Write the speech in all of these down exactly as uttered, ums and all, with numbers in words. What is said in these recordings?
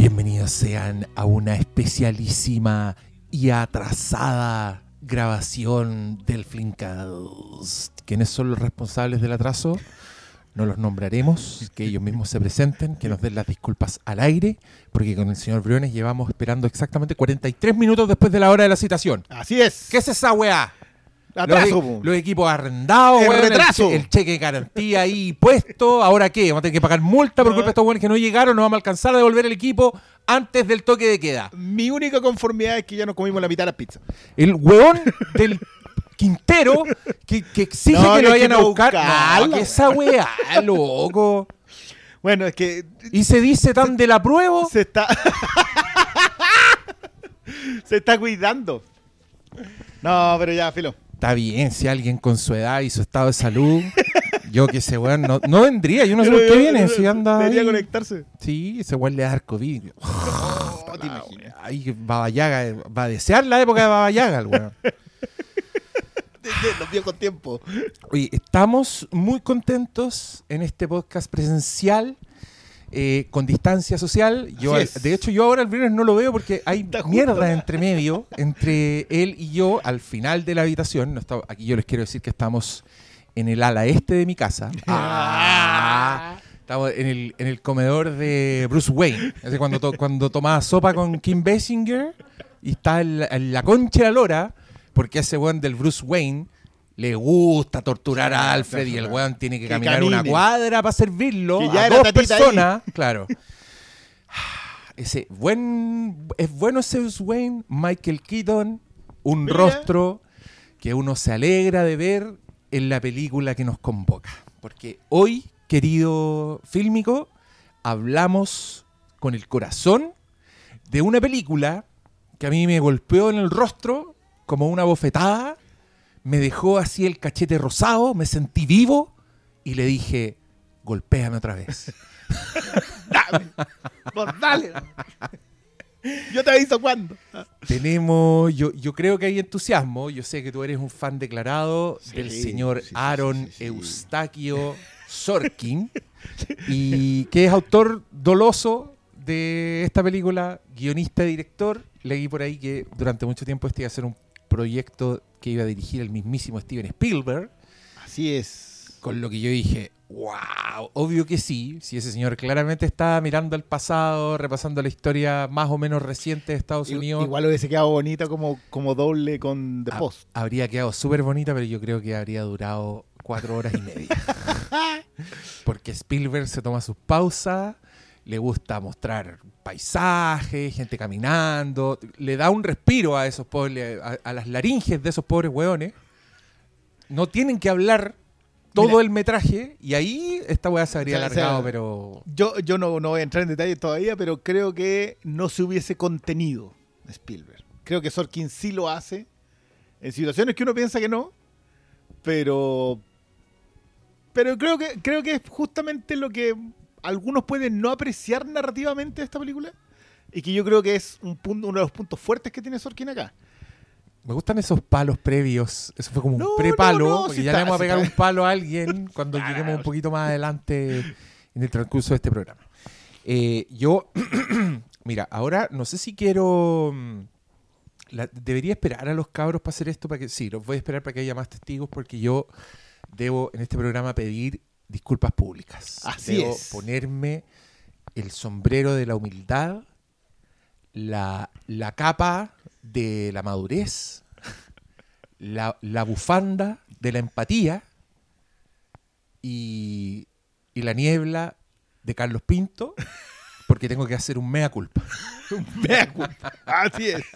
Bienvenidos sean a una especialísima y atrasada grabación del Flimcast. ¿Quiénes son los responsables del atraso? No los nombraremos, que ellos mismos se presenten, que nos den las disculpas al aire, porque con el señor Briones llevamos esperando exactamente cuarenta y tres minutos después de la hora de la citación. Así es. ¿Qué es esa weá? Atraso, los, los equipos arrendados, el, weón, retraso. el, el cheque de garantía ahí puesto. ¿Ahora qué? ¿Vamos a tener que pagar multa por No. culpa de estos weones que no llegaron? ¿No vamos a alcanzar a devolver el equipo antes del toque de queda? Mi única conformidad es que ya nos comimos la mitad de la pizza. El weón del Quintero que, que exige No, que que lo vayan que a no buscar. buscarla. No, que esa weá, loco. Bueno, es que Y se dice tan del apruebo. se está... se está cuidando. No, pero ya, filo. Está bien, si alguien con su edad y su estado de salud, yo que ese weón no, no vendría, yo no sé por qué viene, si anda Debería ahí. conectarse. Sí, ese weón le da dar COVID. No, te imaginas. Ay, Baba Yaga, va a desear la época de Baba Yaga, el weón. Los viejos tiempos. Oye, estamos muy contentos en este podcast presencial, eh, con distancia social. Yo, Así es. de hecho, yo ahora al Briones no lo veo porque hay Está justo mierda acá. entre medio, entre él y yo, al final de la habitación. No está, aquí yo les quiero decir que estamos en el ala este de mi casa. Ah, estamos en el, en el comedor de Bruce Wayne. Es decir, cuando, to- cuando tomaba sopa con Kim Basinger y está en la, en la concha de la lora, porque a ese weón del Bruce Wayne le gusta torturar a Alfred y el weón tiene que, Que caminar camine. una cuadra para servirlo Que ya a era dos tatita personas. Claro. Ese buen, es bueno ese Bruce Wayne, Michael Keaton, un Mira. rostro que uno se alegra de ver en la película que nos convoca. Porque hoy, querido fílmico, hablamos con el corazón de una película que a mí me golpeó en el rostro como una bofetada, me dejó así el cachete rosado, me sentí vivo y le dije, golpéame otra vez. Dame. Vos dale. Yo te aviso cuándo. Tenemos, yo, yo creo que hay entusiasmo. Yo sé que tú eres un fan declarado Sí, del señor sí, sí, Aaron sí, sí, sí. Eustaquio Sorkin, y que es autor doloso de esta película, guionista y director. Leí por ahí que durante mucho tiempo este iba a ser un proyecto que iba a dirigir el mismísimo Steven Spielberg, Así es. con lo que yo dije, wow, obvio que sí, si ese señor claramente está mirando al pasado, repasando la historia más o menos reciente de Estados I- Unidos. Igual hubiese quedado bonita como, como doble con The Ha- Post. Habría quedado súper bonita, pero yo creo que habría durado cuatro horas y media. Porque Spielberg se toma sus pausas, le gusta mostrar paisajes, gente caminando, le da un respiro a esos pobres, a, a las laringes de esos pobres hueones. No tienen que hablar todo Mira. el metraje, y ahí esta weá se habría O sea, alargado, o sea, pero... Yo, yo no, no voy a entrar en detalles todavía, pero creo que no se hubiese contenido Spielberg. Creo que Sorkin sí lo hace en situaciones que uno piensa que no, pero pero creo que creo que es justamente lo que algunos pueden no apreciar narrativamente de esta película y que yo creo que es un punto, uno de los puntos fuertes que tiene Sorkin acá. Me gustan esos palos previos. Eso fue como un No, prepalo, no, no, porque sí ya está, le vamos a sí pegar está. un palo a alguien cuando Claro. lleguemos un poquito más adelante en el transcurso de este programa. Eh, yo, mira, ahora no sé si quiero... mm, la- debería esperar a los cabros para hacer esto, para que sí, los voy a esperar para que haya más testigos, porque yo debo en este programa pedir disculpas públicas. Así debo es. ponerme el sombrero de la humildad, la, la capa de la madurez, la, la bufanda de la empatía y, y la niebla de Carlos Pinto, porque tengo que hacer un mea culpa. Mea culpa. Así es.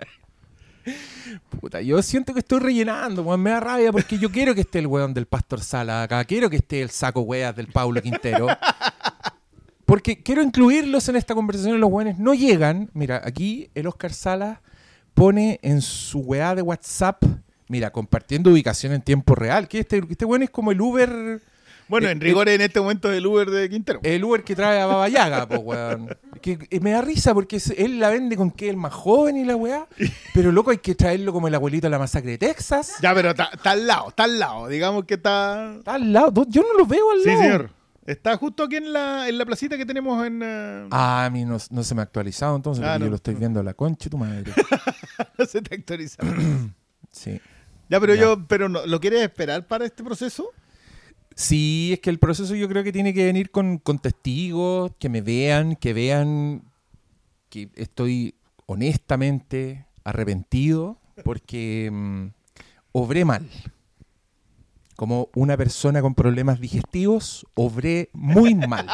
Puta, yo siento que estoy rellenando, weón, me da rabia porque yo quiero que esté el weón del Pastor Sala acá, quiero que esté el saco weas del Paulo Quintero, porque quiero incluirlos en esta conversación y los weones no llegan. Mira, aquí el Oscar Sala pone en su weá de WhatsApp, mira, compartiendo ubicación en tiempo real, que este, este weón es como el Uber... Bueno, Eh, en rigor en este momento es el Uber de Quintero. El Uber que trae a Baba Yaga, po, weón. Que, eh, me da risa porque es- él la vende con que es el más joven y la weá. Pero loco, hay que traerlo como el abuelito de la masacre de Texas. Ya, pero está está al lado, está al lado. Digamos que está... Está al lado. do- Yo no lo veo al Sí, lado. señor. Está justo aquí en la, en la placita que tenemos en... Uh... Ah, a mí no, no se me ha actualizado entonces, Ah, porque no. yo lo estoy viendo a la concha de tu madre. no se te actualiza. Sí. Ya, pero Ya. yo, pero no, ¿lo quieres esperar para este proceso? Sí, es que el proceso yo creo que tiene que venir con, con testigos, que me vean, que vean que estoy honestamente arrepentido porque mm, obré mal. Como una persona con problemas digestivos, obré muy mal.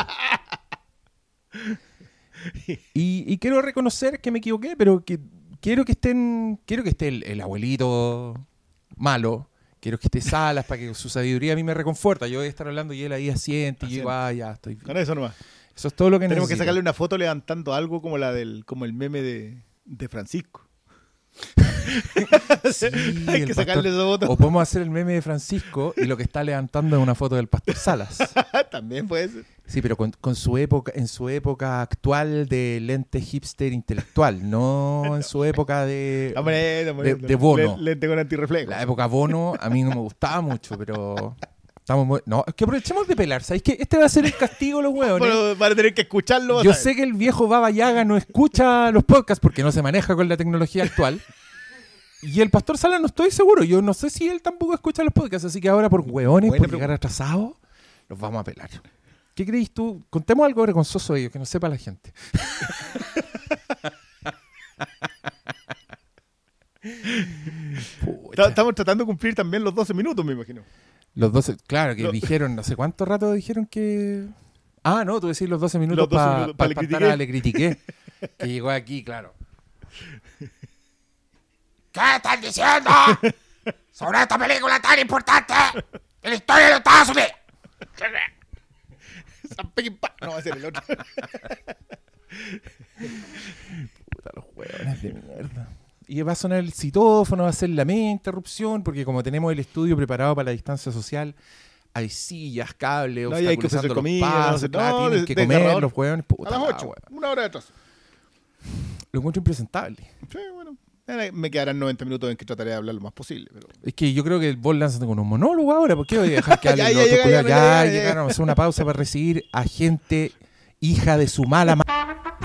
Y, y quiero reconocer que me equivoqué, pero que quiero que estén, quiero que esté el, el abuelito malo, quiero que esté Salas para que su sabiduría a mí me reconforta. Yo voy a estar hablando y él ahí asiente y yo digo, ah, ya estoy. Con eso nomás. Eso es todo lo que Tenemos que necesito. sacarle una foto levantando algo como la del, como el meme de, de Francisco. Sí, Hay el que pastor- sacarle esa foto. O podemos hacer el meme de Francisco y lo que está levantando es una foto del pastor Salas. También puede ser. Sí, pero con, con su época, en su época actual de lente hipster intelectual, no en su época de, Hombre, estamos de- viendo. de bono. Le- Lente con antirreflejo. la época Bono. A mí no me gustaba mucho, pero estamos muy, no, es que aprovechemos de pelar. ¿Sabéis que este va a ser el castigo de los huevos? Pero van a tener que escucharlo. vas Yo a ver. sé que el viejo Baba Yaga no escucha los podcasts porque no se maneja con la tecnología actual. Y el pastor Sala no estoy seguro. Yo no sé si él tampoco escucha los podcasts. Así que ahora por hueones, Buena por llegar atrasados, los vamos a pelar. ¿Qué crees tú? Contemos algo vergonzoso de ellos, que no sepa la gente. Pucha. Ta- Estamos tratando de cumplir también los doce minutos, me imagino. Los doce, claro, que Lo- dijeron, no sé cuánto rato dijeron que... Ah, no, tú decís los doce minutos Los doce para minutos, pa, pa le pa critiqué. estar a Le critiqué. Que llegó aquí, claro. ¿Qué están diciendo sobre esta película tan importante en la historia de Estados Unidos? San Peckinpah. No, va a ser el otro. Puta, los huevones de mierda. Y va a sonar el citófono, va a ser la media interrupción, porque como tenemos el estudio preparado para la distancia social, hay sillas, cables, No, y hay que obstaculizando ofrecer los comida, pasos, no sé, claro, no, tienen de- que de comer cargador. los huevones. Puta A las la ocho. hueva. Una hora de atrás. Lo encuentro impresentable. Sí, bueno. Eh, Me quedarán noventa minutos en que trataré de hablar lo más posible. Pero... Es que yo creo que vos lanzate con un monólogo ahora. ¿Por qué voy a dejar que Ya, hablen ya, los otros ya, culiados? ya, Ya, ya, ya, ya. llegaron a hacer una pausa para recibir a gente hija de su mala madre.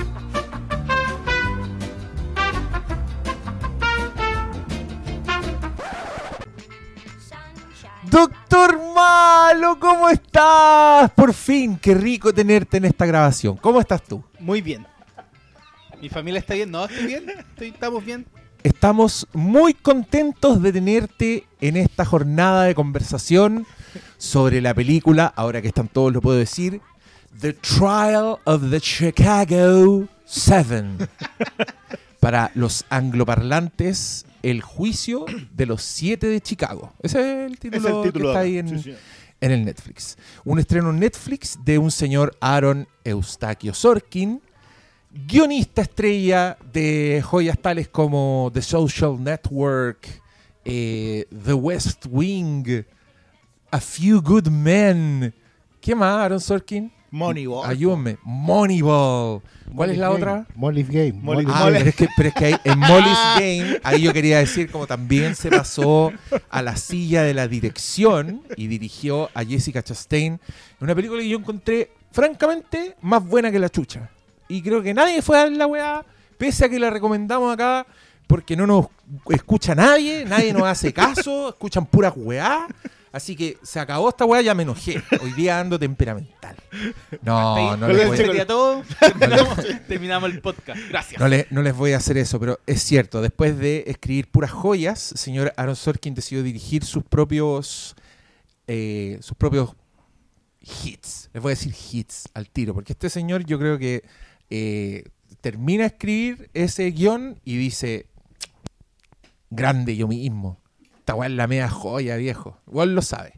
Doctor Malo, ¿cómo estás? Por fin, qué rico tenerte en esta grabación. ¿Cómo estás tú? Muy bien. ¿Mi familia está bien? No, estoy bien. Estoy- estamos bien. Estamos muy contentos de tenerte en esta jornada de conversación sobre la película, ahora que están todos lo puedo decir, The Trial of the Chicago Seven. Para los angloparlantes, el juicio de los siete de Chicago. Ese es el título, Es el título que está de ahí acá. en, Sí, señor. en el Netflix. Un estreno en Netflix de un señor Aaron Eustaquio Sorkin, guionista estrella de joyas tales como The Social Network, eh, The West Wing, A Few Good Men. ¿Qué más, Aaron Sorkin? Moneyball. Ayúdenme. Moneyball. ¿Cuál es la otra? Molly's Game. Molly- Molly's Ah, Mole- pero es que, pero es que ahí, en Molly's Game, ahí yo quería decir como también se pasó a la silla de la dirección y dirigió a Jessica Chastain. Una película que yo encontré, francamente, más buena que la chucha. Y creo que nadie fue a ver la weá, pese a que la recomendamos acá, porque no nos escucha nadie, nadie nos hace caso, escuchan puras weá. Así que se acabó esta weá, ya me enojé. Hoy día ando temperamental. No, no Con les el voy a- chico- Sería todo. Terminamos, terminamos el podcast. Gracias. No, le- no les voy a hacer eso, pero es cierto, después de escribir puras joyas, el señor Aaron Sorkin decidió dirigir sus propios eh, sus propios hits. Les voy a decir hits al tiro, porque este señor yo creo que eh, termina de escribir ese guión y dice, grande yo mismo. Esta weá es la media joya, viejo. Igual lo sabe.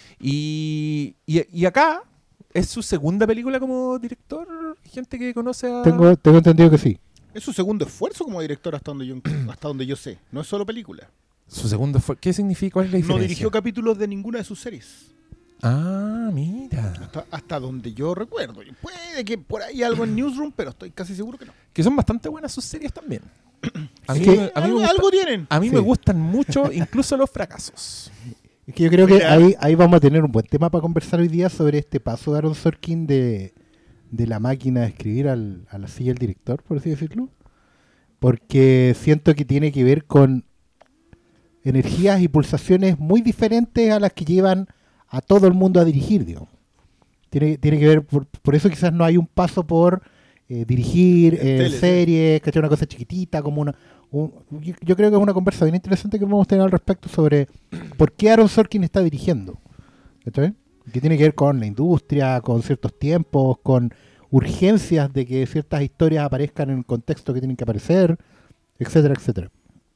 Y, y, y acá es su segunda película como director. Gente que conoce a... Tengo, tengo entendido que sí. Es su segundo esfuerzo como director hasta donde yo, hasta donde yo sé. No es solo película. Su segundo fue... ¿Qué significa? ¿Cuál es la No diferencia? dirigió capítulos de ninguna de sus series. Ah, mira. Hasta, hasta donde yo recuerdo. Y puede que por ahí algo en Newsroom, pero estoy casi seguro que no. Que son bastante buenas sus series también. A mí, Sí. me- a mí, me, algo, gusta- algo tienen. a mí Sí. me gustan mucho incluso los fracasos. Es que yo creo que Mira. ahí, ahí vamos a tener un buen tema para conversar hoy día sobre este paso de Aaron Sorkin de, de la máquina de escribir al, a la silla del director, por así decirlo. Porque siento que tiene que ver con energías y pulsaciones muy diferentes a las que llevan a todo el mundo a dirigir, digamos. Tiene, tiene que ver, por, por eso quizás no hay un paso por eh, dirigir En eh, tele, sí. series, ¿cachai? Una cosa chiquitita, como una... un- yo, yo creo que es una conversa bien interesante que vamos a tener al respecto sobre por qué Aaron Sorkin está dirigiendo, ¿cachai? Que tiene que ver con la industria, con ciertos tiempos, con urgencias de que ciertas historias aparezcan en el contexto que tienen que aparecer, etcétera, etcétera.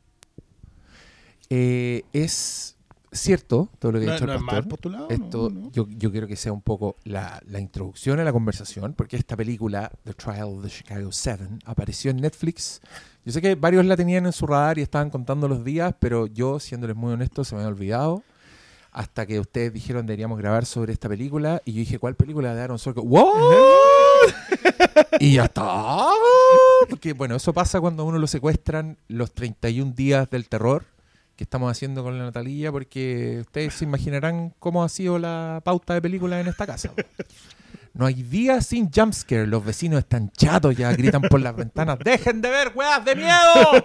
Eh, es cierto todo lo que ha No, dicho no el es pastor. mal postulado. Esto, no, no. Yo, yo quiero que sea un poco la, la introducción a la conversación, porque esta película, The Trial of the Chicago Seven, apareció en Netflix. Yo sé que varios la tenían en su radar y estaban contando los días, pero yo, siéndoles muy honesto, se me había olvidado. Hasta que ustedes dijeron deberíamos grabar sobre esta película. Y yo dije, ¿cuál película de Aaron Sorkin? ¿What? Y ya está. Porque, bueno, eso pasa cuando a uno lo secuestran los treinta y un días del terror que estamos haciendo con la Natalía, porque ustedes se imaginarán cómo ha sido la pauta de películas en esta casa. No hay día sin jumpscare. Los vecinos están chatos, ya gritan por las ventanas. ¡Dejen de ver weas de miedo!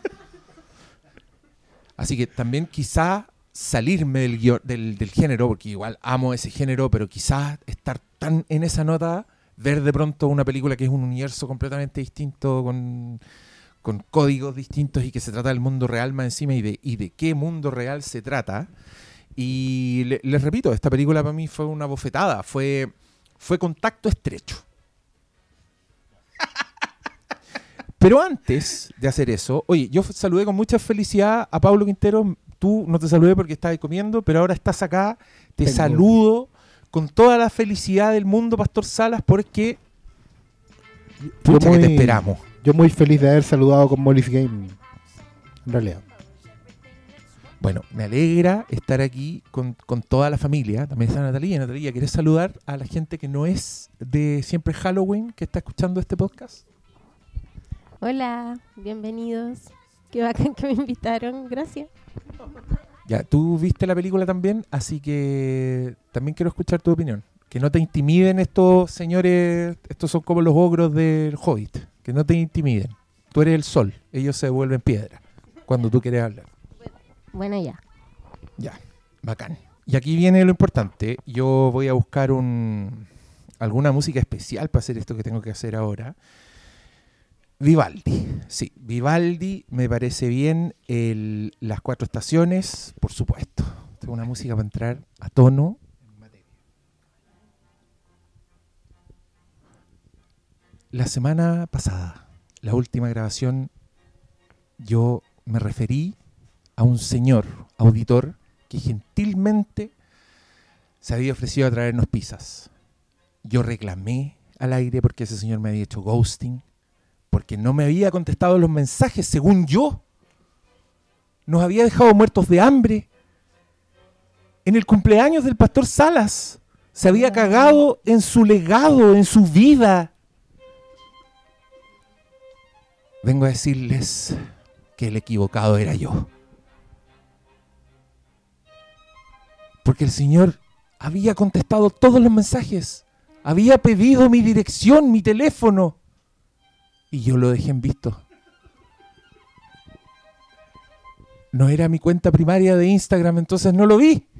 Así que también quizá salirme del, guio- del, del género, porque igual amo ese género, pero quizás estar tan en esa nota, ver de pronto una película que es un universo completamente distinto, con, con códigos distintos y que se trata del mundo real más encima y de, y de qué mundo real se trata. Y le- les repito, esta película para mí fue una bofetada, fue, fue contacto estrecho. Pero antes de hacer eso, oye, yo f- saludé con mucha felicidad a Pablo Quintero. Tú no te saludé porque estabas comiendo, pero ahora estás acá. Te Tengo. saludo con toda la felicidad del mundo, Pastor Salas, porque pucha que te esperamos. Yo muy feliz de haber saludado con Molly's Game, en realidad. Bueno, me alegra estar aquí con, con toda la familia. También está Natalia. Natalia, ¿quieres saludar a la gente que no es de Siempre Halloween que está escuchando este podcast? Hola, bienvenidos. Qué bacán que me invitaron, gracias. Ya, tú viste la película también, así que también quiero escuchar tu opinión. Que no te intimiden estos señores, estos son como los ogros del Hobbit, que no te intimiden. Tú eres el sol, ellos se vuelven piedra cuando tú quieres hablar. Bueno, ya. Ya, bacán. Y aquí viene lo importante. Yo voy a buscar un alguna música especial para hacer esto que tengo que hacer ahora. Vivaldi, sí, Vivaldi me parece bien. El, las cuatro estaciones, por supuesto. Tengo una música para entrar a tono. La semana pasada, la última grabación, yo me referí a un señor auditor que gentilmente se había ofrecido a traernos pizzas. Yo reclamé al aire porque ese señor me había hecho ghosting, porque no me había contestado los mensajes, según yo. Nos había dejado muertos de hambre. En el cumpleaños del pastor Salas se había cagado en su legado, en su vida. Vengo a decirles que el equivocado era yo. Porque el Señor había contestado todos los mensajes. Había pedido mi dirección, mi teléfono. Y yo lo dejé en visto. No era mi cuenta primaria de Instagram, entonces no lo vi.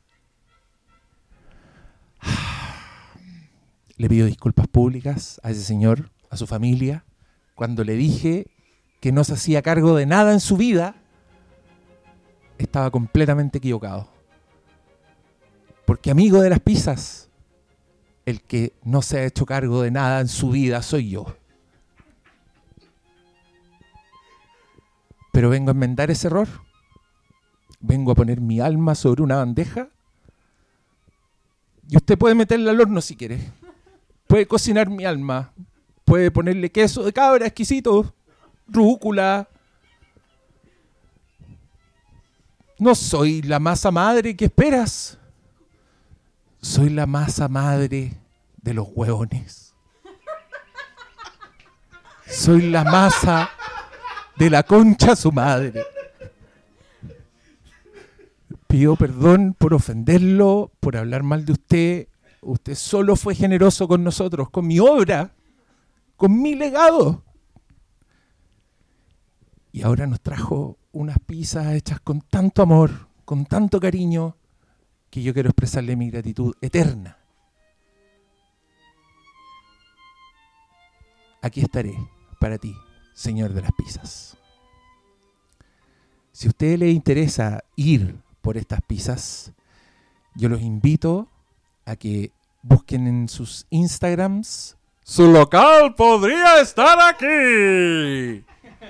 Le pido disculpas públicas a ese señor, a su familia, cuando le dije que no se hacía cargo de nada en su vida. Estaba completamente equivocado. Porque amigo de las pizzas, el que no se ha hecho cargo de nada en su vida soy yo. Pero vengo a enmendar ese error. Vengo a poner mi alma sobre una bandeja. Y usted puede meterla al horno si quiere. Puede cocinar mi alma. Puede ponerle queso de cabra exquisito, rúcula. No soy la masa madre que esperas. Soy la masa madre de los hueones. Soy la masa de la concha su madre. pido perdón por ofenderlo, por hablar mal de usted. Usted solo fue generoso con nosotros, con mi obra, con mi legado. Y ahora nos trajo unas pizzas hechas con tanto amor, con tanto cariño, que yo quiero expresarle mi gratitud eterna. Aquí estaré para ti, señor de las pizzas. Si a usted le interesa ir por estas pizzas, yo los invito a que busquen en sus Instagrams. Su local podría estar aquí.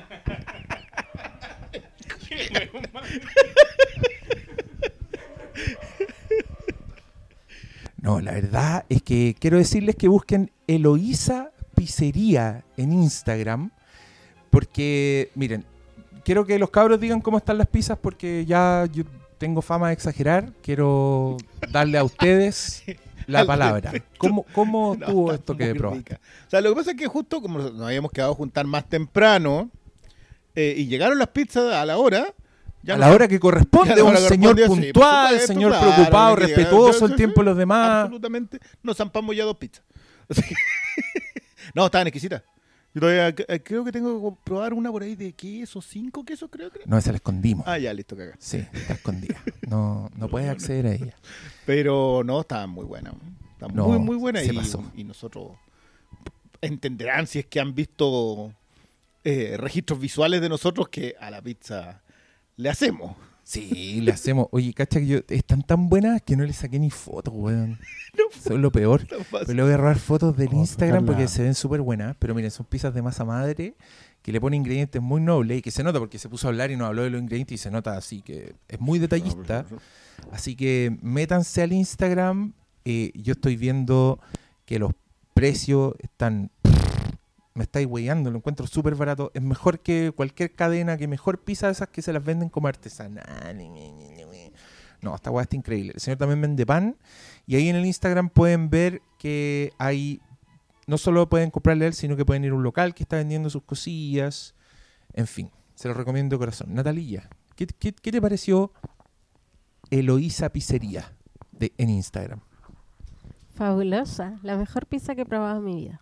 No, la verdad es que quiero decirles que busquen Eloísa Pizzería en Instagram, porque, miren, quiero que los cabros digan cómo están las pizzas, porque ya yo tengo fama de exagerar. Quiero darle a ustedes la palabra. ¿Cómo, cómo No, tuvo está esto que muy probaste? rica. O sea, lo que pasa es que justo como nos habíamos quedado a juntar más temprano eh, y llegaron las pizzas a la hora. Ya A no la sé- hora que corresponde, a la un hora que señor correspondía, sí, por puntual, supuesto, señor claro, preocupado, que llega- respetuoso, sí, el sí, tiempo de los demás. Absolutamente. Nos zampamos ya dos pizzas. Así que- no, estaban exquisitas. Yo todavía eh, creo que tengo que probar una por ahí de queso, cinco quesos creo que. No, esa la escondimos. Ah, ya, listo, caga. Sí, está escondida. No, no puedes acceder a ella. Pero no, estaban muy buenas. Estaban No, muy, muy buenas. se Y, pasó. y nosotros entenderán si es que han visto eh, registros visuales de nosotros que a la pizza le hacemos. Sí, le hacemos. Oye, cacha que yo están tan buenas que no le saqué ni fotos, weón. Eso es lo peor. Tan fácil. Pero le voy a agarrar fotos del Vamos a Instagram sacarla. porque se ven súper buenas. Pero miren, son pizzas de masa madre que le pone ingredientes muy nobles y que se nota porque se puso a hablar y nos habló de los ingredientes y se nota así que es muy detallista. Así que métanse al Instagram. Eh, yo estoy viendo que los precios están... Me estáis weyando, lo encuentro súper barato. Es mejor que cualquier cadena, que mejor pizza de esas que se las venden como artesanal. No, esta weá está increíble. El señor también vende pan. Y ahí en el Instagram pueden ver que hay... No solo pueden comprarle a él, sino que pueden ir a un local que está vendiendo sus cosillas. En fin, se lo recomiendo de corazón. Natalía, ¿qué, qué, qué te pareció Eloísa Pizzería de, en Instagram? Fabulosa. La mejor pizza que he probado en mi vida.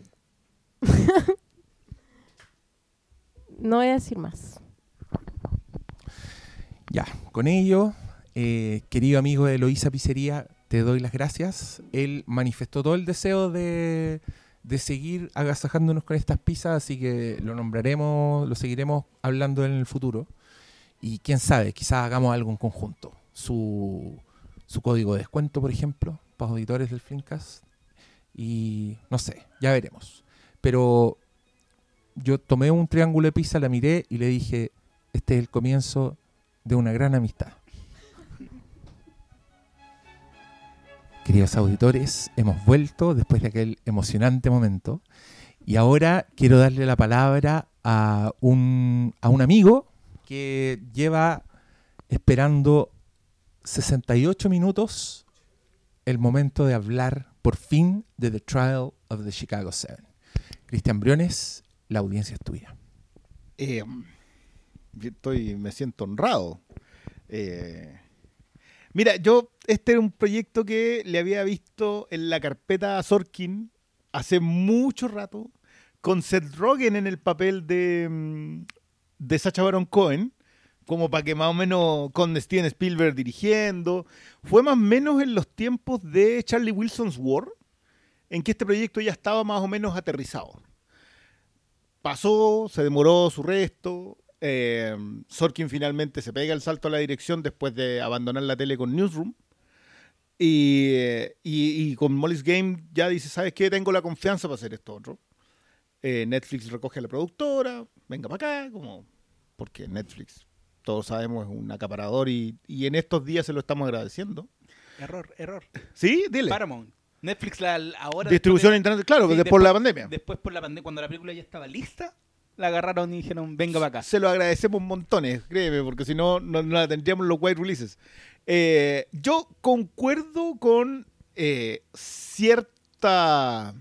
No voy a decir más. Ya, con ello, eh, querido amigo de Eloísa Pizzería, te doy las gracias. Él manifestó todo el deseo de, de seguir agasajándonos con estas pizzas, así que lo nombraremos, lo seguiremos hablando en el futuro. Y quién sabe, quizás hagamos algo en conjunto. Su, su código de descuento, por ejemplo, para auditores del Filmcast. Y no sé, ya veremos. Pero yo tomé un triángulo de pizza, la miré y le dije, este es el comienzo de una gran amistad. Queridos auditores, hemos vuelto después de aquel emocionante momento y ahora quiero darle la palabra a un, a un amigo que lleva esperando sesenta y ocho minutos el momento de hablar por fin de The Trial of the Chicago Seven. Cristian Briones, la audiencia es tuya. Eh, yo estoy, me siento honrado. Eh, mira, yo, este era un proyecto que le había visto en la carpeta a Sorkin hace mucho rato, con Seth Rogen en el papel de, mm, de Sacha Baron Cohen, como para que más o menos con Steven Spielberg dirigiendo. Fue más o menos en los tiempos de Charlie Wilson's War, en que este proyecto ya estaba más o menos aterrizado. Pasó, se demoró su resto. Eh, Sorkin finalmente se pega el salto a la dirección después de abandonar la tele con Newsroom. Y, eh, y, y con Molly's Game ya dice, ¿sabes qué? Tengo la confianza para hacer esto otro. Eh, Netflix recoge a la productora, venga para acá, como porque Netflix, todos sabemos, es un acaparador y, y en estos días se lo estamos agradeciendo. Error, error. ¿Sí? Dile. Paramount. Netflix la, ahora... Distribución después de- internet, claro, sí, después, después- por la pandemia. Después por la pandemia, cuando la película ya estaba lista, la agarraron y dijeron, venga para acá. Se lo agradecemos montones, créeme, porque si no, no, no la tendríamos los white releases. Eh, yo concuerdo con eh, cierta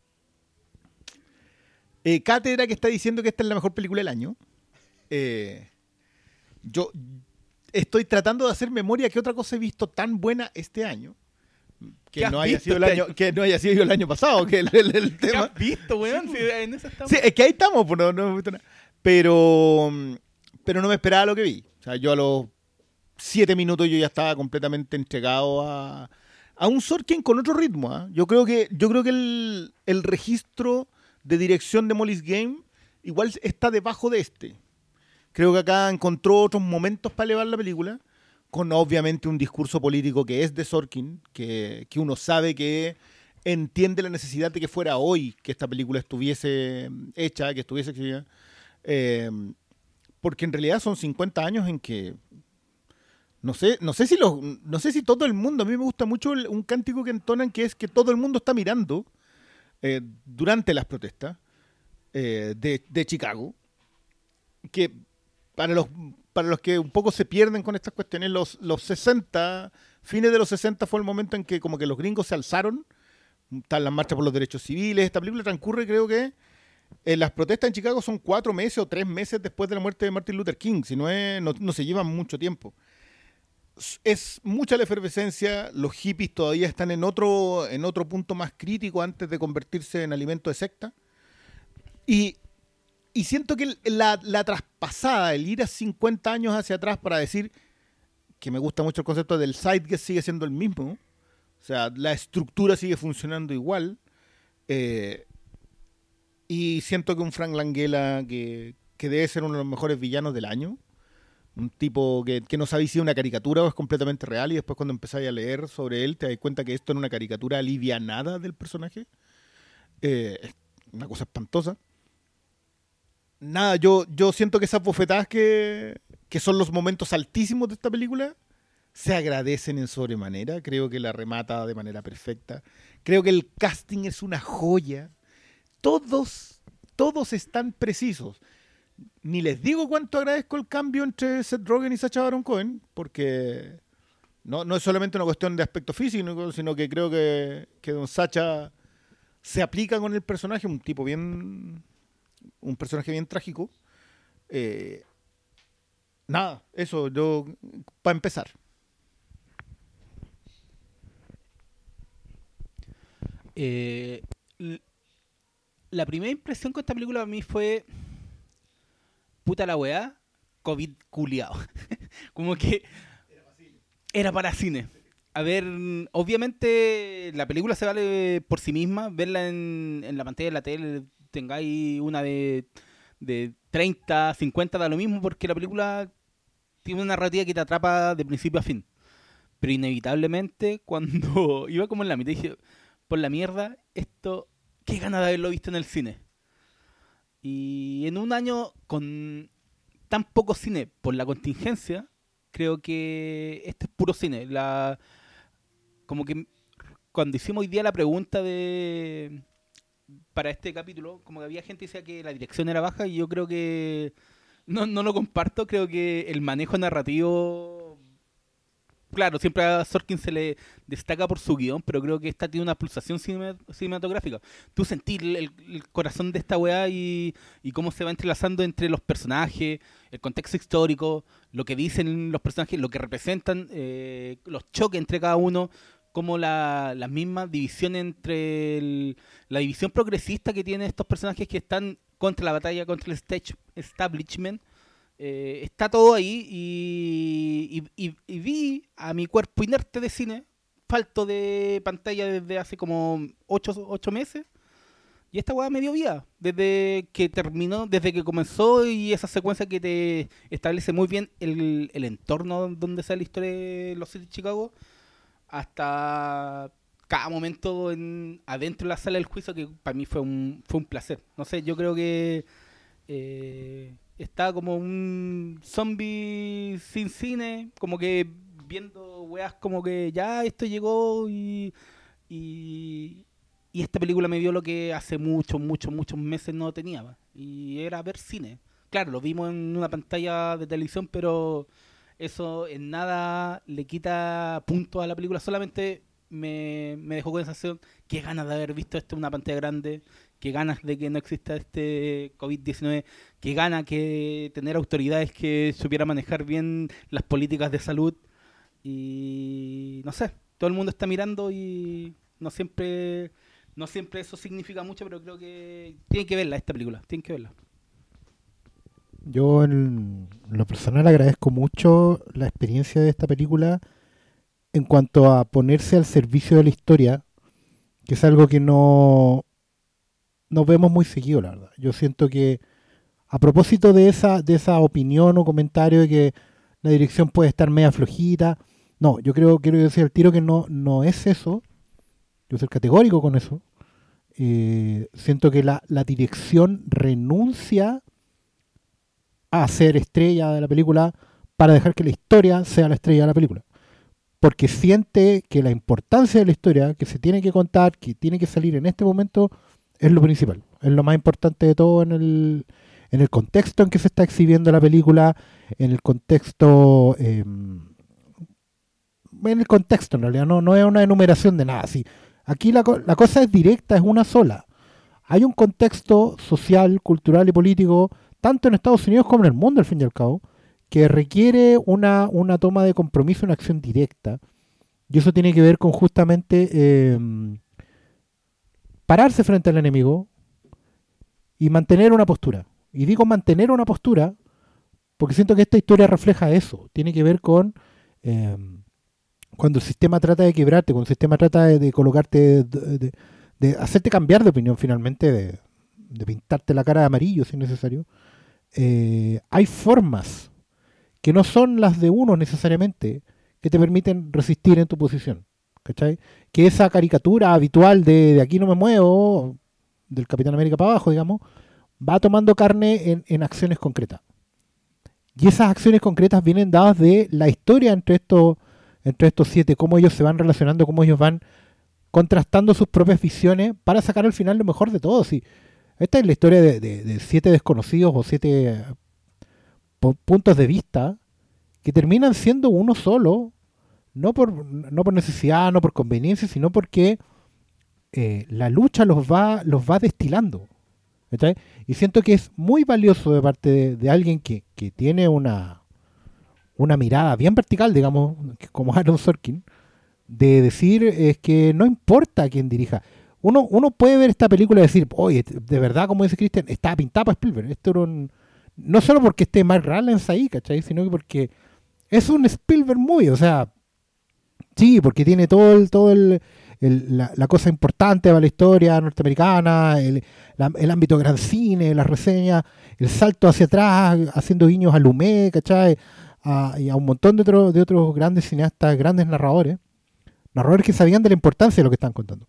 eh, cátedra que está diciendo que esta es la mejor película del año. Eh, yo estoy tratando de hacer memoria qué otra cosa he visto tan buena este año. ¿Qué Que has no, haya visto sido el este año, que no haya sido el año pasado, que el, el- el ¿Qué tema. has visto, weón? Si en eso estamos. Sí, es que ahí estamos, pues no, no hemos visto nada. Pero, pero no me esperaba lo que vi. O sea, yo a los siete minutos yo ya estaba completamente entregado a, a un Sorkin con otro ritmo. ¿ah? Yo creo que, yo creo que el, el registro de dirección de Molly's Game igual está debajo de este. Creo que acá encontró otros momentos para elevar la película, con obviamente un discurso político que es de Sorkin, que, que uno sabe que entiende la necesidad de que fuera hoy que esta película estuviese hecha, que estuviese exhibida, eh, porque en realidad son cincuenta años en que no sé, no sé si los, no sé si todo el mundo, a mí me gusta mucho el- un cántico que entonan que es que todo el mundo está mirando eh, durante las protestas eh, de, de Chicago, que para los para los que un poco se pierden con estas cuestiones, los, los sesenta, fines de los sesenta fue el momento en que como que los gringos se alzaron, están las marchas por los derechos civiles. Esta película transcurre, creo que, en las protestas en Chicago son cuatro meses o tres meses después de la muerte de Martin Luther King, si no, es, no, no se llevan mucho tiempo. Es mucha la efervescencia, los hippies todavía están en otro, en otro punto más crítico antes de convertirse en alimento de secta. Y Y siento que el- la, la traspasada, el ir a cincuenta años hacia atrás para decir que me gusta mucho el concepto del zeitgeist sigue siendo el mismo, o sea, la estructura sigue funcionando igual, eh, y siento que un Frank Langella que, que debe ser uno de los mejores villanos del año, un tipo que, que no sabía si es una caricatura o es completamente real, y después cuando empezáis a leer sobre él te das cuenta que esto es una caricatura alivianada del personaje, eh, es una cosa espantosa. Nada, yo, yo siento que esas bofetadas que, que son los momentos altísimos de esta película se agradecen en sobremanera. Creo que la remata de manera perfecta. Creo que el casting es una joya. Todos, todos están precisos. Ni les digo cuánto agradezco el cambio entre Seth Rogen y Sacha Baron Cohen, porque no, no es solamente una cuestión de aspecto físico, sino que creo que, que don Sacha se aplica con el personaje, un tipo bien... un personaje bien trágico. Eh, nada, eso, yo, para empezar. Eh, l- la primera impresión con esta película a mí fue puta la weá, COVID culiao. Como que era para cine. A ver, obviamente la película se vale por sí misma, verla en, en la pantalla de la tele, tengáis una de, de treinta, cincuenta, da lo mismo, porque la película tiene una narrativa que te atrapa de principio a fin. Pero inevitablemente, cuando iba como en la mitad, dije, por la mierda, esto, qué ganas de haberlo visto en el cine. Y en un año con tan poco cine por la contingencia, creo que este es puro cine. La, como que cuando hicimos hoy día la pregunta de para este capítulo, como que había gente que decía que la dirección era baja, y yo creo que no, no lo comparto. Creo que el manejo narrativo, claro, siempre a Sorkin se le destaca por su guión, pero creo que esta tiene una pulsación cinema- cinematográfica. Tú sentís el, el corazón de esta weá y, y cómo se va entrelazando entre los personajes, el contexto histórico, lo que dicen los personajes, lo que representan, eh, los choques entre cada uno, como la, la misma división entre el- la división progresista que tienen estos personajes que están contra la batalla, contra el stage establishment. Eh, está todo ahí, y, y, y- y vi a mi cuerpo inerte de cine, falto de pantalla desde hace como ocho meses, y esta weá me dio vida desde que terminó, desde que comenzó, y esa secuencia que te establece muy bien el, el entorno donde sale la historia de los City de Chicago, hasta cada momento en, adentro de la sala del juicio, que para mí fue un, fue un placer. No sé, yo creo que eh, está como un zombie sin cine, como que viendo weas como que ya esto llegó, y, y, y esta película me dio lo que hace muchos, muchos, muchos meses no tenía, y era ver cine. Claro, lo vimos en una pantalla de televisión, pero eso en nada le quita puntos a la película, solamente me, me dejó con esa sensación, qué ganas de haber visto esto en una pantalla grande, qué ganas de que no exista este COVID diecinueve, qué ganas que tener autoridades que supieran manejar bien las políticas de salud. Y no sé, todo el mundo está mirando y no siempre no siempre eso significa mucho, pero creo que tienen que verla esta película, tienen que verla. Yo en lo personal agradezco mucho la experiencia de esta película en cuanto a ponerse al servicio de la historia, que es algo que no, no vemos muy seguido, la verdad. Yo siento que a propósito de esa, de esa opinión o comentario de que la dirección puede estar media flojita, no, yo creo, quiero decir al tiro que no, no es eso. Yo soy categórico con eso. Eh, siento que la, la dirección renuncia a ser estrella de la película para dejar que la historia sea la estrella de la película. Porque siente que la importancia de la historia, que se tiene que contar, que tiene que salir en este momento, es lo principal. Es lo más importante de todo en el, en el contexto en que se está exhibiendo la película, en el contexto... Eh, en el contexto, en realidad, no, no es una enumeración de nada. Sí. Aquí la, la cosa es directa, es una sola. Hay un contexto social, cultural y político, tanto en Estados Unidos como en el mundo, al fin y al cabo, que requiere una, una toma de compromiso, una acción directa. Y eso tiene que ver con justamente eh, pararse frente al enemigo y mantener una postura. Y digo mantener una postura porque siento que esta historia refleja eso. Tiene que ver con... Eh, cuando el sistema trata de quebrarte, cuando el sistema trata de, de colocarte, de, de, de hacerte cambiar de opinión finalmente, de, de pintarte la cara de amarillo si es necesario, eh, hay formas que no son las de uno necesariamente, que te permiten resistir en tu posición. ¿Cachai? Que esa caricatura habitual de, de aquí no me muevo, del Capitán América para abajo, digamos, va tomando carne en, en acciones concretas. Y esas acciones concretas vienen dadas de la historia entre estos entre estos siete, cómo ellos se van relacionando, cómo ellos van contrastando sus propias visiones para sacar al final lo mejor de todo. Sí, esta es la historia de, de, de siete desconocidos o siete po- puntos de vista que terminan siendo uno solo, no por, no por necesidad, no por conveniencia, sino porque eh, la lucha los va, los va destilando. ¿Está? Y siento que es muy valioso de parte de, de alguien que, que tiene una... una mirada bien vertical, digamos, como Aaron Sorkin, de decir es que no importa quién dirija. Uno, uno puede ver esta película y decir, oye, de verdad, como dice Christian, está pintada para Spielberg. Esto era un, no solo porque esté Mark Rylance ahí, ¿cachai? Sino que porque es un Spielberg movie, o sea, sí, porque tiene todo el, todo el, el la, la cosa importante para la historia norteamericana, el, la, el ámbito gran cine, las reseñas, el salto hacia atrás, haciendo guiños a Lumet, ¿cachai? A, y a un montón de, otro, de otros grandes cineastas, grandes narradores, narradores que sabían de la importancia de lo que están contando.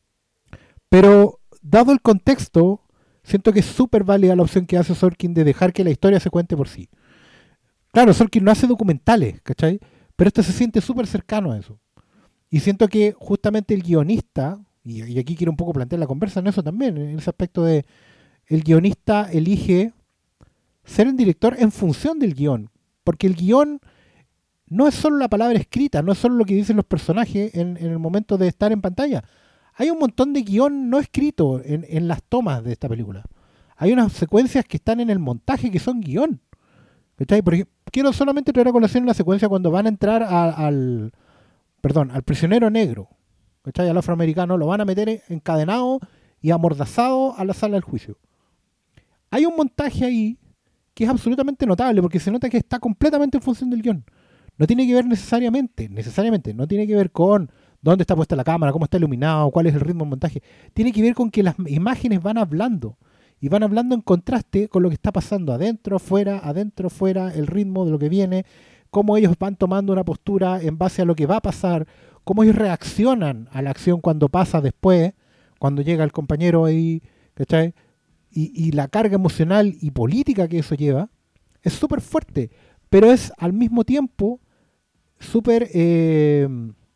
Pero, dado el contexto, siento que es súper válida la opción que hace Sorkin de dejar que la historia se cuente por sí. Claro, Sorkin no hace documentales, ¿cachai? Pero esto se siente súper cercano a eso. Y siento que justamente el guionista, y, y aquí quiero un poco plantear la conversa en eso también, en ese aspecto de el guionista elige ser el director en función del guión. Porque el guión no es solo la palabra escrita, no es solo lo que dicen los personajes en, en el momento de estar en pantalla. Hay un montón de guión no escrito en, en las tomas de esta película. Hay unas secuencias que están en el montaje que son guión. ¿Cachai? Por ejemplo, quiero solamente traer a colación la secuencia cuando van a entrar a, al perdón, al prisionero negro, ¿cachai? Al afroamericano, lo van a meter encadenado y amordazado a la sala del juicio. Hay un montaje ahí que es absolutamente notable, porque se nota que está completamente en función del guión. No tiene que ver necesariamente, necesariamente, no tiene que ver con dónde está puesta la cámara, cómo está iluminado, cuál es el ritmo del montaje. Tiene que ver con que las imágenes van hablando, y van hablando en contraste con lo que está pasando adentro, afuera, adentro, fuera, el ritmo de lo que viene, cómo ellos van tomando una postura en base a lo que va a pasar, cómo ellos reaccionan a la acción cuando pasa después, cuando llega el compañero ahí, ¿cachai? Y, y la carga emocional y política que eso lleva es súper fuerte, pero es al mismo tiempo súper eh,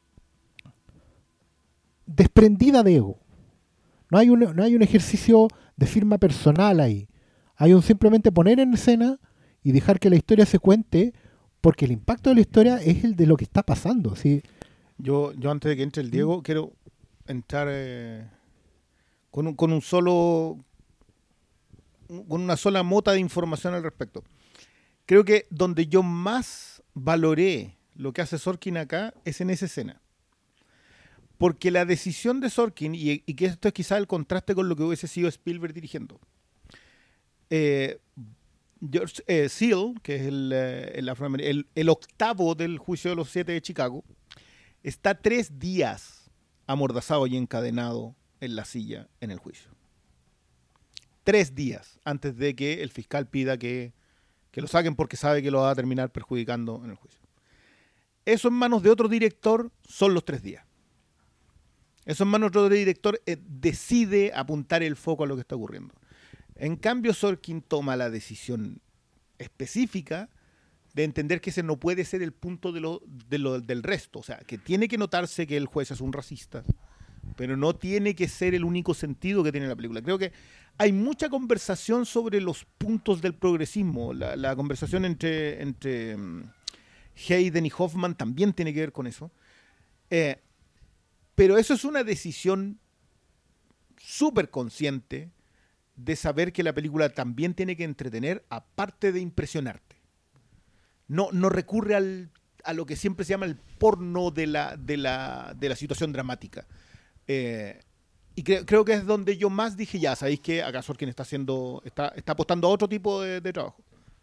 desprendida de ego. No hay, un, no hay un ejercicio de firma personal ahí. Hay un simplemente poner en escena y dejar que la historia se cuente, porque el impacto de la historia es el de lo que está pasando. ¿Sí? Yo, yo antes de que entre el Diego, quiero entrar eh, con, un, con un solo, con una sola mota de información al respecto. Creo que donde yo más valoré lo que hace Sorkin acá es en esa escena. Porque la decisión de Sorkin, y, y que esto es quizá el contraste con lo que hubiese sido Spielberg dirigiendo. Eh, George eh, Seal, que es el, eh, el, afroamer- el, el octavo del juicio de los siete de Chicago, está tres días amordazado y encadenado en la silla en el juicio. Tres días antes de que el fiscal pida que, que lo saquen porque sabe que lo va a terminar perjudicando en el juicio. Eso en manos de otro director son los tres días. Eso en manos de otro director eh, decide apuntar el foco a lo que está ocurriendo. En cambio, Sorkin toma la decisión específica de entender que ese no puede ser el punto de lo, de lo, del resto. O sea, que tiene que notarse que el juez es un racista, pero no tiene que ser el único sentido que tiene la película. Creo que hay mucha conversación sobre los puntos del progresismo. La, la conversación entre, entre um, Hayden y Hoffman también tiene que ver con eso. Eh, pero eso es una decisión súper consciente de saber que la película también tiene que entretener, aparte de impresionarte. No, no recurre al, a lo que siempre se llama el porno de la, de la, de la situación dramática. Eh, y cre- creo que es donde yo más dije, ya, ¿sabéis que acá Sorkin está haciendo, está, está apostando a otro tipo de, de trabajo?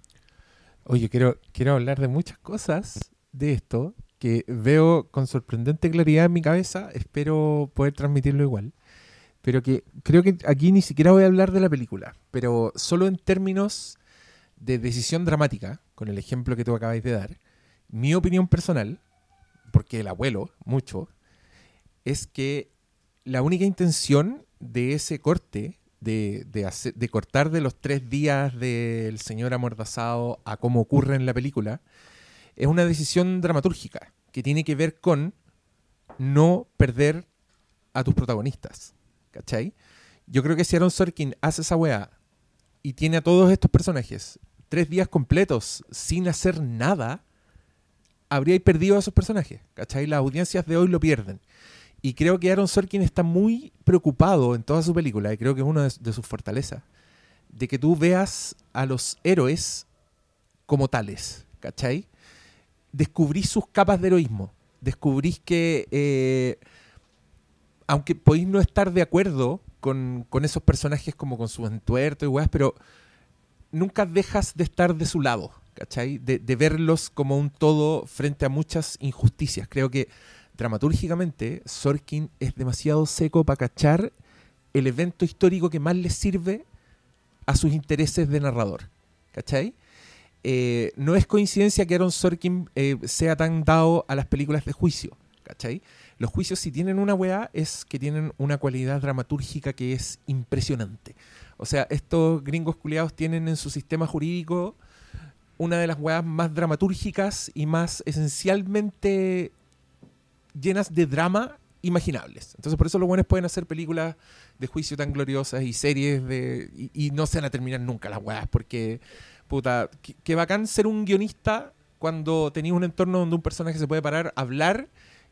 Oye, quiero, quiero hablar de muchas cosas de esto que veo con sorprendente claridad en mi cabeza. Espero poder transmitirlo igual. Pero que creo que aquí ni siquiera voy a hablar de la película, pero solo en términos de decisión dramática, con el ejemplo que tú acabáis de dar. Mi opinión personal, porque el abuelo, mucho, es que la única intención de ese corte, de, de, hacer, de cortar de los tres días del señor amordazado a cómo ocurre en la película, es una decisión dramatúrgica que tiene que ver con no perder a tus protagonistas. ¿Cachai? Yo creo que si Aaron Sorkin hace esa weá y tiene a todos estos personajes tres días completos sin hacer nada, habríais perdido a esos personajes. ¿Cachai? Las audiencias de hoy lo pierden. Y creo que Aaron Sorkin está muy preocupado en toda su película, y creo que es una de, de sus fortalezas, de que tú veas a los héroes como tales. ¿Cachai? Descubrís sus capas de heroísmo. Descubrís que... Eh, aunque podéis no estar de acuerdo con, con esos personajes como con sus entuertos y weas, pero nunca dejas de estar de su lado, ¿cachai? De, de verlos como un todo frente a muchas injusticias. Creo que dramatúrgicamente Sorkin es demasiado seco para cachar el evento histórico que más le sirve a sus intereses de narrador, ¿cachai? Eh, no es coincidencia que Aaron Sorkin eh, sea tan dado a las películas de juicio, ¿cachai? Los juicios, si tienen una weá, es que tienen una cualidad dramatúrgica que es impresionante. O sea, estos gringos culiados tienen en su sistema jurídico una de las weas más dramatúrgicas y más esencialmente llenas de drama imaginables. Entonces, por eso los buenos pueden hacer películas de juicio tan gloriosas y series de y, y no se van a terminar nunca las weas, porque, puta, qué, qué bacán ser un guionista cuando tenéis un entorno donde un personaje se puede parar, hablar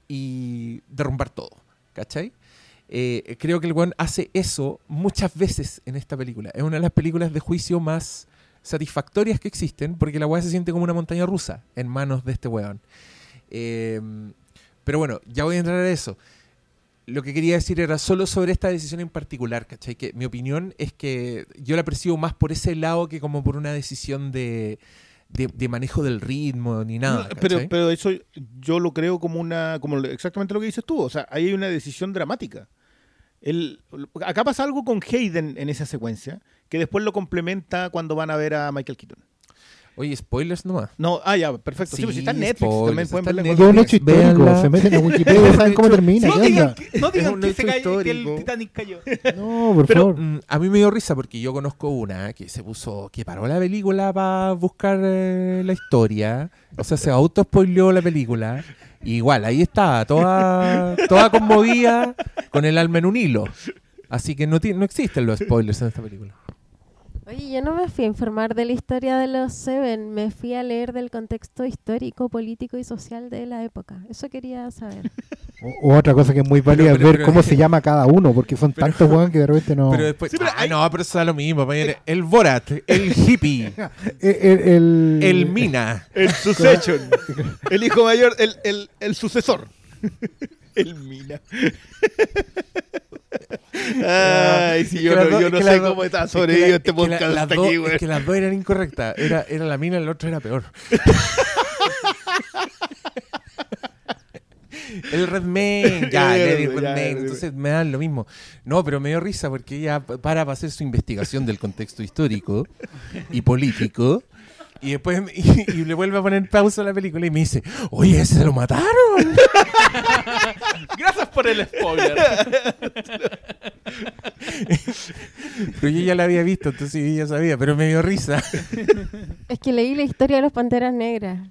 y derrumbar todo, ¿cachai? Eh, creo que el weón hace eso muchas veces en esta película. Es una de las películas de juicio más satisfactorias que existen, porque la weá se siente como una montaña rusa en manos de este weón. Eh, pero bueno, ya voy a entrar a eso. Lo que quería decir era solo sobre esta decisión en particular, ¿cachai? Que mi opinión es que yo la percibo más por ese lado que como por una decisión de... De, de manejo del ritmo ni nada. No, pero, pero eso yo lo creo como una como exactamente lo que dices tú. O sea, ahí hay una decisión dramática. El, acá pasa algo con Hayden en esa secuencia que después lo complementa cuando van a ver a Michael Keaton. Oye, spoilers nomás. No, ah, ya, perfecto. Sí, Sí, pues si está en Netflix, spoilers, también pueden está en verla. Netflix. Es un hecho histórico, Véanla. se meten a Wikipedia y saben cómo termina. No ¿Qué digan, onda? que, no Es digan un que, hecho se cae, que el histórico. Titanic cayó. No, por Pero, favor. Mm, a mí me dio risa porque yo conozco una que se puso, que paró la película para buscar eh, la historia. O sea, se auto-spoileó la película. Y igual, ahí está, toda, toda conmovida con el alma en un hilo. Así que no, ti- no existen los spoilers en esta película. Oye, yo no me fui a informar de la historia de los Seven, me fui a leer del contexto histórico, político y social de la época. Eso quería saber. O, o otra cosa que es muy válida Pero- es pero- ver pero- cómo se llama cada uno, porque son tantos weón que de repente no. Pero después, Sí, pero ah, hay- no, pero eso da lo mismo. El, el Borat, el hippie, el, el, el- el Mina. El succession. El hijo mayor, el, el, el sucesor. El Mina. Ay, si Es yo que las no, dos- yo es no que sé las dos- cómo está es que sobrevivido la- este es que la- podcast las hasta dos- aquí, Es güey. que las dos eran incorrectas. Era, era la Mina, el otro era peor. El Redmayne, ya, Ya, Eddie ya, Redmayne, ya. entonces me dan lo mismo. No, pero me dio risa porque ella para para hacer su investigación del contexto histórico y político y después me- y, y le vuelve a poner pausa a la película y me dice, oye, ese se lo mataron. Gracias por el spoiler. Pero yo ya la había visto, entonces yo ya sabía, pero me dio risa. Es que leí la historia de los Panteras Negras.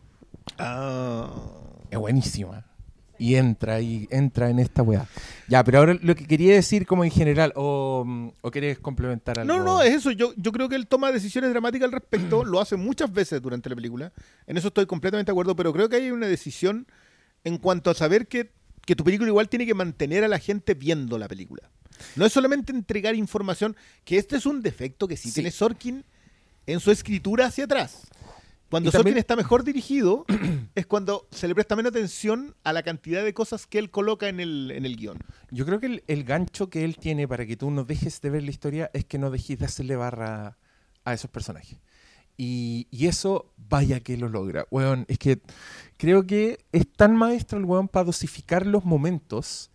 Ah. Es buenísima. Y entra, y entra en esta weá. Ya, pero ahora lo que quería decir como en general, o, mm, o querés complementar algo. No, no, es eso. Yo, yo creo que él toma decisiones dramáticas al respecto. Lo hace muchas veces durante la película. En eso estoy completamente de acuerdo. Pero creo que hay una decisión en cuanto a saber que, que tu película igual tiene que mantener a la gente viendo la película. No es solamente entregar información, que este es un defecto que sí, Sí. tiene Sorkin en su escritura hacia atrás. Cuando Y también- Sorkin está mejor dirigido, es cuando se le presta menos atención a la cantidad de cosas que él coloca en el, en el guión. Yo creo que el, el gancho que él tiene para que tú no dejes de ver la historia es que no dejes de hacerle barra a esos personajes. Y, y eso, vaya que lo logra. Weón, es que creo que es tan maestro el weón para dosificar los momentos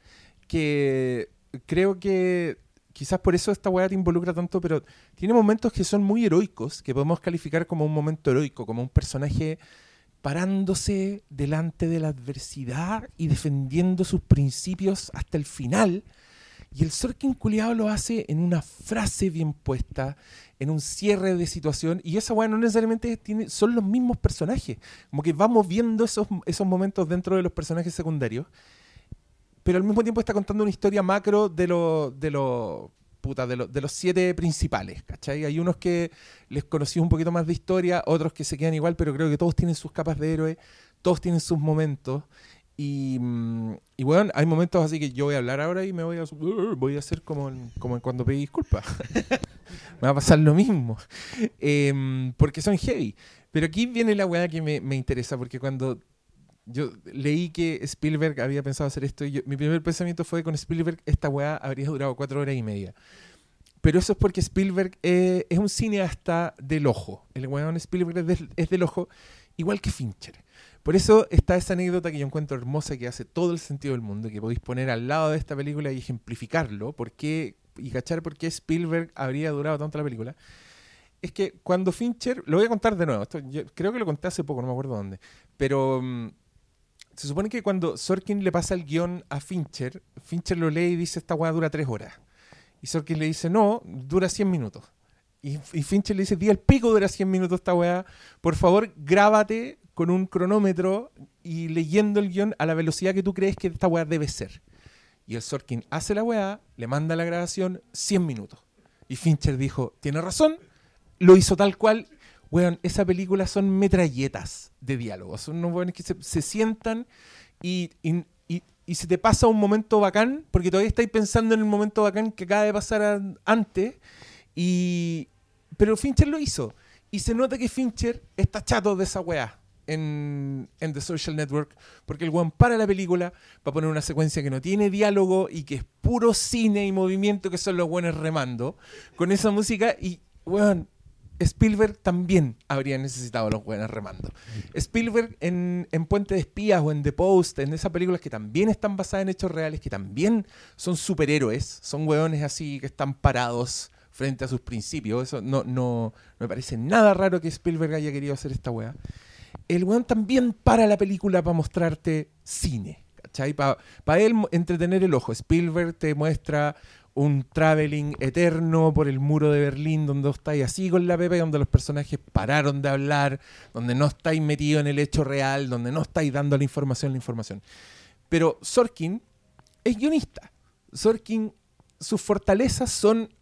que creo que quizás por eso esta weá te involucra tanto, pero tiene momentos que son muy heroicos, que podemos calificar como un momento heroico, como un personaje parándose delante de la adversidad y defendiendo sus principios hasta el final. Y el Sorkin culiado lo hace en una frase bien puesta, en un cierre de situación, y esa weá no necesariamente tiene, son los mismos personajes. Como que vamos viendo esos, esos momentos dentro de los personajes secundarios, pero al mismo tiempo está contando una historia macro de los de los puta, de, los de los siete principales, ¿cachai? Hay unos que les conocí un poquito más de historia, otros que se quedan igual, pero creo que todos tienen sus capas de héroe, todos tienen sus momentos. Y, mm, y bueno, hay momentos así que yo voy a hablar ahora y me voy a voy a hacer como en, como en cuando pedí disculpas. Me va a pasar lo mismo. Em, porque son heavy. Pero aquí viene la weá que me, me interesa, porque cuando yo leí que Spielberg había pensado hacer esto, y yo- mi primer pensamiento fue con Spielberg, esta weá habría durado cuatro horas y media. Pero eso es porque Spielberg eh, es un cineasta del ojo. El weón Spielberg es del, es del ojo, igual que Fincher. Por eso está esa anécdota que yo encuentro hermosa, que hace todo el sentido del mundo, que podéis poner al lado de esta película y ejemplificarlo, por qué, y cachar por qué Spielberg habría durado tanto la película. Es que cuando Fincher, lo voy a contar de nuevo, esto, yo creo que lo conté hace poco, no me acuerdo dónde, pero mm, se supone que cuando Sorkin le pasa el guión a Fincher, Fincher lo lee y dice, esta weá dura tres horas. Y Sorkin le dice, no, dura cien minutos. Y, y Fincher le dice, di al pico, dura cien minutos esta weá. Por favor, grábate con un cronómetro y leyendo el guión a la velocidad que tú crees que esta weá debe ser. Y el Sorkin hace la weá, le manda la grabación, cien minutos. Y Fincher dijo, tiene razón, lo hizo tal cual. Weón, esa película son metralletas de diálogo. Son unos weones que se, se sientan y, y, y, y se te pasa un momento bacán, porque todavía estáis pensando en el momento bacán que acaba de pasar a- antes. Y, pero Fincher lo hizo. Y se nota que Fincher está chato de esa weá en, en The Social Network, porque el weón para la película para poner una secuencia que no tiene diálogo y que es puro cine y movimiento, que son los weones remando, con esa música. Y, weón, Spielberg también habría necesitado a los weones remando. Spielberg en, en Puente de Espías o en The Post, en esas películas que también están basadas en hechos reales, que también son superhéroes, son weones así que están parados frente a sus principios. Eso no, no, no me parece nada raro que Spielberg haya querido hacer esta weá. El weón también para la película para mostrarte cine, ¿cachai? Para pa él mo- entretener el ojo. Spielberg te muestra un traveling eterno por el muro de Berlín, donde estáis así con la Pepe, donde los personajes pararon de hablar, donde no estáis metidos en el hecho real, donde no estáis dando la información, la información. Pero Sorkin es guionista. Sorkin, sus fortalezas son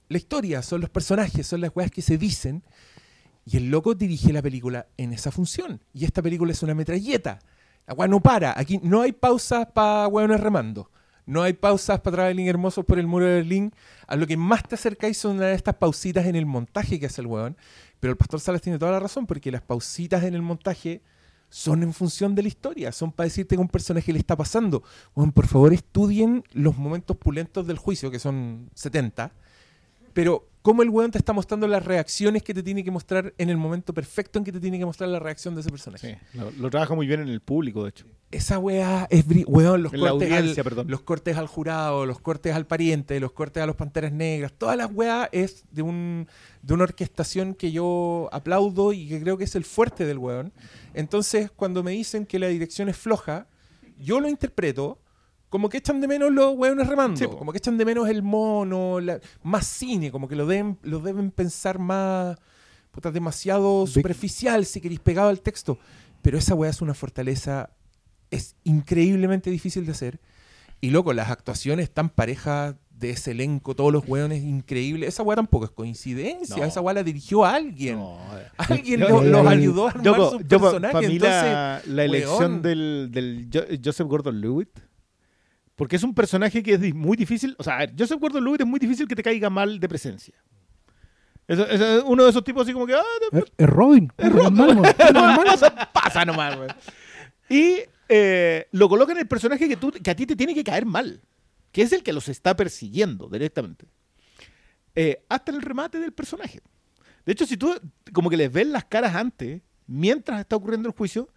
la historia, son los personajes, son las weas que se dicen. Y el loco dirige la película en esa función. Y esta película es una metralleta. La wea no para. Aquí no hay pausas para hueones remando. No hay pausas para Traveling Hermosos por el muro de Berlín. A lo que más te acercáis son una de estas pausitas en el montaje que hace el hueón. Pero el Pastor Salas tiene toda la razón, porque las pausitas en el montaje son en función de la historia. Son para decirte que a un personaje le está pasando. Bueno, por favor, estudien los momentos pulentos del juicio, que son setenta. Pero cómo el weón te está mostrando las reacciones que te tiene que mostrar en el momento perfecto en que te tiene que mostrar la reacción de ese personaje. Sí, lo, lo trabaja muy bien en el público, de hecho. Esa weá es... bri- Weón, los En la cortes, audiencia, al, perdón. los cortes al jurado, los cortes al pariente, los cortes a los Panteras Negras, todas las weas es de, un, de una orquestación que yo aplaudo y que creo que es el fuerte del weón. Entonces, cuando me dicen que la dirección es floja, yo lo interpreto como que echan de menos los hueones remando, Sí, po. como que echan de menos el mono, la- más cine, como que lo deben, lo deben pensar más, puta, demasiado Big- superficial, si queréis, pegado al texto. Pero esa weá es una fortaleza, es increíblemente difícil de hacer. Y loco, las actuaciones tan parejas de ese elenco, todos los hueones increíbles, esa weá tampoco es coincidencia, No. esa weá la dirigió alguien. No, eh. Alguien Yo- lo- yo- los yo- ayudó a armar Yo, sus yo para personajes. mí Entonces, la, la elección weón. del, del Jo- Joseph Gordon-Levitt, porque es un personaje que es di- muy difícil, o sea, a ver, Joseph Gordon-Levitt es muy difícil que te caiga mal de presencia. Es, es uno de esos tipos así como que, ah, Es, es Robin. Es normal, weón. Es normal. eso pasa nomás, güey. Y eh, lo coloca en el personaje que, tú, que a ti te tiene que caer mal, que es el que los está persiguiendo directamente. Eh, hasta el remate del personaje. De hecho, si tú como que les ves las caras antes, mientras está ocurriendo el juicio,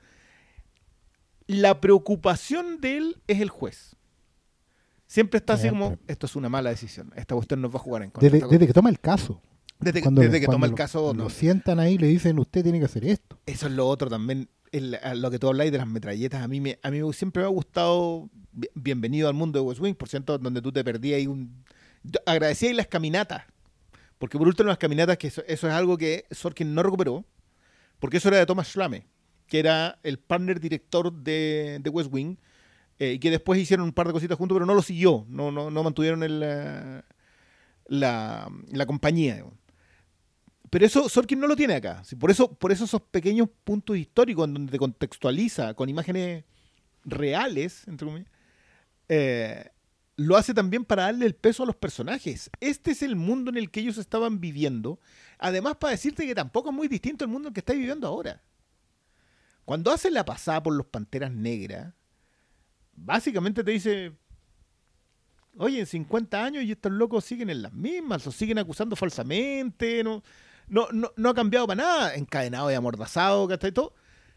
la preocupación de él es el juez. Siempre está así Siempre. como, esto es una mala decisión, esta cuestión nos va a jugar en contra. Desde, Esta desde que toma el caso. Desde, que- Cuando- desde que cuando toma el lo- caso, Lo no. sientan ahí y le dicen, usted tiene que hacer esto. Eso es lo otro también, el- a lo que tú habláis de las metralletas. A mí, me, a mí me- siempre me ha gustado Bi- Bienvenido al mundo de West Wing, por cierto, donde tú te perdías ahí un... yo agradecía ahí las caminatas, porque por último las caminatas, que eso, eso es algo que Sorkin no recuperó, porque eso era de Thomas Schlamme, que era el partner director de, de West Wing, eh, y que después hicieron un par de cositas juntos, pero no lo siguió, no, no, no mantuvieron el, eh, la, la compañía, digamos. Pero eso Sorkin no lo tiene acá. Sí, Por eso, por eso esos pequeños puntos históricos en donde te contextualiza con imágenes reales, entre comillas, eh, lo hace también para darle el peso a los personajes. Este es el mundo en el que ellos estaban viviendo. Además, para decirte que tampoco es muy distinto al mundo en el que estáis viviendo ahora. Cuando hace la pasada por los Panteras Negras, básicamente te dice... Oye, en cincuenta años y estos locos siguen en las mismas, los siguen acusando falsamente, no, no, no, no ha cambiado para nada, encadenado y amordazado, ¿cachai? Todo.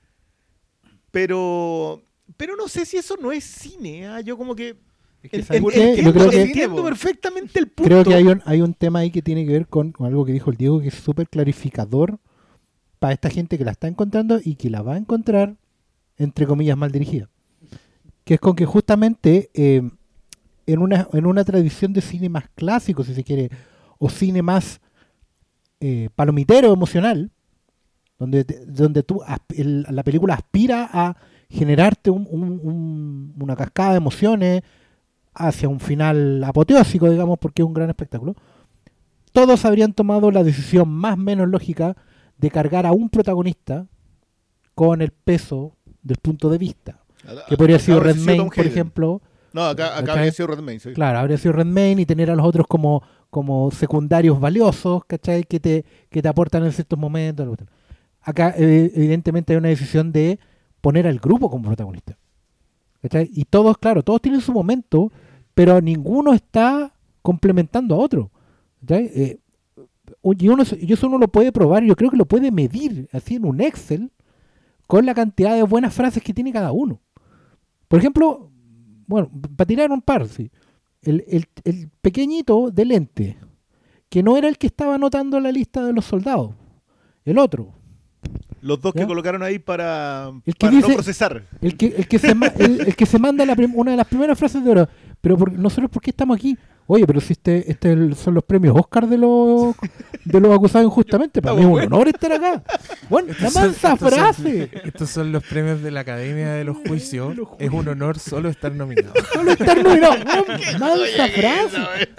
Pero, pero no sé si eso no es cine, ¿ah? Yo como que... que en- ¿sabes en- por qué? entiendo, Yo creo que- entiendo perfectamente el punto. Creo que hay un, hay un tema ahí que tiene que ver con, con algo que dijo el Diego, que es súper clarificador para esta gente que la está encontrando y que la va a encontrar, entre comillas, mal dirigida. Que es con que justamente eh, en, una, en una tradición de cine más clásico, si se quiere, o cine más eh, palomitero, emocional, donde, te- donde tú asp- el- la película aspira a generarte un- un- un- una cascada de emociones hacia un final apoteósico, digamos, porque es un gran espectáculo, todos habrían tomado la decisión más o menos lógica de cargar a un protagonista con el peso del punto de vista. Que podría haber sido Acá habría Redmayne, Tom por Hayden. ejemplo. No, acá, acá ¿cachai? habría sido Redmayne, sí. Claro, habría sido Redmayne y tener a los otros como, como secundarios valiosos, ¿cachai? Que te, que te aportan en ciertos momentos. la cuestión. Acá, eh, evidentemente, hay una decisión de poner al grupo como protagonista. ¿Cachai? Y todos, claro, todos tienen su momento, pero ninguno está complementando a otro. ¿Cachai? Eh, y, uno, y eso uno lo puede probar, yo creo que lo puede medir así en un Excel con la cantidad de buenas frases que tiene cada uno. Por ejemplo, bueno, para tirar un par, sí. El, el, el pequeñito de lente, que no era el que estaba anotando la lista de los soldados, el otro, Los dos ¿Ya? que colocaron ahí para, El que para dice- no procesar. el que, el que, se, ma- el, el que se manda la prim- una de las primeras frases de oro. Pero por, nosotros, ¿por qué estamos aquí? Oye, pero si este, este es el- son los premios Oscar de los de los acusados injustamente, para mí es un honor estar acá. Bueno, la Estos son- mansa estos son- frase. Estos son los premios de la Academia de los Juicios. Es un honor solo estar nominado. Solo estar nominado. Weón, mansa frase.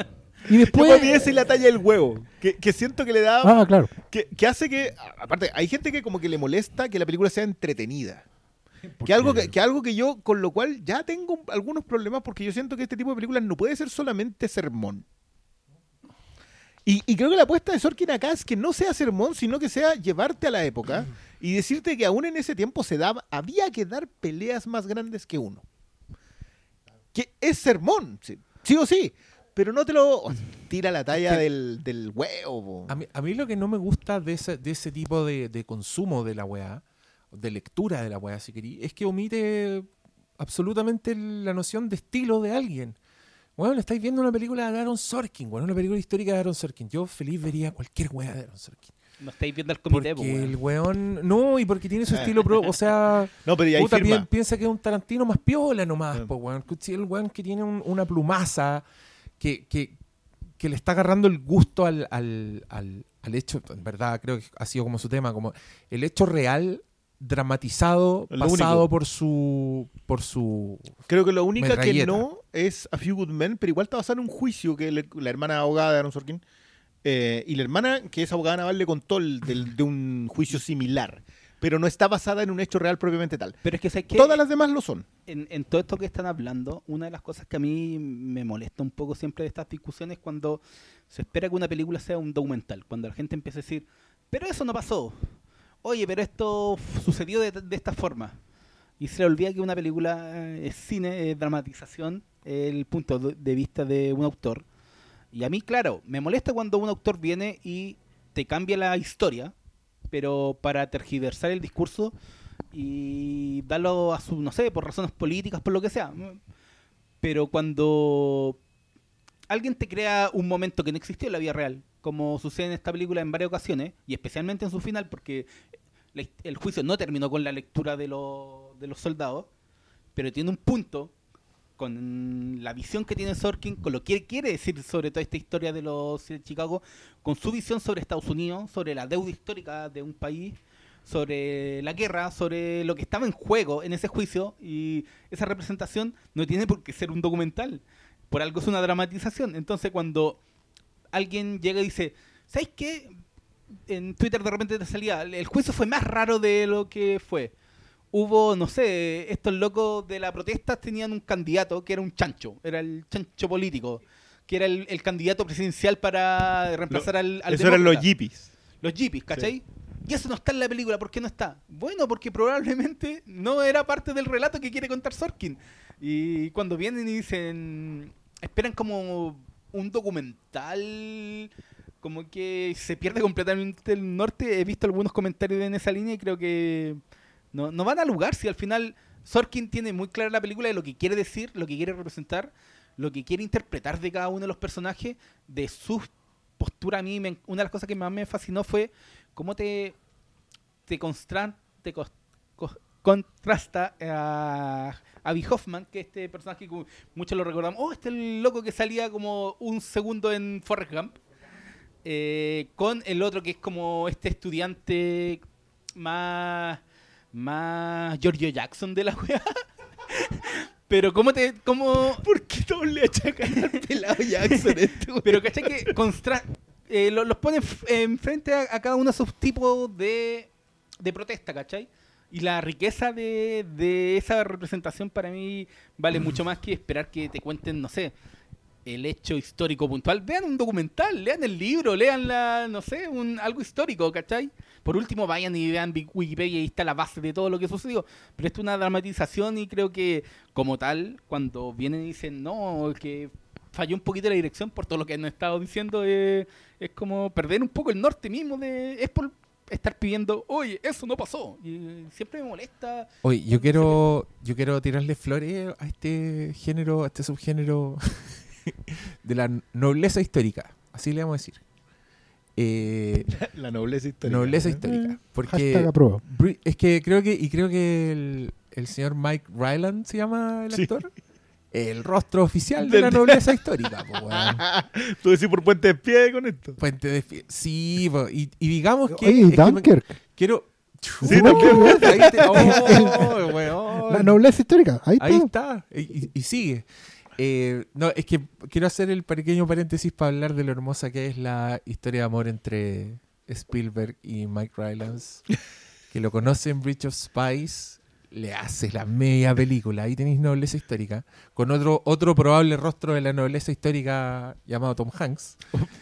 Y después... Yo para mí esa es la talla del huevo, que, que siento que le da... Ah, claro. Que, que hace que... Aparte, hay gente que como que le molesta que la película sea entretenida. Que algo que, que algo que yo, con lo cual ya tengo algunos problemas, porque yo siento que este tipo de películas no puede ser solamente sermón. Y, y creo que la apuesta de Sorkin acá es que no sea sermón, sino que sea llevarte a la época y decirte que aún en ese tiempo se daba, había que dar peleas más grandes que uno. Que es sermón, sí, sí o sí, pero no te lo tira la talla del, del huevo. A mí, a mí lo que no me gusta de ese, de ese tipo de, de consumo de la weá, de lectura de la weá, si querí, es que omite absolutamente la noción de estilo de alguien. Bueno, estáis viendo una película de Aaron Sorkin, bueno, una película histórica de Aaron Sorkin. Yo feliz vería cualquier weá de Aaron Sorkin. No estáis viendo el comité, Porque po, el weón. weón... No, y porque tiene su estilo pro... O sea... No, pero y ahí puta, firma. pi- piensa que es un Tarantino más piola nomás, Sí. po, weón. Si el weón que tiene un- una plumaza que, que, que le está agarrando el gusto al, al, al, al hecho, en verdad creo que ha sido como su tema, como el hecho real dramatizado, Lo pasado único. por su por su Creo que lo única que metralleta. no es A Few Good Men, pero igual está basado en un juicio que le- la hermana abogada de Aaron Sorkin, eh, y la hermana, que es abogada naval, le contó el, del- de un juicio similar, pero no está basada en un hecho real propiamente tal. Pero es que, ¿sabes qué? Todas las demás lo son. En, en todo esto que están hablando, una de las cosas que a mí me molesta un poco siempre de estas discusiones es cuando se espera que una película sea un documental. Cuando la gente empieza a decir, pero eso no pasó. Oye, pero esto f- sucedió de, de esta forma. Y se le olvida que una película eh, es cine, es dramatización, el punto de de vista de un autor. Y a mí, claro, me molesta cuando un autor viene y te cambia la historia, pero para tergiversar el discurso y darlo a su, no sé, por razones políticas, por lo que sea. Pero cuando alguien te crea un momento que no existió en la vida real, como sucede en esta película en varias ocasiones, y especialmente en su final, porque la his- el juicio no terminó con la lectura de, los de los soldados, pero tiene un punto con la visión que tiene Sorkin, con lo que quiere decir sobre toda esta historia de los de Chicago, con su visión sobre Estados Unidos, sobre la deuda histórica de un país, sobre la guerra, sobre lo que estaba en juego en ese juicio, y esa representación no tiene por qué ser un documental, por algo es una dramatización. Entonces cuando alguien llega y dice, ¿sabes qué? En Twitter de repente te salía, el juicio fue más raro de lo que fue. Hubo, no sé, estos locos de la protesta tenían un candidato que era un chancho, era el chancho político, que era el, el candidato presidencial para reemplazar Lo- al, al Eso eran los demócrata. yippies. Los yippies, ¿cachai? Y eso no está en la película, ¿por qué no está? Bueno, porque probablemente no era parte del relato que quiere contar Sorkin. Y cuando vienen y dicen, esperan como un documental, como que se pierde completamente el norte. He visto algunos comentarios en esa línea y creo que no, no van a lugar si al final Sorkin tiene muy clara la película de lo que quiere decir, lo que quiere representar, lo que quiere interpretar de cada uno de los personajes, de sus postura. A mí me- una de las cosas que más me fascinó fue cómo te te, constra- te cos- cos- contrasta a Abby Hoffman, que es este personaje que muchos lo recordamos, oh, este es el loco que salía como un segundo en Forrest Gump, eh, con el otro que es como este estudiante más más Giorgio Jackson de la wea. Pero cómo te cómo ¿Por qué todos le achacan al pelado Jackson esto? pero ¿cachai que constra- eh, lo- los pone f- enfrente a, a cada uno de sus tipos de, de protesta, ¿cachai? Y la riqueza de, de esa representación para mí vale mucho más que esperar que te cuenten, no sé, el hecho histórico puntual. Vean un documental, lean el libro, lean la, no sé, un, algo histórico, ¿cachai? Por último, vayan y vean Wik- Wikipedia y ahí está la base de todo lo que sucedió. Pero esto es una dramatización y creo que, como tal, cuando vienen y dicen, no, que falló un poquito la dirección por todo lo que han estado diciendo, eh, es como perder un poco el norte mismo. de Es por estar pidiendo, oye, eso no pasó. Y siempre me molesta. Oye, yo quiero yo quiero tirarle flores a este género, a este subgénero de la nobleza histórica, así le vamos a decir. Eh, La nobleza histórica. nobleza ¿eh? histórica, porque Hashtag apruebo. Bri- es que creo que y creo que el, el señor Mike Ryland se llama el Sí. actor, el rostro oficial de la nobleza histórica, po, weón. Tú decís por puente de pie con esto. Puente de Fi- sí, po, y, y digamos que Oye, es que me- Dunkirk. quiero Sí, no, también. ahí te- oh, weón. La nobleza histórica. Ahí, Ahí está. está, y, y- y sigue. Eh, no, es que quiero hacer el pequeño paréntesis para hablar de lo hermosa que es la historia de amor entre Spielberg y Mike Rylance. Que lo conoce en Bridge of Spies, le hace la media película. Ahí tenéis nobleza histórica. Con otro, otro probable rostro de la nobleza histórica llamado Tom Hanks.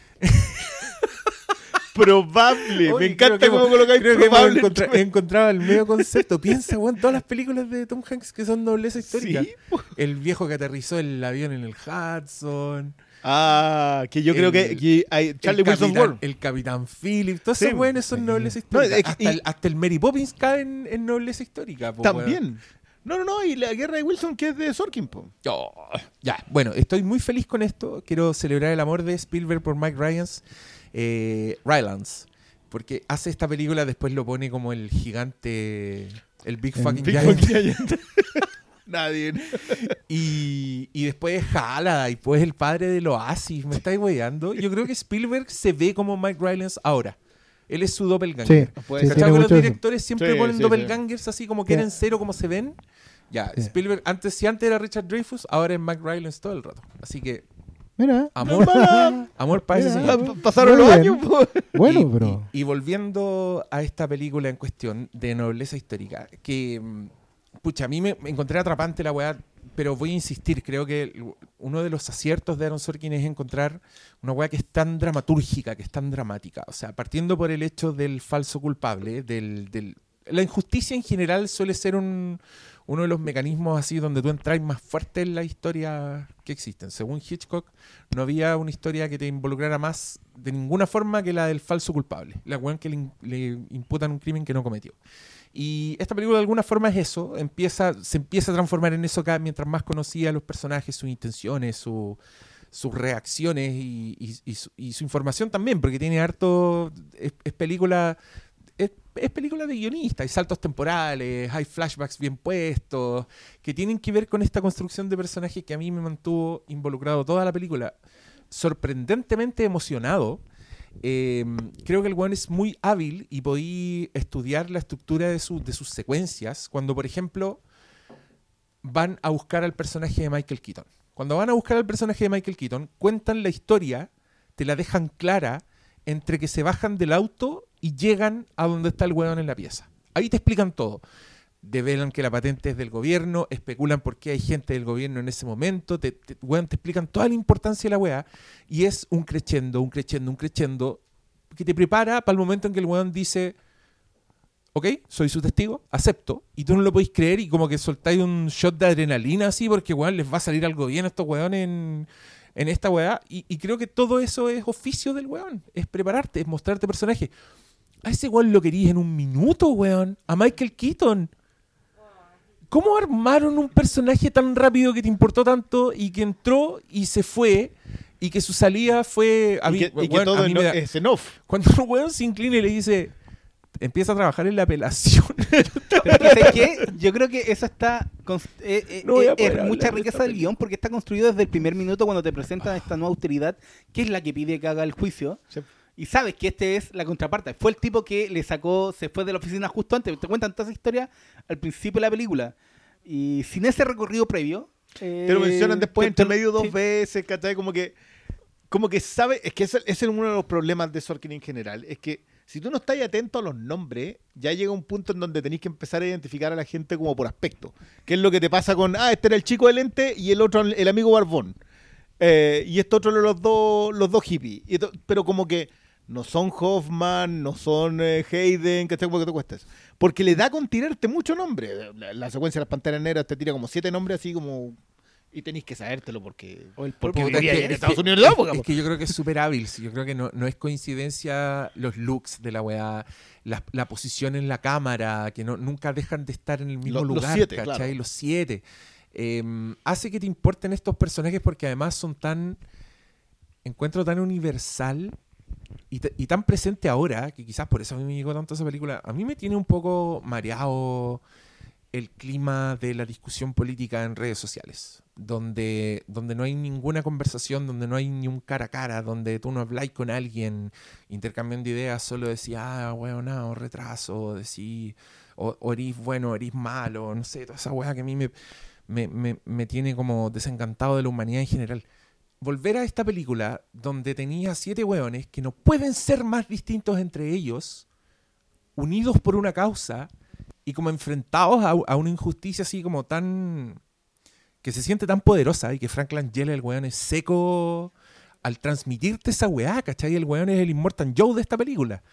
Probable. Oye, Me encanta creo que cómo hemos- colocáis Creo que hemos probable. encontra- encontrado el medio concepto. Piensa, weón, todas las películas de Tom Hanks que son nobleza histórica. Sí, po. El viejo que aterrizó el avión en el Hudson. Ah, que yo creo El- que, que hay Charlie el Wilson capitán, World. el Capitán Phillips. Todos Sí. esos weones son nobleza No, histórica. es que- hasta, y- el, hasta el Mary Poppins cae en, en nobleza histórica. po, weón. También. No, no, no. Y la guerra de Wilson, que es de Sorkin, po. Oh, ya, bueno, estoy muy feliz con esto. Quiero celebrar el amor de Spielberg por Mike Rylance. Eh, Rylance. Porque hace esta película, después lo pone como el gigante, el Big El Fucking Big Giant. Fucking Giant. Nadie. Y, y después Jala, y después el padre del Oasis. ¿Me estáis weyando? Yo creo que Spielberg se ve como Mike Rylance ahora. Él es su doppelganger. Sí, Puede sí, ser. ¿Cachai tiene que los mucho eso. directores siempre Sí, ponen sí, doppelgangers así como que Sí. eran cero como se ven? Ya, Sí. Spielberg, antes, si antes era Richard Dreyfuss, ahora es Mike Rylance todo el rato. Así que, Mira, amor, Mala. amor para ese Mira. señor. Pa- Pasaron Muy los bien. años, po. bueno, y, pero... y- y volviendo a esta película en cuestión de nobleza histórica, que, mm, pucha, a mí me, me encontré atrapante la weá, pero voy a insistir, creo que el- uno de los aciertos de Aaron Sorkin es encontrar una weá que es tan dramatúrgica, que es tan dramática. O sea, partiendo por el hecho del falso culpable, del... del la injusticia en general suele ser un, uno de los mecanismos así donde tú entras más fuerte en la historia que existen. Según Hitchcock, no había una historia que te involucrara más de ninguna forma que la del falso culpable, la weón que le, in- le imputan un crimen que no cometió. Y esta película de alguna forma es eso, empieza, se empieza a transformar en eso cada, mientras más conocía a los personajes, sus intenciones, su- sus reacciones y, y- y su, y su información también, porque tiene harto, es, es película... Es, es película de guionista, hay saltos temporales, hay flashbacks bien puestos, que tienen que ver con esta construcción de personajes que a mí me mantuvo involucrado toda la película, sorprendentemente emocionado. Eh, creo que el weón es muy hábil y podí estudiar la estructura de, su- de sus secuencias cuando, por ejemplo, van a buscar al personaje de Michael Keaton. Cuando van a buscar al personaje de Michael Keaton, cuentan la historia, te la dejan clara entre que se bajan del auto y llegan a donde está el weón en la pieza. Ahí te explican todo. Develan que la patente es del gobierno, especulan por qué hay gente del gobierno en ese momento, te, te, weón, te explican toda la importancia de la weá y es un crescendo, un crescendo, un crescendo que te prepara para el momento en que el weón dice: ok, soy su testigo, acepto, y tú no lo podéis creer y como que soltáis un shot de adrenalina así porque weón les va a salir algo bien a estos weones en, en esta weá y, y creo que todo eso es oficio del weón, es prepararte, es mostrarte personaje. A ese weón lo querías en un minuto, weón, a Michael Keaton. ¿Cómo armaron un personaje tan rápido que te importó tanto y que entró y se fue y que su salida fue... A Y mí, que, y que weón, a todo mí en- me da- es en off. Cuando el weón se inclina y le dice, empieza a trabajar en la apelación. Pero es que, ¿sabes qué? Yo creo que eso está. cons- eh, eh, No voy a eh, poder es hablar mucha de riqueza esta del guión porque está construido desde el primer minuto cuando te presentan esta nueva autoridad, que es la que pide que haga el juicio. Sí. Y sabes que este es la contraparte. Fue el tipo que le sacó, se fue de la oficina justo antes. Te cuentan toda esa historia al principio de la película. Y sin ese recorrido previo. eh, Te lo mencionan después te- entre te- medio dos sí. veces, ¿cachai? Como que, como que sabe, es que ese, ese es uno de los problemas de Sorkin en general, es que si tú no estás atento a los nombres, ya llega un punto en donde tenés que empezar a identificar a la gente como por aspecto. Que es lo que te pasa con, ah, este era el chico de lente y el otro el amigo barbón. Eh, y este otro los dos, los dos hippies. Y to- pero como que no son Hoffman, no son eh, Hayden, ¿cachai? Como que te cuesta eso. Porque le da con tirarte mucho nombre. La, la secuencia de las Panteras Negras te tira como siete nombres así como... Y tenéis que sabértelo porque... O el porque Puta, vivía es ahí que- en es Estados que- Unidos de la es- época, Es po. que yo creo que es súper hábil. Yo creo que no, no es coincidencia los looks de la weá, la, la posición en la cámara, que no, nunca dejan de estar en el mismo Los- los lugar, siete, ¿cachai? claro. Los siete. Eh, hace que te importen estos personajes porque además son tan... Encuentro tan universal y, t- y tan presente ahora, que quizás por eso a mí me llegó tanto esa película. A mí me tiene un poco mareado el clima de la discusión política en redes sociales, donde, donde no hay ninguna conversación, donde no hay ni un cara a cara, donde tú no habláis con alguien intercambiando ideas, solo decís, ah, weón, no, retraso, decís, o, o erís bueno, erís malo, no sé, toda esa weá que a mí me, me, me, me tiene como desencantado de la humanidad en general. Volver a esta película donde tenía siete hueones que no pueden ser más distintos entre ellos, unidos por una causa y como enfrentados a, a una injusticia así como tan... que se siente tan poderosa y que Frank Langella, el weón, es seco al transmitirte esa weá, ¿cachai? El weón es el Immortal Joe de esta película.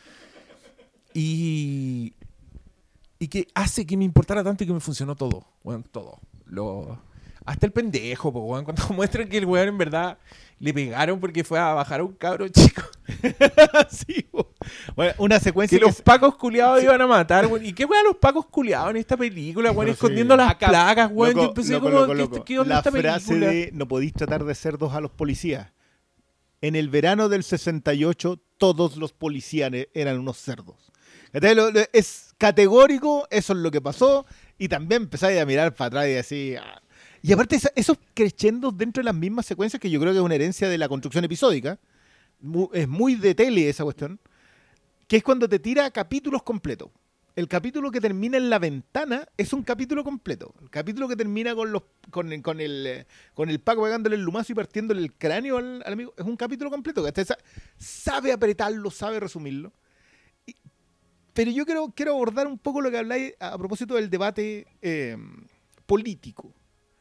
Y... y que hace que me importara tanto y que me funcionó todo, weón, todo. Lo... Hasta el pendejo, po, weón, cuando muestran que el weón en verdad le pegaron porque fue a bajar a un cabro chico. Sí, po. Bueno, una secuencia Que los pacos culiados iban a matar, weón. ¿Y qué weón los pacos culiados en esta película, weón? No, Escondiendo sí. las Acá. placas, weón. Loco, Yo empecé loco, como, loco, ¿qué, loco. qué onda La esta frase película? de no podéis tratar de cerdos a los policías. En el verano del sesenta y ocho, todos los policías eran unos cerdos. Entonces, lo- lo- es categórico, eso es lo que pasó. Y también empezáis a mirar para atrás y decir... ah. Y aparte, esa- esos crescendos dentro de las mismas secuencias, que yo creo que es una herencia de la construcción episódica. Mu- Es muy de tele esa cuestión. Que es cuando te tira capítulos completos. El capítulo que termina en la ventana es un capítulo completo. El capítulo que termina con los con, con el eh, con el Paco pegándole el lumazo y partiéndole el cráneo al, al amigo es un capítulo completo. Que hasta esa- sabe apretarlo, sabe resumirlo. Y- pero yo quiero, quiero abordar un poco lo que habláis a, a propósito del debate eh, político.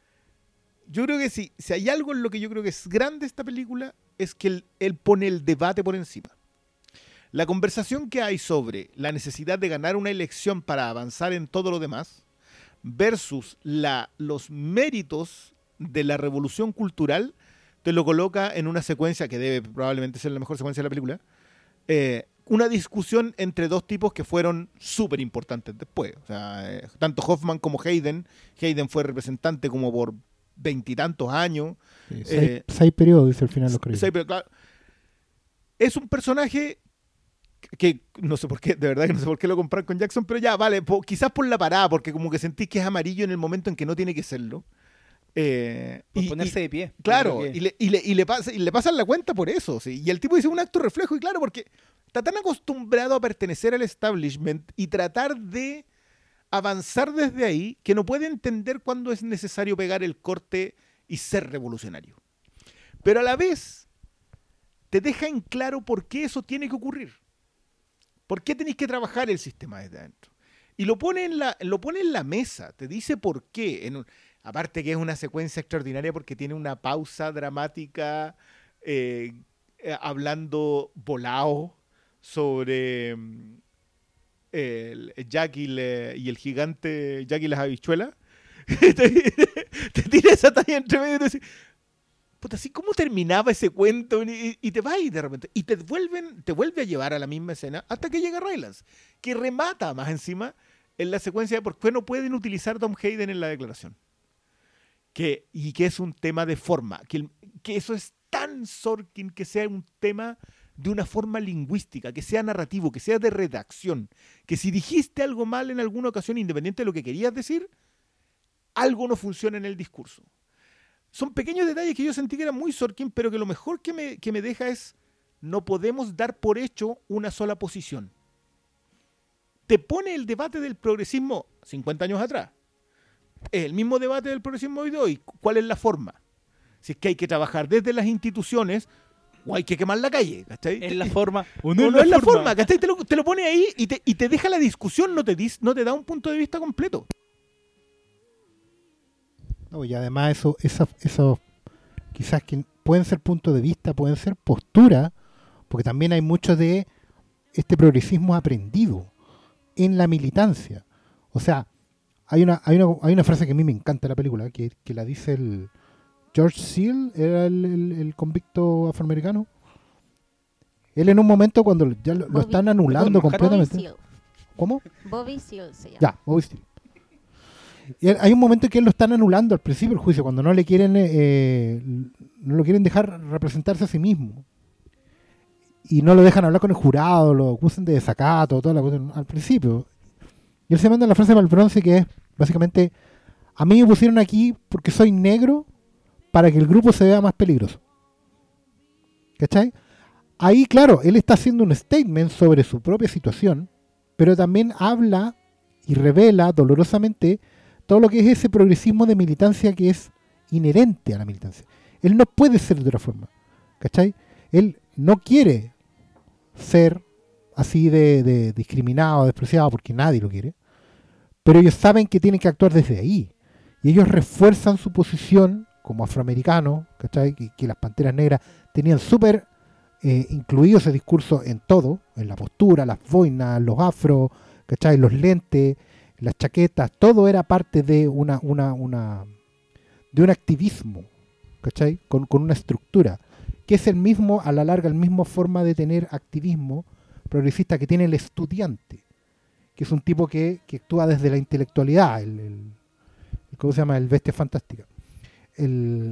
Yo creo que sí, si hay algo en lo que yo creo que es grande esta película, es que él, él pone el debate por encima. La conversación que hay sobre la necesidad de ganar una elección para avanzar en todo lo demás versus la, los méritos de la revolución cultural te lo coloca en una secuencia que debe probablemente ser la mejor secuencia de la película. Eh, una discusión entre dos tipos que fueron súper importantes después. O sea, eh, tanto Hoffman como Hayden. Hayden fue representante como por veintitantos años. Sí, Eh, seis, seis periodos, dice al final los créditos. Sí, pero claro, es un personaje que no sé por qué, de verdad que no sé por qué lo comparan con Jackson, pero ya, vale, po- quizás por la parada, porque como que sentís que es amarillo en el momento en que no tiene que serlo. Eh, Por y- ponerse y- de pie. Claro, Yo creo que- y le, y, le, y, le pasa, y le pasan la cuenta por eso. ¿sí? Y el tipo dice un acto reflejo, y claro, porque está tan acostumbrado a pertenecer al establishment y tratar de avanzar desde ahí que no puede entender cuándo es necesario pegar el corte y ser revolucionario. Pero a la vez te deja en claro por qué eso tiene que ocurrir. ¿Por qué tenéis que trabajar el sistema desde adentro? Y lo pone en la, lo pone en la mesa, te dice por qué. En un- aparte que es una secuencia extraordinaria porque tiene una pausa dramática eh, eh, hablando volado sobre mm, el Jack y, le- y el gigante Jack y las habichuelas. te, te tira esa talla entre medio y te dice, puta, así como terminaba ese cuento y, y te vas y de repente y te vuelven te vuelve a llevar a la misma escena hasta que llega Rylance, que remata más encima en la secuencia de por qué no pueden utilizar Tom Hayden en la declaración, que y que es un tema de forma, que, el- que eso es tan Sorkin, que sea un tema de una forma lingüística, que sea narrativo, que sea de redacción, que si dijiste algo mal en alguna ocasión, independiente de lo que querías decir, algo no funciona en el discurso. Son pequeños detalles que yo sentí que eran muy Sorkin, pero que lo mejor que me, que me deja es no podemos dar por hecho una sola posición. Te pone el debate del progresismo cincuenta años atrás. Es el mismo debate del progresismo hoy de hoy. ¿Cuál es la forma? Si es que hay que trabajar desde las instituciones o hay que quemar la calle. ¿Cachai? Es la forma. O no, es la forma, ¿cachai? Te lo, te lo pone ahí y te, y te deja la discusión, no te, dis- no te da un punto de vista completo. No, y además eso, eso, eso quizás que pueden ser puntos de vista, pueden ser posturas, porque también hay mucho de este progresismo aprendido en la militancia. O sea, hay una, hay una, hay una frase que a mí me encanta de la película, que, que la dice el George Seal, era el, el- el convicto afroamericano. Él en un momento cuando ya lo, lo Bobby- están anulando Bobby completamente. Bobby Seale. ¿Cómo? Bobby Seale se llama. Ya, Bobby Steele. Y él- hay un momento en que él lo están anulando al principio del juicio, cuando no le quieren, eh, no lo quieren dejar representarse a sí mismo. Y no lo dejan hablar con el jurado, lo acusan de desacato, toda la cosa al principio. Y él se manda la frase para el bronce que es, básicamente, a mí me pusieron aquí porque soy negro para que el grupo se vea más peligroso. ¿Cachai? Ahí, claro, él está haciendo un statement sobre su propia situación, pero también habla y revela dolorosamente todo lo que es ese progresismo de militancia que es inherente a la militancia. Él no puede ser de otra forma, ¿cachai? Él no quiere ser así de, de discriminado, despreciado, porque nadie lo quiere, pero ellos saben que tienen que actuar desde ahí, y ellos refuerzan su posición como afroamericanos, ¿cachai? Que, que las Panteras Negras tenían súper eh, incluido ese discurso en todo, en la postura, las boinas, los afros, ¿cachai? Los lentes, las chaquetas, todo era parte de una, una, una de un activismo, ¿cachai? Con, con una estructura, que es el mismo, a la larga, la misma forma de tener activismo progresista que tiene el estudiante, que es un tipo que, que actúa desde la intelectualidad, el, el, el ¿cómo se llama? El bestia fantástica. El,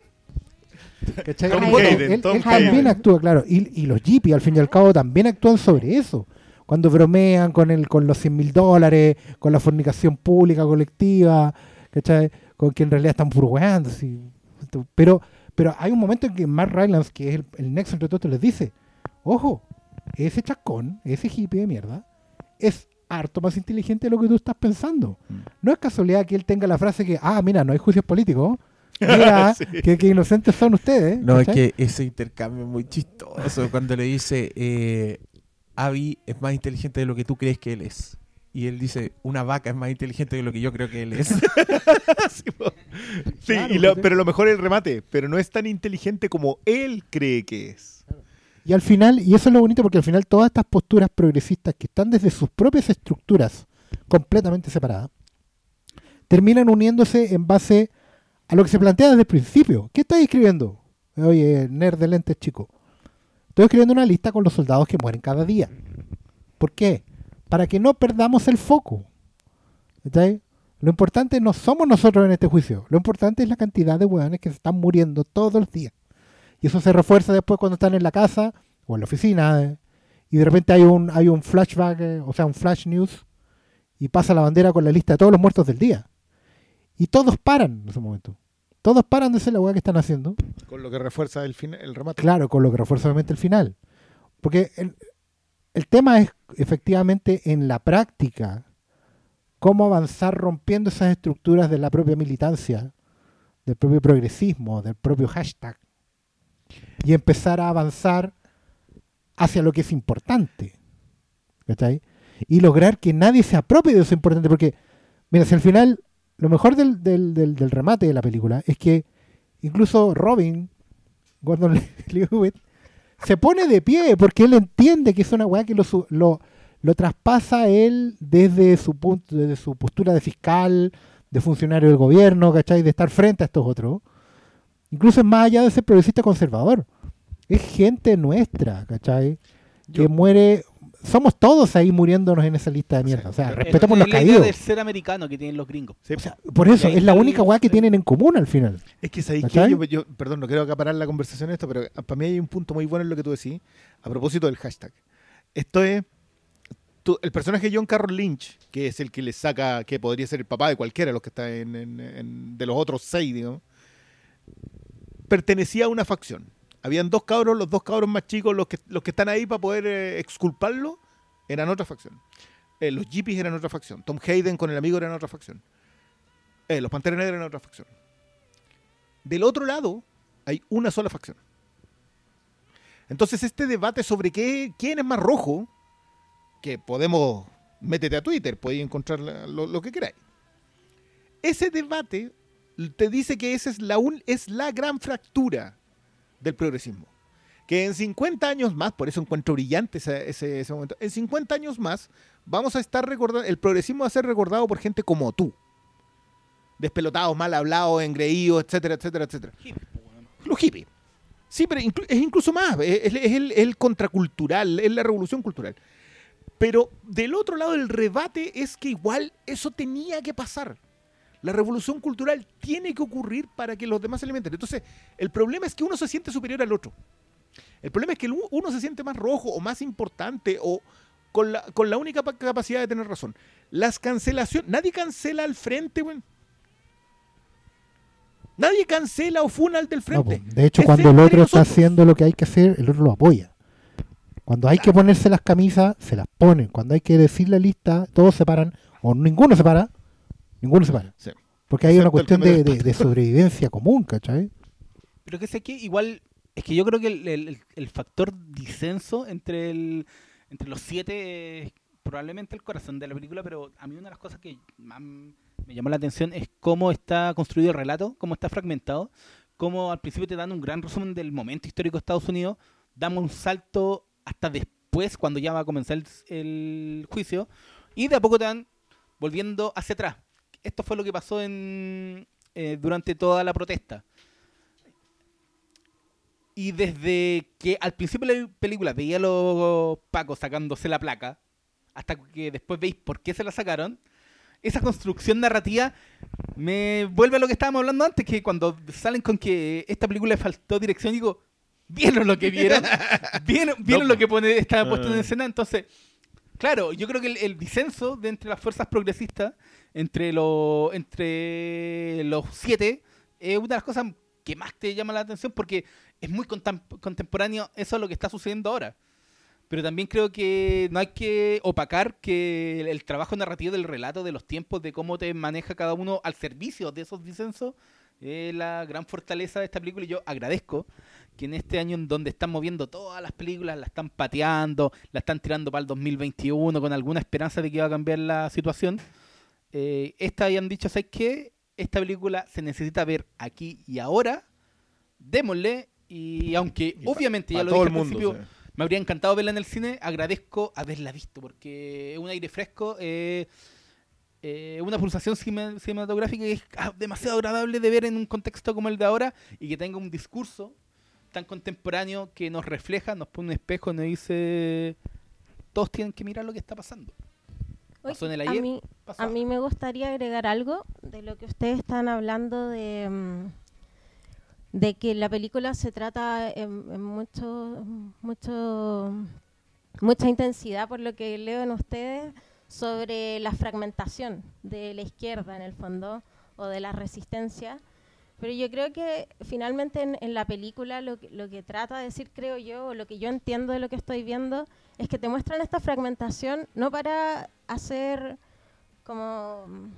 ¿cachai? Tom Él- Hayden, él- Tom él también Hayden. actúa, claro, y, y los hippies, al fin y al cabo, también actúan sobre eso. Cuando bromean con el con los cien mil dólares, con la fornicación pública colectiva, ¿cachai? Con que en realidad están burgueando, así. Pero, pero hay un momento en que Mark Rylance, que es el, el nexo entre todos, les dice, ojo, ese chascón, ese hippie de mierda, es harto más inteligente de lo que tú estás pensando. Mm. No es casualidad que él tenga la frase que, ah, mira, no hay juicios políticos, mira, Sí. que, que inocentes son ustedes. No, es ¿cachai? que ese intercambio es muy chistoso cuando le dice, eh, Abby es más inteligente de lo que tú crees que él es. Y él dice, una vaca es más inteligente de lo que yo creo que él es. Sí, po. Sí, Claro, y lo- porque- pero lo mejor es el remate, pero no es tan inteligente como él cree que es. Y al final, y eso es lo bonito, porque al final todas estas posturas progresistas que están desde sus propias estructuras completamente separadas, terminan uniéndose en base a lo que se plantea desde el principio. ¿Qué estáis escribiendo? Oye, nerd de lentes chico. Estoy escribiendo una lista con los soldados que mueren cada día. ¿Por qué? Para que no perdamos el foco. ¿Cachai? Lo importante no somos nosotros en este juicio. Lo importante es la cantidad de hueones que se están muriendo todos los días. Y eso se refuerza después cuando están en la casa o en la oficina. eh, y de repente hay un, hay un flashback, eh, o sea, un flash news. Y pasa la bandera con la lista de todos los muertos del día. Y todos paran en ese momento. Todos paran de hacer la hueá que están haciendo. Con lo que refuerza el, fin, el remate. Claro, con lo que refuerza obviamente el final. Porque el, el tema es efectivamente en la práctica cómo avanzar rompiendo esas estructuras de la propia militancia, del propio progresismo, del propio hashtag, y empezar a avanzar hacia lo que es importante. ¿Cachai? Y lograr que nadie se apropie de eso importante. Porque, mira, si al final, lo mejor del, del, del, del remate de la película es que incluso Robin, Gordon Levitt, se pone de pie porque él entiende que es una weá que lo, su- lo, lo traspasa a él desde su punto, desde su postura de fiscal, de funcionario del gobierno, ¿cachai? De estar frente a estos otros. Incluso es más allá de ser progresista conservador. Es gente nuestra, ¿cachai? Que Yo- muere. Somos todos ahí muriéndonos en esa lista de mierda. O sea, Es- respetamos Es los la idea caídos. del ser americano que tienen los gringos. Sí, O sea, por eso, Y ahí es la está única el- weá que el- tienen en común al final. es que sabéis que ¿Cachai? yo, yo- perdón, no quiero acaparar la conversación en esto, pero para mí hay un punto muy bueno en lo que tú decís, a propósito del hashtag. Esto es, tú- el personaje John Carroll Lynch, que es el que le saca, que podría ser el papá de cualquiera de los que está en, en- en- de los otros seis, digamos, pertenecía a una facción. Habían dos cabros, los dos cabros más chicos, los que, los que están ahí para poder eh, exculparlo, eran otra facción. Eh, los Jeepies eran otra facción. Tom Hayden con el amigo eran otra facción. Eh, los Panteras Negras eran otra facción. Del otro lado hay una sola facción. Entonces este debate sobre qué, quién es más rojo, que podemos, métete a Twitter, podéis encontrar la- lo, lo que queráis. Ese debate te dice que esa es la, un- es la gran fractura del progresismo. Que en cincuenta años más, por eso encuentro brillante ese, ese, ese momento, en cincuenta años más vamos a estar recordando, el progresismo va a ser recordado por gente como tú. Despelotados, mal hablados, engreídos, etcétera, etcétera, etcétera. Los hippies. Sí, pero inclu- es incluso más, es, es el, es el contracultural, es la revolución cultural. Pero del otro lado el rebate es que igual eso tenía que pasar. La revolución cultural tiene que ocurrir para que los demás se alimenten. Entonces, el problema es que uno se siente superior al otro. El problema es que el u- uno se siente más rojo o más importante o con la, con la única pa- capacidad de tener razón. Las cancelaciones, nadie cancela al frente, güey. Nadie cancela o funa al del No, frente. po. De hecho, Es cuando el entre otro está nosotros. haciendo lo que hay que hacer, el otro lo apoya. Cuando hay que ponerse las camisas, se las ponen. Cuando hay que decir la lista, todos se paran, o ninguno se para, Ninguno se para. Sí. Porque hay una Excepto el cuestión que me de, de- despata. de sobrevivencia común, ¿cachai? Pero que sé que igual, es que yo creo que el, el- el factor disenso entre el entre los siete es probablemente el corazón de la película, pero a mí una de las cosas que más me llamó la atención es cómo está construido el relato, cómo está fragmentado, cómo al principio te dan un gran resumen del momento histórico de Estados Unidos, damos un salto hasta después, cuando ya va a comenzar el, el juicio, y de a poco te van volviendo hacia atrás. Esto fue lo que pasó en eh, durante toda la protesta. Y desde que al principio de la película veía a los pacos sacándose la placa, hasta que después veis por qué se la sacaron, esa construcción narrativa me vuelve a lo que estábamos hablando antes, que cuando salen con que esta película le faltó dirección, digo, ¿vieron lo que vieron? ¿Vieron, ¿vieron No, lo que pone, estaba puesto en Ah. escena? Entonces, claro, yo creo que el, el disenso de entre las fuerzas progresistas, entre, lo, entre los siete, es una de las cosas que más te llama la atención porque es muy contem- contemporáneo eso a lo que está sucediendo ahora. Pero también creo que no hay que opacar que el, el trabajo narrativo del relato, de los tiempos, de cómo te maneja cada uno al servicio de esos disensos, es la gran fortaleza de esta película. Y yo agradezco que en este año en donde están moviendo todas las películas, la están pateando, la están tirando para el dos mil veintiuno con alguna esperanza de que va a cambiar la situación, eh, esta hayan dicho, ¿sabes qué? Esta película se necesita ver aquí y ahora, démosle, y aunque Y pa- obviamente pa ya lo todo dije el al mundo, principio, sí. me habría encantado verla en el cine, agradezco haberla visto, porque es un aire fresco, eh, eh, una pulsación cine- cinematográfica que es ah, demasiado agradable de ver en un contexto como el de ahora, y que tenga un discurso tan contemporáneo que nos refleja, nos pone un espejo y nos dice, todos tienen que mirar lo que está pasando. Oye, Pasó en el a ayer, mí, pasó a ahora. mí me gustaría agregar algo de lo que ustedes están hablando de, mm, de que la película se trata en, en mucho, mucho, mucha intensidad, por lo que leo en ustedes, sobre la fragmentación de la izquierda en el fondo, o de la resistencia. Pero yo creo que finalmente en, en la película lo que, lo que trata de decir, creo yo, o lo que yo entiendo de lo que estoy viendo, es que te muestran esta fragmentación no para hacer como mm,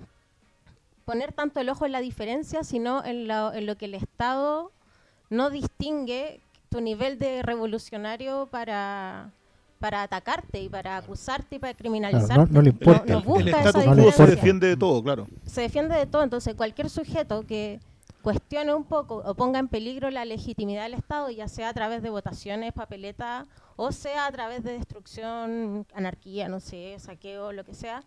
poner tanto el ojo en la diferencia, sino en lo, en lo que el Estado no distingue tu nivel de revolucionario para, para atacarte y para acusarte y para criminalizarte. Claro, no- no le importa. No, no El busca El esa status no le quo se diferencia. defiende de todo, claro. Se defiende de todo, entonces cualquier sujeto que cuestione un poco o ponga en peligro la legitimidad del Estado, ya sea a través de votaciones, papeleta, o sea a través de destrucción, anarquía, no sé, saqueo, lo que sea,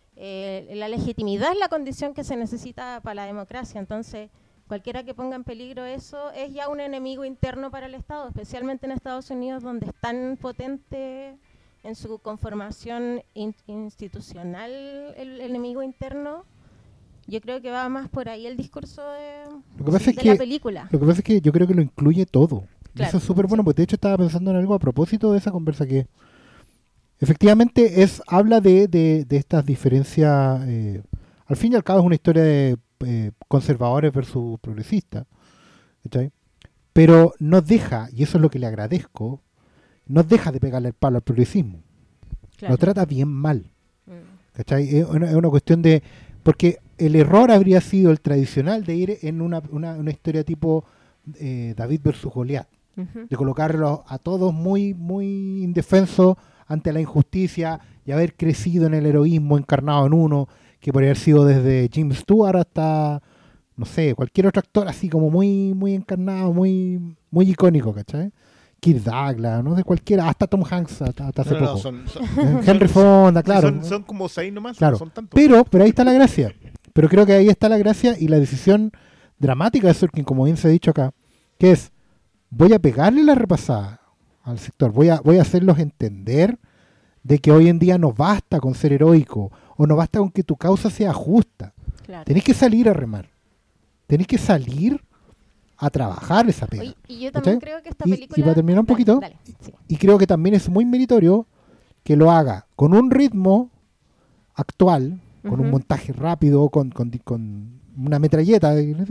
eh, la legitimidad es la condición que se necesita para la democracia. Entonces, cualquiera que ponga en peligro eso es ya un enemigo interno para el Estado, especialmente en Estados Unidos, donde es tan potente en su conformación in- institucional el, el enemigo interno. Yo creo que va más por ahí el discurso de, Lo que pasa es de que- la película. Lo que pasa es que yo creo que lo incluye todo. Y Claro, eso es súper bueno, sí. porque de hecho estaba pensando en algo a propósito de esa conversa que efectivamente es habla de, de, de estas diferencias. Eh, al fin y al cabo es una historia de eh, conservadores versus progresistas. ¿Cachai? Pero nos deja, y eso es lo que le agradezco, nos deja de pegarle el palo al progresismo. Claro. Lo trata bien mal. Mm. ¿Cachai? Es una, es una cuestión de... Porque el error habría sido el tradicional de ir en una, una, una historia tipo eh, David versus Goliat, Ujú. de colocarlos a todos muy, muy indefensos ante la injusticia y haber crecido en el heroísmo encarnado en uno, que podría haber sido desde Jim Stewart hasta, no sé, cualquier otro actor así como muy, muy encarnado, muy, muy icónico, ¿cachai? Kirk Douglas, no sé, cualquiera, hasta Tom Hanks hasta, hasta hace No, no, no, poco. son, son- Eh, Henry Fonda, claro. son, son como seis nomás, Claro. no son tantos. Pero, pero ahí está la gracia. Pero creo que ahí está la gracia y la decisión dramática de Sorkin, como bien se ha dicho acá, que es, voy a pegarle la repasada al sector, voy a, voy a hacerlos entender de que hoy en día no basta con ser heroico, o no basta con que tu causa sea justa. Claro. Tenés que salir a remar. Tenés que salir a trabajar esa pega. Oye, y yo también ¿Cachai? creo que esta Y- película... y para terminar un Dale, poquito, dale, sí. Y creo que también es muy meritorio que lo haga con un ritmo actual, con un Ujú. montaje rápido, con, con, con una metralleta,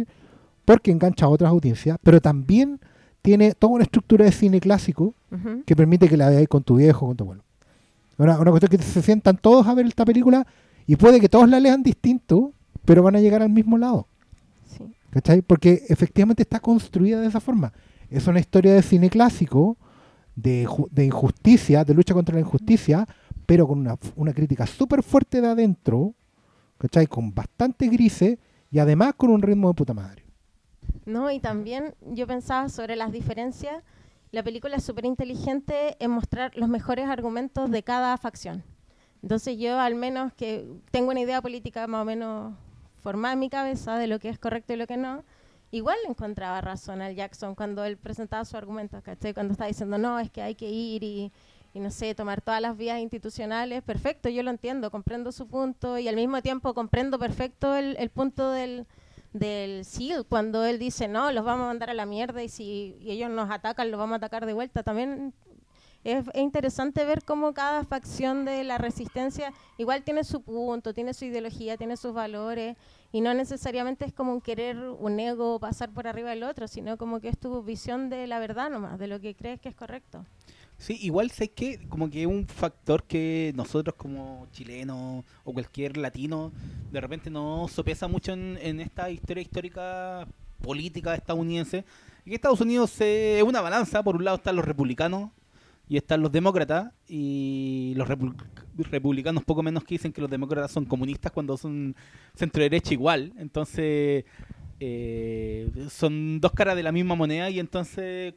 porque engancha a otras audiencias, pero también tiene toda una estructura de cine clásico Ujú. que permite que la veáis con tu viejo, con tu abuelo. Una, una cuestión que se sientan todos a ver esta película y puede que todos la lean distinto, pero van a llegar al mismo lado. Sí. ¿Cachai? Porque efectivamente está construida de esa forma. Es una historia de cine clásico, de, ju- de injusticia, de lucha contra la injusticia, pero con una, una crítica súper fuerte de adentro, ¿cachai? Con bastantes grises y además con un ritmo de puta madre. No, y también yo pensaba sobre las diferencias. La película es súper inteligente en mostrar los mejores argumentos de cada facción. Entonces yo al menos que tengo una idea política más o menos formada en mi cabeza de lo que es correcto y lo que no, igual le encontraba razón al Jackson cuando él presentaba sus argumentos, ¿cachai? Cuando estaba diciendo, no, es que hay que ir y, y no sé, tomar todas las vías institucionales. Perfecto, yo lo entiendo, comprendo su punto y al mismo tiempo comprendo perfecto el, el punto del, del S E A L cuando él dice, no, los vamos a mandar a la mierda y si y ellos nos atacan, los vamos a atacar de vuelta. También es, es interesante ver cómo cada facción de la resistencia igual tiene su punto, tiene su ideología, tiene sus valores y no necesariamente es como un querer, un ego, pasar por arriba del otro, sino como que es tu visión de la verdad nomás, de lo que crees que es correcto. Sí, igual sé que como que un factor que nosotros como chilenos o cualquier latino de repente no sopesa mucho en, en esta historia histórica política estadounidense, y que Estados Unidos eh, es una balanza. Por un lado están los republicanos y están los demócratas, y los repu- republicanos poco menos que dicen que los demócratas son comunistas cuando son centro derecha igual. Entonces eh, son dos caras de la misma moneda, y entonces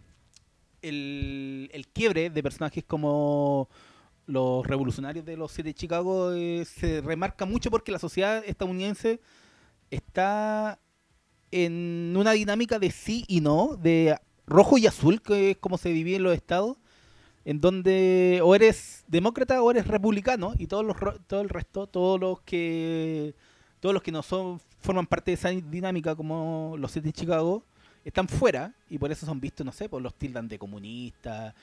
el, el quiebre de personajes como los revolucionarios de los siete de Chicago eh, se remarca mucho porque la sociedad estadounidense está en una dinámica de sí y no, de rojo y azul, que es como se divide en los estados, en donde o eres demócrata o eres republicano, y todos los ro- todo el resto, todos los que todos los que no son forman parte de esa dinámica, como los siete de Chicago, están fuera, y por eso son vistos, no sé, por los tildan de comunistas,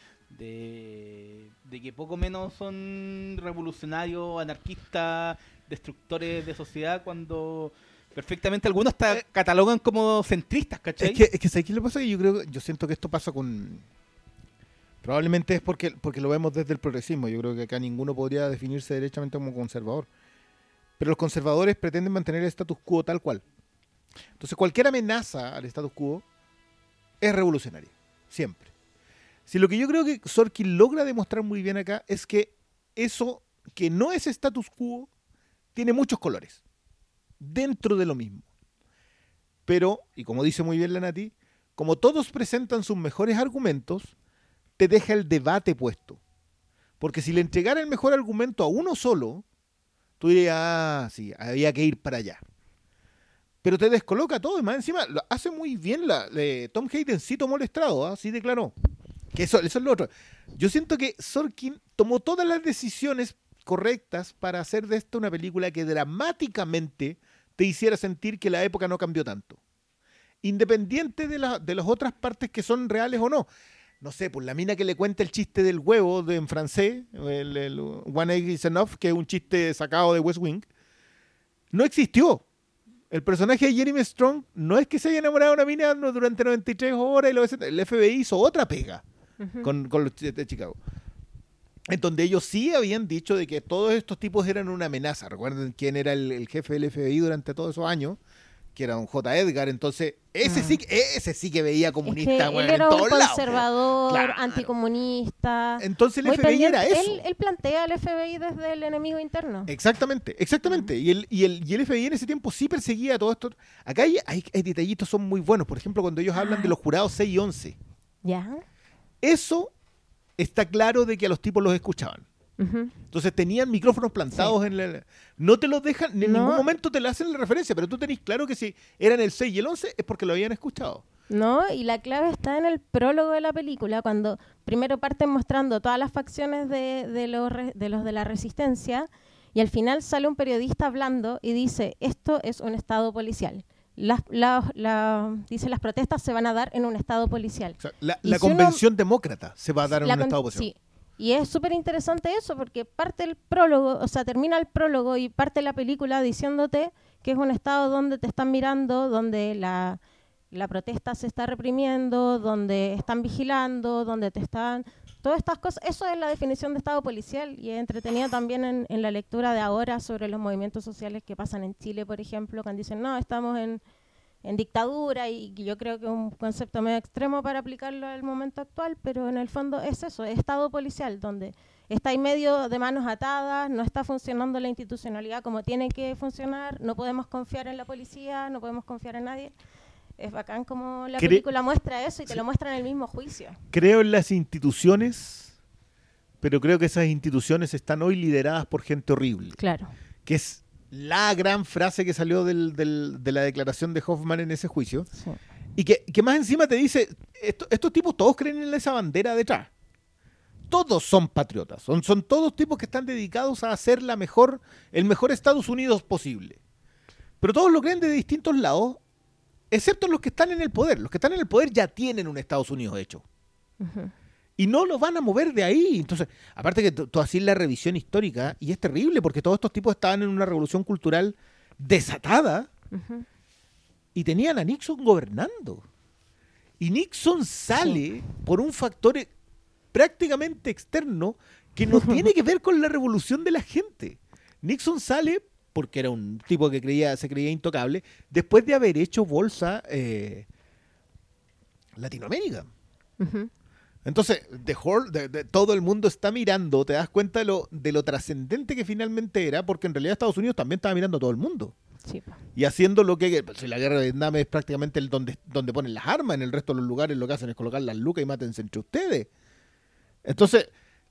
de, de que poco menos son revolucionarios, anarquistas, destructores de sociedad, cuando perfectamente algunos hasta Eh, catalogan como centristas, ¿cachai? Es que, es que ¿sabes qué le pasa? Que yo creo, yo siento que esto pasa con... Probablemente es porque, porque lo vemos desde el progresismo. Yo creo que acá ninguno podría definirse derechamente como conservador. Pero los conservadores pretenden mantener el status quo tal cual. Entonces cualquier amenaza al status quo es revolucionaria. Siempre. Si lo que yo creo que Sorkin logra demostrar muy bien acá es que eso que no es status quo tiene muchos colores dentro de lo mismo. Pero, y como dice muy bien la Nati, como todos presentan sus mejores argumentos, te deja el debate puesto. Porque si le entregara el mejor argumento a uno solo, tú dirías, ah, sí, había que ir para allá. Pero te descoloca todo, y más encima lo hace muy bien. La, le, Tom Hayden sí tomó el estrado, ¿ah? Sí declaró. Que eso, eso es lo otro. Yo siento que Sorkin tomó todas las decisiones correctas para hacer de esto una película que dramáticamente te hiciera sentir que la época no cambió tanto. Independiente de, la, de las otras partes que son reales o no. No sé, pues la mina que le cuenta el chiste del huevo de, en francés, el, el One Egg is Enough, que es un chiste sacado de West Wing, no existió. El personaje de Jeremy Strong no es que se haya enamorado de una mina durante noventa y tres horas y lo, el F B I hizo otra pega uh-huh. con, con los de Chicago. En donde ellos sí habían dicho de que todos estos tipos eran una amenaza. Recuerden quién era el, el jefe del F B I durante todos esos años, que era un J. Edgar. Entonces, ese, uh-huh. sí, ese sí que veía comunista. Es que bueno, él era en un todos conservador, lados. Claro. anticomunista. Entonces el Muy F B I pendiente. era eso. Él, él plantea al F B I desde el enemigo interno. Exactamente, exactamente. Uh-huh. Y, el, y, el, y el F B I en ese tiempo sí perseguía a todo esto. Acá hay, hay, hay detallitos son muy buenos. Por ejemplo, cuando ellos hablan de los jurados seis y once. Ya. Eso está claro de que a los tipos los escuchaban. Uh-huh. Entonces tenían micrófonos plantados sí. en la... No te los dejan, en no. ningún momento te le hacen la referencia, pero tú tenés claro que si eran el seis y el once es porque lo habían escuchado. No, y la clave está en el prólogo de la película, cuando primero parten mostrando todas las facciones de, de, los, re, de los de la resistencia, y al final sale un periodista hablando y dice, esto es un estado policial. Las, la, la, dice, las protestas se van a dar en un estado policial. O sea, la la si convención uno, demócrata se va a dar en un con, estado policial. Sí. Y es súper interesante eso, porque parte el prólogo, o sea, termina el prólogo y parte la película diciéndote que es un estado donde te están mirando, donde la, la protesta se está reprimiendo, donde están vigilando, donde te están todas estas cosas, eso es la definición de Estado policial y es entretenido también en, en la lectura de ahora sobre los movimientos sociales que pasan en Chile, por ejemplo, cuando dicen, no, estamos en, en dictadura y yo creo que es un concepto medio extremo para aplicarlo al momento actual, pero en el fondo es eso, es Estado policial, donde está ahí medio de manos atadas, no está funcionando la institucionalidad como tiene que funcionar, no podemos confiar en la policía, no podemos confiar en nadie. Es bacán como la Cre- película muestra eso y te Sí. lo muestra en el mismo juicio. Creo en las instituciones, pero creo que esas instituciones están hoy lideradas por gente horrible. Claro. Que es la gran frase que salió del- del- de la declaración de Hoffman en ese juicio. Sí. Y que, que más encima te dice, esto- estos tipos todos creen en esa bandera detrás. Todos son patriotas. Son, son todos tipos que están dedicados a hacer la mejor, el mejor Estados Unidos posible. Pero todos lo creen de distintos lados, excepto los que están en el poder. Los que están en el poder ya tienen un Estados Unidos hecho. Ujú. Y no lo van a mover de ahí. Entonces, aparte que tú tú haces la revisión histórica, y es terrible porque todos estos tipos estaban en una revolución cultural desatada Ujú. y tenían a Nixon gobernando. Y Nixon sale por un factor e- prácticamente externo que no tiene que ver con la revolución de la gente. Nixon sale porque era un tipo que creía, se creía intocable, después de haber hecho bolsa eh, Latinoamérica. Ujú. Entonces, The Whole- de- de- todo el mundo está mirando, te das cuenta de lo, de lo trascendente que finalmente era, porque en realidad Estados Unidos también estaba mirando a todo el mundo. Sí, pa. Y haciendo lo que... pues, si la guerra de Vietnam es prácticamente el donde, donde ponen las armas, en el resto de los lugares lo que hacen es colocar las lucas y mátense entre ustedes. Entonces,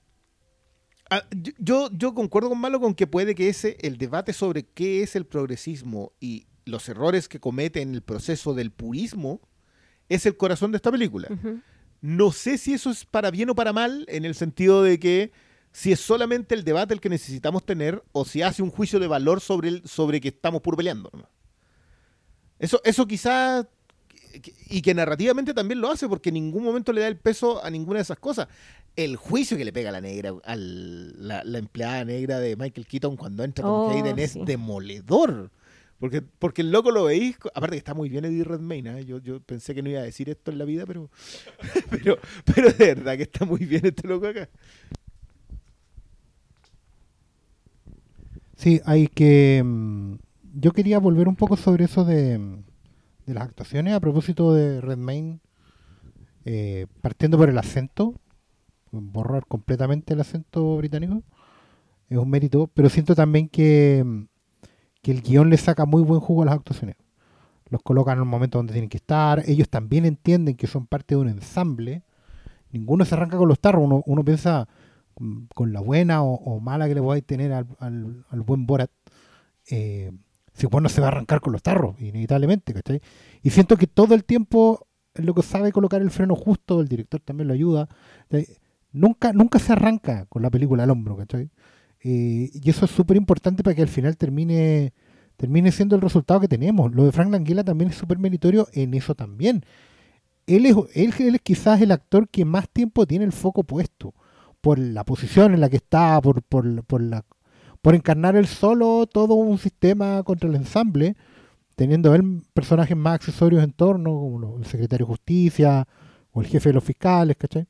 ah, yo- yo, yo concuerdo con Malo con que puede que ese, el debate sobre qué es el progresismo y los errores que comete en el proceso del purismo, es el corazón de esta película. Ujú. No sé si eso es para bien o para mal, en el sentido de que si es solamente el debate el que necesitamos tener o si hace un juicio de valor sobre, el, sobre que estamos puro peleando. ¿no? Eso, eso quizás, y que narrativamente también lo hace, porque en ningún momento le da el peso a ninguna de esas cosas. El juicio que le pega a la negra, a la, la empleada negra de Michael Keaton cuando entra con Oh, Hayden es sí. demoledor. Porque, porque el loco lo veis, aparte que está muy bien Eddie Redmayne, ¿eh? yo, yo pensé que no iba a decir esto en la vida, pero, pero, pero de verdad que está muy bien este loco acá. Sí, hay que... mm, Yo quería volver un poco sobre eso de, mm, de las actuaciones a propósito de Redmayne, eh, partiendo por el acento, borrar completamente el acento británico, es un mérito, pero siento también que, mm, que el guión le saca muy buen jugo a las actuaciones. Los colocan en un momento donde tienen que estar, ellos también entienden que son parte de un ensamble, ninguno se arranca con los tarros, uno, uno piensa mm, con la buena o, o mala que le podáis tener al, al, al buen Borat, eh, si bueno se va a arrancar con los tarros, inevitablemente, ¿cachai? Y siento que todo el tiempo es lo que sabe colocar el freno justo, el director también lo ayuda, ¿cachai? Nunca, nunca se arranca con la película al hombro, ¿cachai? Eh, y eso es súper importante para que al final termine termine siendo el resultado que tenemos. Lo de Frank Langella también es súper meritorio en eso también. Él es, él, él es quizás el actor que más tiempo tiene el foco puesto, por la posición en la que está, por, por, por, la, por encarnar él solo todo un sistema contra el ensamble, teniendo él personajes más accesorios en torno, como lo- el secretario de Justicia o el jefe de los fiscales, ¿cachai?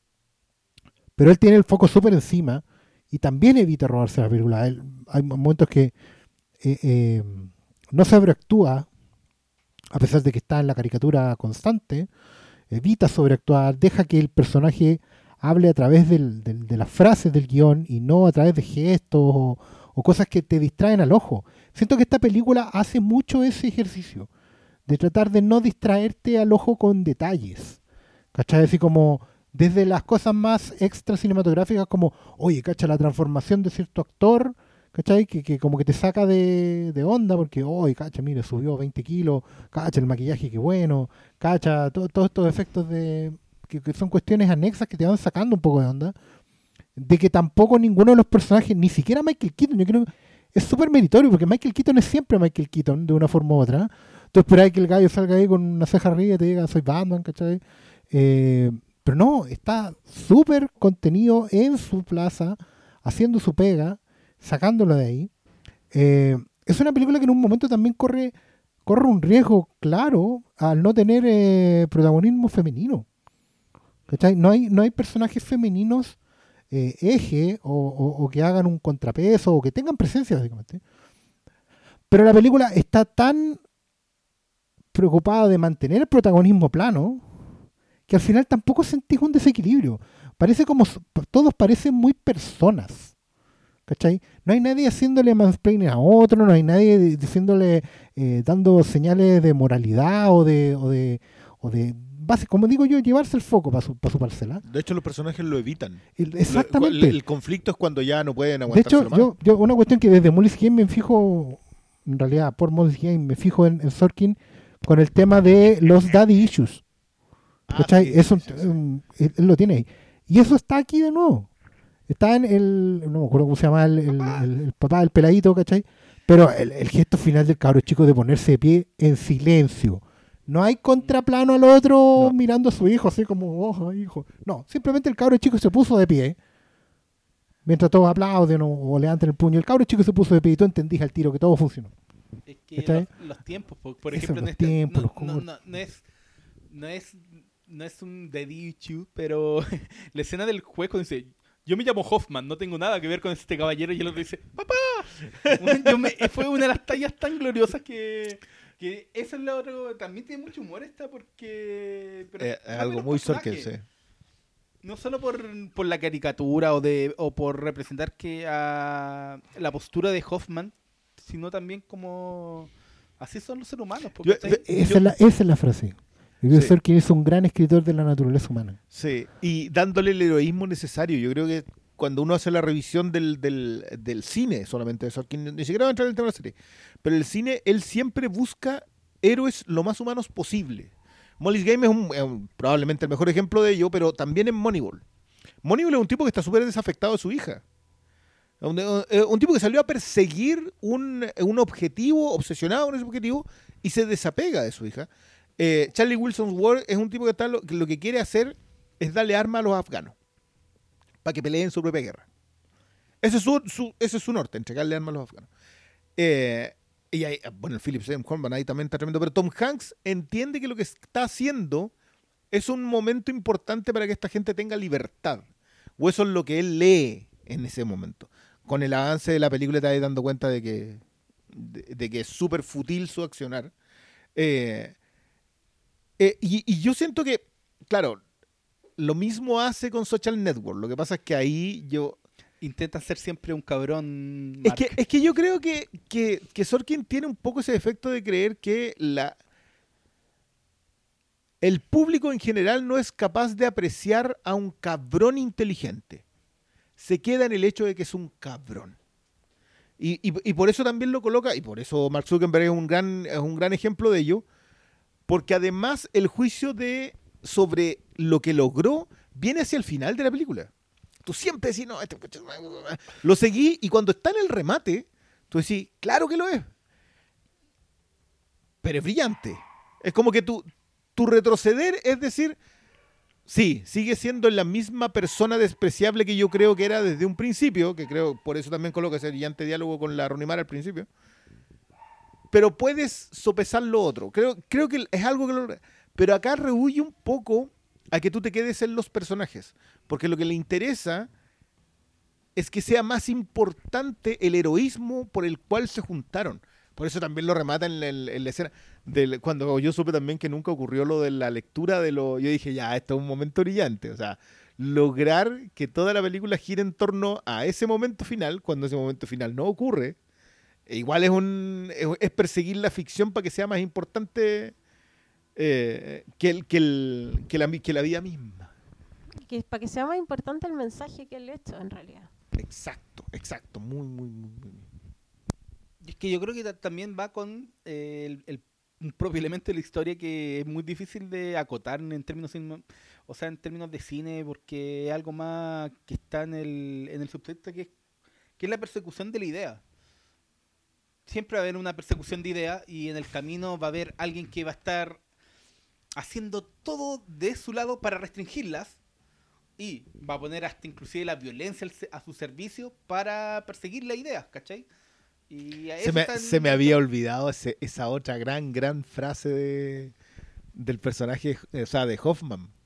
Pero él tiene el foco súper encima y también evita robarse la película. Él- hay momentos que eh, eh, no sobreactúa, a pesar de que está en la caricatura constante, evita sobreactuar, deja que el personaje hable a través del- del- de las frases del guión y no a través de gestos o, o cosas que te distraen al ojo. Siento que esta película hace mucho ese ejercicio, de tratar de no distraerte al ojo con detalles. ¿Cachai? Así como desde las cosas más extra cinematográficas como, oye, cacha la transformación de cierto actor, ¿cachai? Que, que como que te saca de, de onda porque, oye, cacha, mire, subió veinte kilos, cacha el maquillaje, qué bueno, cacha, to- todos estos efectos de que, que son cuestiones anexas que te van sacando un poco de onda, de que tampoco ninguno de los personajes, ni siquiera Michael Keaton, yo creo, es súper meritorio porque Michael Keaton es siempre Michael Keaton de una forma u otra. Tú esperás que el gallo salga ahí con una ceja arriba y te diga, soy Batman, ¿cachai? Eh, pero no, está súper contenido en su plaza, haciendo su pega, sacándolo de ahí. Eh, es una película que en un momento también corre, corre un riesgo claro al no tener eh, protagonismo femenino. ¿Cachai? No hay, no hay personajes femeninos eh, eje o, o- o que hagan un contrapeso o que tengan presencia, básicamente. Pero la película está tan preocupada de mantener el protagonismo plano que al final tampoco sentís un desequilibrio. Parece como s- todos parecen muy personas. ¿Cachai? No hay nadie haciéndole mansplaining a otro, no hay nadie di- diciéndole, eh, dando señales de moralidad o de, o de, o de base, como digo yo, llevarse el foco para su, pa' su parcela. De hecho, los personajes lo evitan. El- Lo- exactamente. El, el conflicto es cuando ya no pueden De aguantarse hecho, yo, yo una cuestión que desde Molly's Game me fijo, en realidad por Molly's Game me fijo en, en Sorkin con el tema de los daddy issues. ¿Cachai? Es un- un- él, él lo tiene ahí. Y eso está aquí de nuevo. Está en el, no me acuerdo cómo se llama, el, el- el- el papá, el peladito, ¿cachai? Pero el, el gesto final del cabro chico de ponerse de pie en silencio. No hay contraplano al otro No. mirando a su hijo, así como, ojo, hijo. No, simplemente el cabro chico se puso de pie. Mientras todos aplauden o, o levantan el puño, el cabro chico se puso de pie y tú entendís al tiro que todo funcionó. Es que ¿Cachai? los, los tiempos, por, por Eso, ejemplo, en los este, tiempos, no, los no, cortes. no, no es, no es, no es un daddy issue, pero la escena del juez cuando dice, yo me llamo Hoffman, no tengo nada que ver con este caballero, y el otro dice, papá. Bueno, yo me- fue una de las tallas tan gloriosas que, que eso es lo otro, también tiene mucho humor esta porque... pero Eh, más es de algo los muy personajes. Sorkin, sí. No solo por, por la caricatura o de o por representar que a la postura de Hoffman, sino también como así son los seres humanos. porque, Yo- ¿cachai? ve- Esa, Yo- es, la, esa es la frase. Yo creo que Sí. Sorkin es un gran escritor de la naturaleza humana. Sí, y dándole el heroísmo necesario. Yo creo que cuando uno hace la revisión del, del, del cine solamente de Sorkin, ni siquiera va a entrar en el tema de la serie, pero el cine, él siempre busca héroes lo más humanos posible. Molly's Game es, un- es un- probablemente el mejor ejemplo de ello, pero también en Moneyball. Moneyball es un tipo que está súper desafectado de su hija. Un, eh, un tipo que salió a perseguir un, un objetivo, obsesionado con ese objetivo, y se desapega de su hija. Eh, Charlie Wilson's War es un tipo que, está lo, que lo que quiere hacer es darle armas a los afganos para que peleen su propia guerra. Ese es su, su- ese es su norte, entregarle armas a los afganos. Eh, y ahí, bueno, el Philip Seymour Hoffman ahí también está tremendo, pero Tom Hanks entiende que lo que está haciendo es un momento importante para que esta gente tenga libertad. O eso es lo que él lee en ese momento. Con el avance de la película te vas dando cuenta de que, de, de que es súper fútil su accionar. Eh, eh, y, y yo siento que, claro, lo mismo hace con Social Network. Lo que pasa es que ahí yo... Intenta ser siempre un cabrón. Es Mark. que, es que yo creo que, que, que Sorkin tiene un poco ese efecto de creer que la, el público en general no es capaz de apreciar a un cabrón inteligente. Se queda en el hecho de que es un cabrón. Y, y- y por eso también lo coloca, y por eso Mark Zuckerberg es un gran, es un gran ejemplo de ello, porque además el juicio de sobre lo que logró viene hacia el final de la película. Tú siempre decís, no, este coche- lo seguí, y cuando está en el remate, tú decís, claro que lo es. Pero es brillante. Es como que tu, tu retroceder es decir, sí, sigue siendo la misma persona despreciable que yo creo que era desde un principio, que creo, por eso también coloca ese brillante diálogo con la Ronnie Mara al principio. Pero puedes sopesar lo otro. Creo, creo que es algo que lo... Pero acá rehuye un poco a que tú te quedes en los personajes. Porque lo que le interesa es que sea más importante el heroísmo por el cual se juntaron. Por eso también lo remata en la, en la escena. Del, cuando yo supe también que nunca ocurrió lo de la lectura de lo... Yo dije, ya, esto es un momento brillante. O sea, lograr que toda la película gire en torno a ese momento final, cuando ese momento final no ocurre, e igual es un es, es perseguir la ficción para que sea más importante eh, que, el, que, el, que, la, que la vida misma. Que, para que sea más importante el mensaje que el hecho, en realidad. Exacto, exacto. Muy, muy, muy, muy bien. Y es que yo creo que ta- también va con eh, el, el- un propio elemento de la historia que es muy difícil de acotar en términos cine- o sea, en términos de cine, porque es algo más que está en el, en el subtexto, que es, que es la persecución de la idea. Siempre va a haber una persecución de idea y en el camino va a haber alguien que va a estar haciendo todo de su lado para restringirlas y va a poner hasta inclusive la violencia al se- a su servicio para perseguir la idea, ¿cachai? Y a Se eso me, están- se me había olvidado ese- esa otra gran, gran frase de, del personaje, o sea, de Hoffman.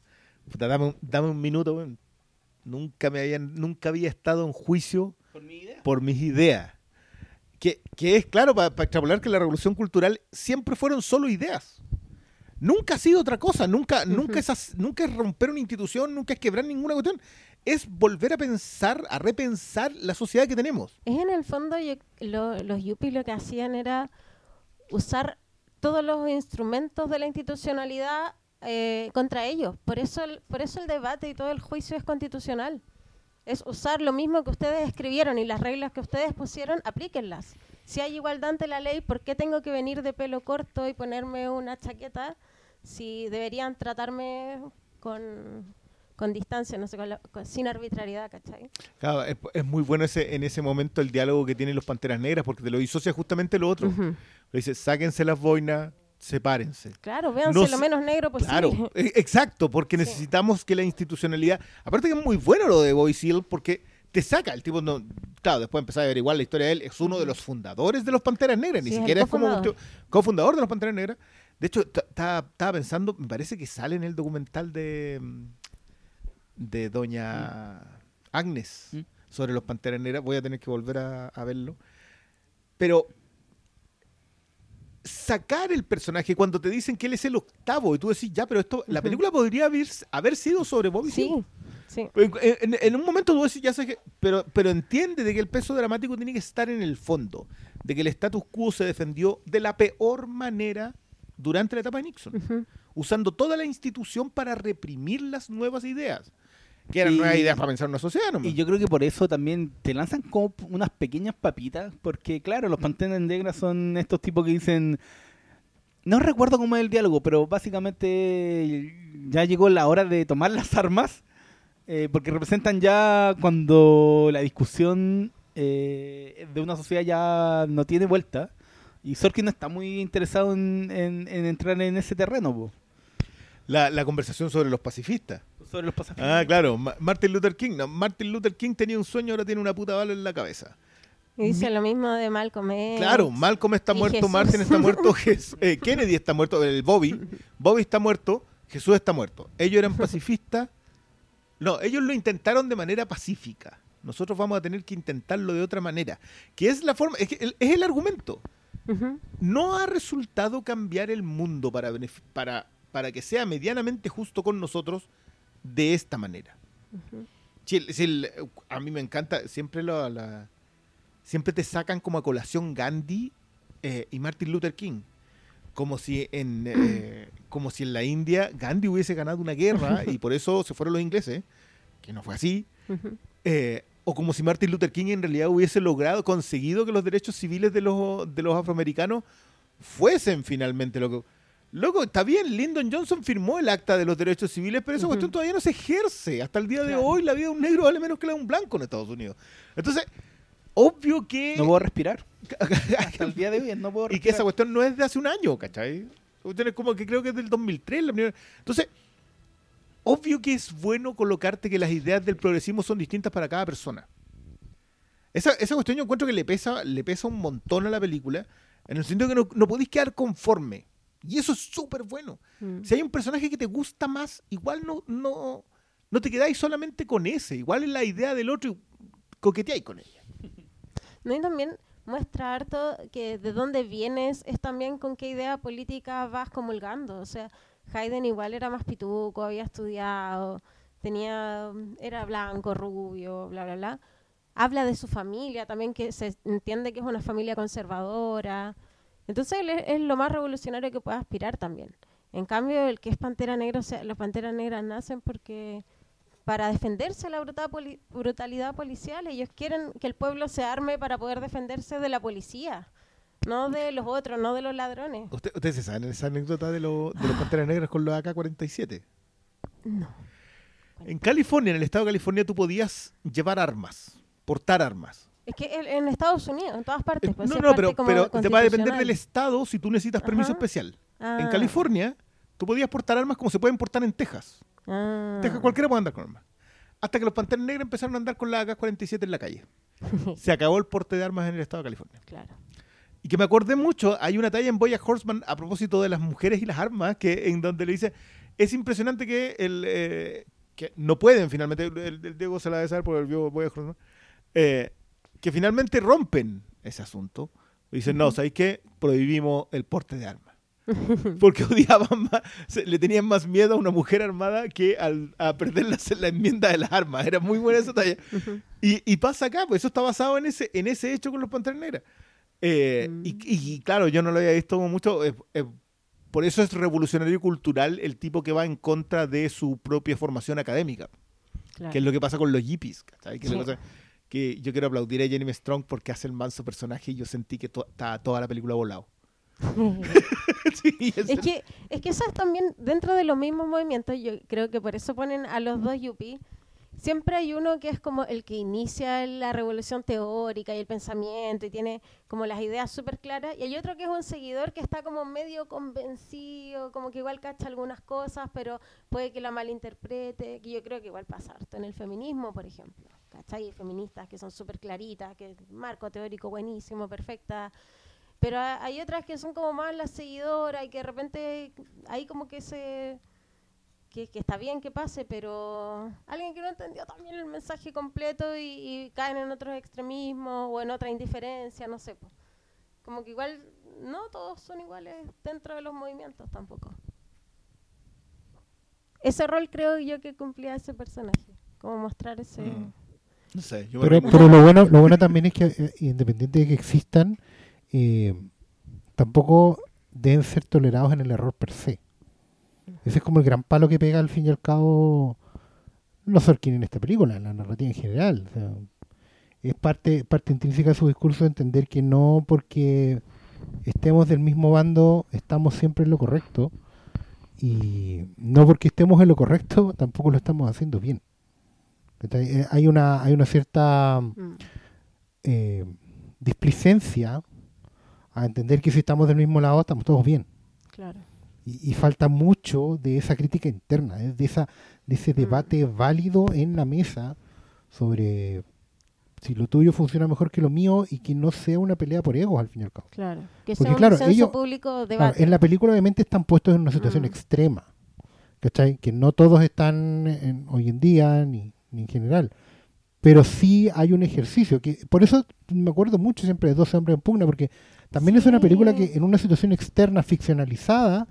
Puta, dame, un, dame un minuto, weón. Nunca, me habían, nunca había estado en juicio ¿Por mi idea? por mis ideas. Que, que es claro, para pa extrapolar que la revolución cultural siempre fueron solo ideas. Nunca ha sido otra cosa, nunca, Ujú. nunca, es, as- nunca es romper una institución, nunca es quebrar ninguna cuestión. Es volver a pensar, a repensar la sociedad que tenemos. Es en el fondo, yo- lo- los yuppies lo que hacían era usar todos los instrumentos de la institucionalidad eh, contra ellos. Por eso, el, por eso el debate y todo el juicio es constitucional. Es usar lo mismo que ustedes escribieron y las reglas que ustedes pusieron, aplíquenlas. Si hay igualdad ante la ley, ¿por qué tengo que venir de pelo corto y ponerme una chaqueta si deberían tratarme con, con distancia, no sé, con la- con- sin arbitrariedad, ¿cachai? Claro, es, es muy bueno ese, en ese momento el diálogo que tienen los Panteras Negras, porque te lo disocia justamente lo otro. Ujú. Le dice, sáquense las boinas, sepárense. Claro, véanse No lo sé- menos negro posible. Claro, e- exacto, porque Sí. necesitamos que la institucionalidad... Aparte que es muy bueno lo de Bobby Seale, porque te saca, el tipo, no, claro, después empezar a averiguar la historia de él, es uno de los fundadores de los Panteras Negras, ni Sí, es el siquiera es como cofundador. un- cofundador de los Panteras Negras. De hecho, ta- ta- estaba pensando, me parece que sale en el documental de, de Doña Agnes ¿Mm? sobre los Panteras Negras, voy a tener que volver a, a verlo. Pero sacar el personaje cuando te dicen que él es el octavo y tú decís, ya, pero esto, la Ujú. película podría haber, haber sido sobre Bobby Seale. Sí, sí. En, en- en un momento tú decís, ya sé que, pero, pero entiende de que el peso dramático tiene que estar en el fondo, de que el status quo se defendió de la peor manera durante la etapa de Nixon, Ujú. usando toda la institución para reprimir las nuevas ideas, que eran Y- nuevas ideas para pensar en una sociedad. nomás. Y yo creo que por eso también te lanzan como unas pequeñas papitas, porque claro, los Panteras Negras son estos tipos que dicen, no recuerdo cómo es el diálogo, pero básicamente ya llegó la hora de tomar las armas, eh, porque representan ya cuando la discusión eh, de una sociedad ya no tiene vuelta, y Sorkin no está muy interesado en, en- en entrar en ese terreno, po, La, la conversación sobre los pacifistas. sobre los pasajeros. Ah, claro, Ma- Martin Luther King. No, Martin Luther King tenía un sueño, ahora tiene una puta bala en la cabeza. Y dice lo mismo de Malcolm X. Claro, Malcolm está y muerto, Jesús. Martin está muerto, Jes- eh, Kennedy está muerto, el Bobby, Bobby está muerto, Jesús está muerto. Ellos eran pacifistas. No, ellos lo intentaron de manera pacífica. Nosotros vamos a tener que intentarlo de otra manera. Que es la forma, es, que el, es el argumento. Ujú. No ha resultado cambiar el mundo para, benef- para, para que sea medianamente justo con nosotros de esta manera. Si el- si el- a mí me encanta, siempre lo- la, siempre te sacan como a colación Gandhi eh, y Martin Luther King. Como si, en, eh, como si en la India Gandhi hubiese ganado una guerra y por eso se fueron los ingleses, que no fue así. Ujú. Eh, o como si Martin Luther King en realidad hubiese logrado, conseguido que los derechos civiles de los, de los afroamericanos fuesen finalmente lo que... Loco, está bien, Lyndon Johnson firmó el acta de los derechos civiles, pero esa Ujú. cuestión todavía no se ejerce. Hasta el día de Claro. hoy la vida de un negro vale menos que la de un blanco en Estados Unidos. Entonces, obvio que... No puedo respirar. Hasta el día de hoy no puedo y respirar. que esa cuestión no es de hace un año, ¿cachai? Esa cuestión es como que creo que es del dos mil tres. La primera... Entonces, obvio que es bueno colocarte que las ideas del progresismo son distintas para cada persona. Esa, esa cuestión yo encuentro que le pesa, le pesa un montón a la película, en el sentido que no, no podéis quedar conforme. Y eso es súper bueno. Mm. Si hay un personaje que te gusta más, igual no, no, no te quedáis solamente con ese. Igual es la idea del otro y coqueteáis con ella. No, y también muestra harto que de dónde vienes es también con qué idea política vas comulgando. O sea, Hayden igual era más pituco, había estudiado, tenía, era blanco, rubio, bla, bla, bla. Habla de su familia también, que se entiende que es una familia conservadora. Entonces él es, es lo más revolucionario que puede aspirar también. En cambio, el que es Pantera Negra, o sea, los Panteras Negras nacen porque para defenderse de la brutal poli- brutalidad policial, ellos quieren que el pueblo se arme para poder defenderse de la policía, no de los otros, no de los ladrones. ¿Usted- ¿Ustedes se saben esa anécdota de, lo- de los Panteras Negras con los A K cuarenta y siete? No. En California, en el estado de California, tú podías llevar armas, portar armas. Es que en, en Estados Unidos, en todas partes. Eh, Pues, no, sí es no, parte pero, como pero te va a depender constitucional. del estado si tú necesitas permiso Ajá. especial. En Ah. California, tú podías portar armas como se pueden portar en Texas. Ah. En Texas cualquiera puede andar con armas. Hasta que los Panteras Negras empezaron a andar con la A K cuarenta y siete en la calle. Se acabó el porte de armas en el estado de California. Claro. Y que me acordé mucho, hay una talla en BoJack Horseman a propósito de las mujeres y las armas, que en donde le dice, es impresionante que el eh, que no pueden finalmente, el, el Diego se la debe saber porque el vio voy a jornar, eh, que finalmente rompen ese asunto. Dicen, no, ¿sabéis qué? Prohibimos el porte de armas. Porque odiaban más, se- le tenían más miedo a una mujer armada que al, a perder la, la enmienda de las armas. Era muy buena esa talla. Y, y pasa acá, pues eso está basado en ese, en ese hecho con los Panteras Negras. Eh, Mm. y, y claro, yo no lo había visto como mucho. eh, eh, por eso es revolucionario y cultural el tipo que va en contra de su propia formación académica. Claro. Que es lo que pasa con los hippies. ¿Cachai? Que, es lo Sí. que pasa- que yo quiero aplaudir a Jeremy Strong porque hace el manso personaje y yo sentí que to- estaba toda la película volado. Sí, es- Es que, es que eso es también dentro de los mismos movimientos, yo creo que por eso ponen a los dos yuppies. Siempre hay uno que es como el que inicia la revolución teórica y el pensamiento y tiene como las ideas súper claras, y hay otro que es un seguidor que está como medio convencido, como que igual cacha algunas cosas, pero puede que la malinterprete, que yo creo que igual pasa harto en el feminismo, por ejemplo. ¿Cachai? Hay feministas que son súper claritas, que marco teórico buenísimo, perfecta. Pero ha- hay otras que son como más las seguidoras y que de repente ahí como que se... Que, que está bien que pase, pero alguien que no entendió también el mensaje completo y, y caen en otros extremismos o en otra indiferencia, no sé. Po. Como que igual no todos son iguales dentro de los movimientos tampoco. Ese rol creo yo que cumplía ese personaje, como mostrar ese... Mm. No sé, yo me Pero, reí pero lo bueno lo bueno también es que, eh, independiente de que existan, eh, tampoco deben ser tolerados en el error per se. Ese es como el gran palo que pega al fin y al cabo no Sorkin en esta película, en la narrativa en general. O sea, es parte, parte intrínseca de su discurso entender que no porque estemos del mismo bando estamos siempre en lo correcto, y no porque estemos en lo correcto tampoco lo estamos haciendo bien. ¿Cachai? Eh, Hay una, hay una cierta Mm, eh, displicencia a entender que si estamos del mismo lado estamos todos bien. claro. Y, y falta mucho de esa crítica interna, ¿eh? de, esa, de ese Mm. debate válido en la mesa sobre si lo tuyo funciona mejor que lo mío y que no sea una pelea por egos al fin y al cabo. Claro. Que Porque, sea un claro, censo ellos- público Claro, debate. en la película obviamente están puestos en una situación Mm. extrema, ¿cachai? Que no todos están en- hoy en día ni, ni en general. Pero sí hay un ejercicio, que por eso me acuerdo mucho siempre de doce hombres en pugna, porque también es una Sí. película que en una situación externa ficcionalizada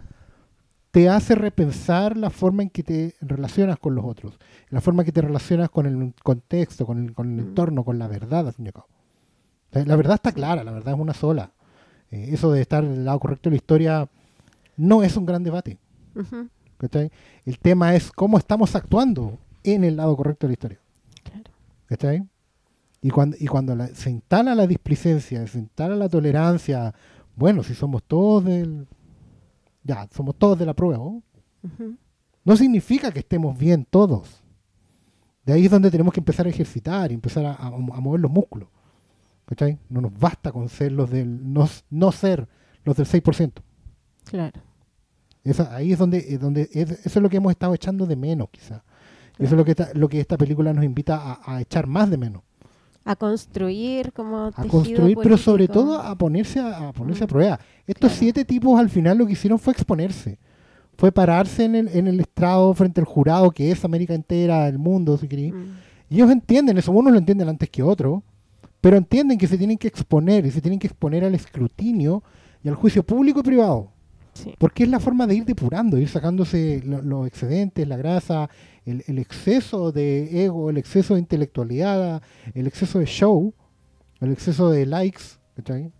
te hace repensar la forma en que te relacionas con los otros, la forma en que te relacionas con el contexto, con el, con el Mm. entorno, con la verdad, al fin y al cabo. O sea, la verdad está clara, la verdad es una sola. Eh, eso de estar del lado correcto de la historia no es un gran debate. Ujú, ¿Cachai? El tema es cómo estamos actuando en el lado correcto de la historia. claro. ¿Cachai? Y cuando, y cuando la- se instala la displicencia, se instala la tolerancia, bueno, si somos todos del... Ya, somos todos de la prueba, ¿no? Ujú, No significa que estemos bien todos. De ahí es donde tenemos que empezar a ejercitar y empezar a, a- a mover los músculos. ¿Cachai? No nos basta con ser los del... No, no ser los del seis por ciento. claro. Esa, ahí es donde, es donde es- eso es lo que hemos estado echando de menos, quizá. Eso es lo que esta, lo que esta película nos invita a, a echar más de menos. A construir como A tejido construir, pero sobre político. todo a ponerse a, a ponerse a Mm, prueba. Estos claro. siete tipos al final lo que hicieron fue exponerse. Fue pararse en el, en el estrado frente al jurado que es América entera, el mundo, si queréis. Mm, Y ellos entienden eso, unos lo entienden antes que otros, pero entienden que se tienen que exponer y se tienen que exponer al escrutinio y al juicio público y privado. sí. Porque es la forma de ir depurando, ir sacándose lo- los excedentes, la grasa, el, el exceso de ego, el exceso de intelectualidad, el exceso de show, el exceso de likes, ¿cachai?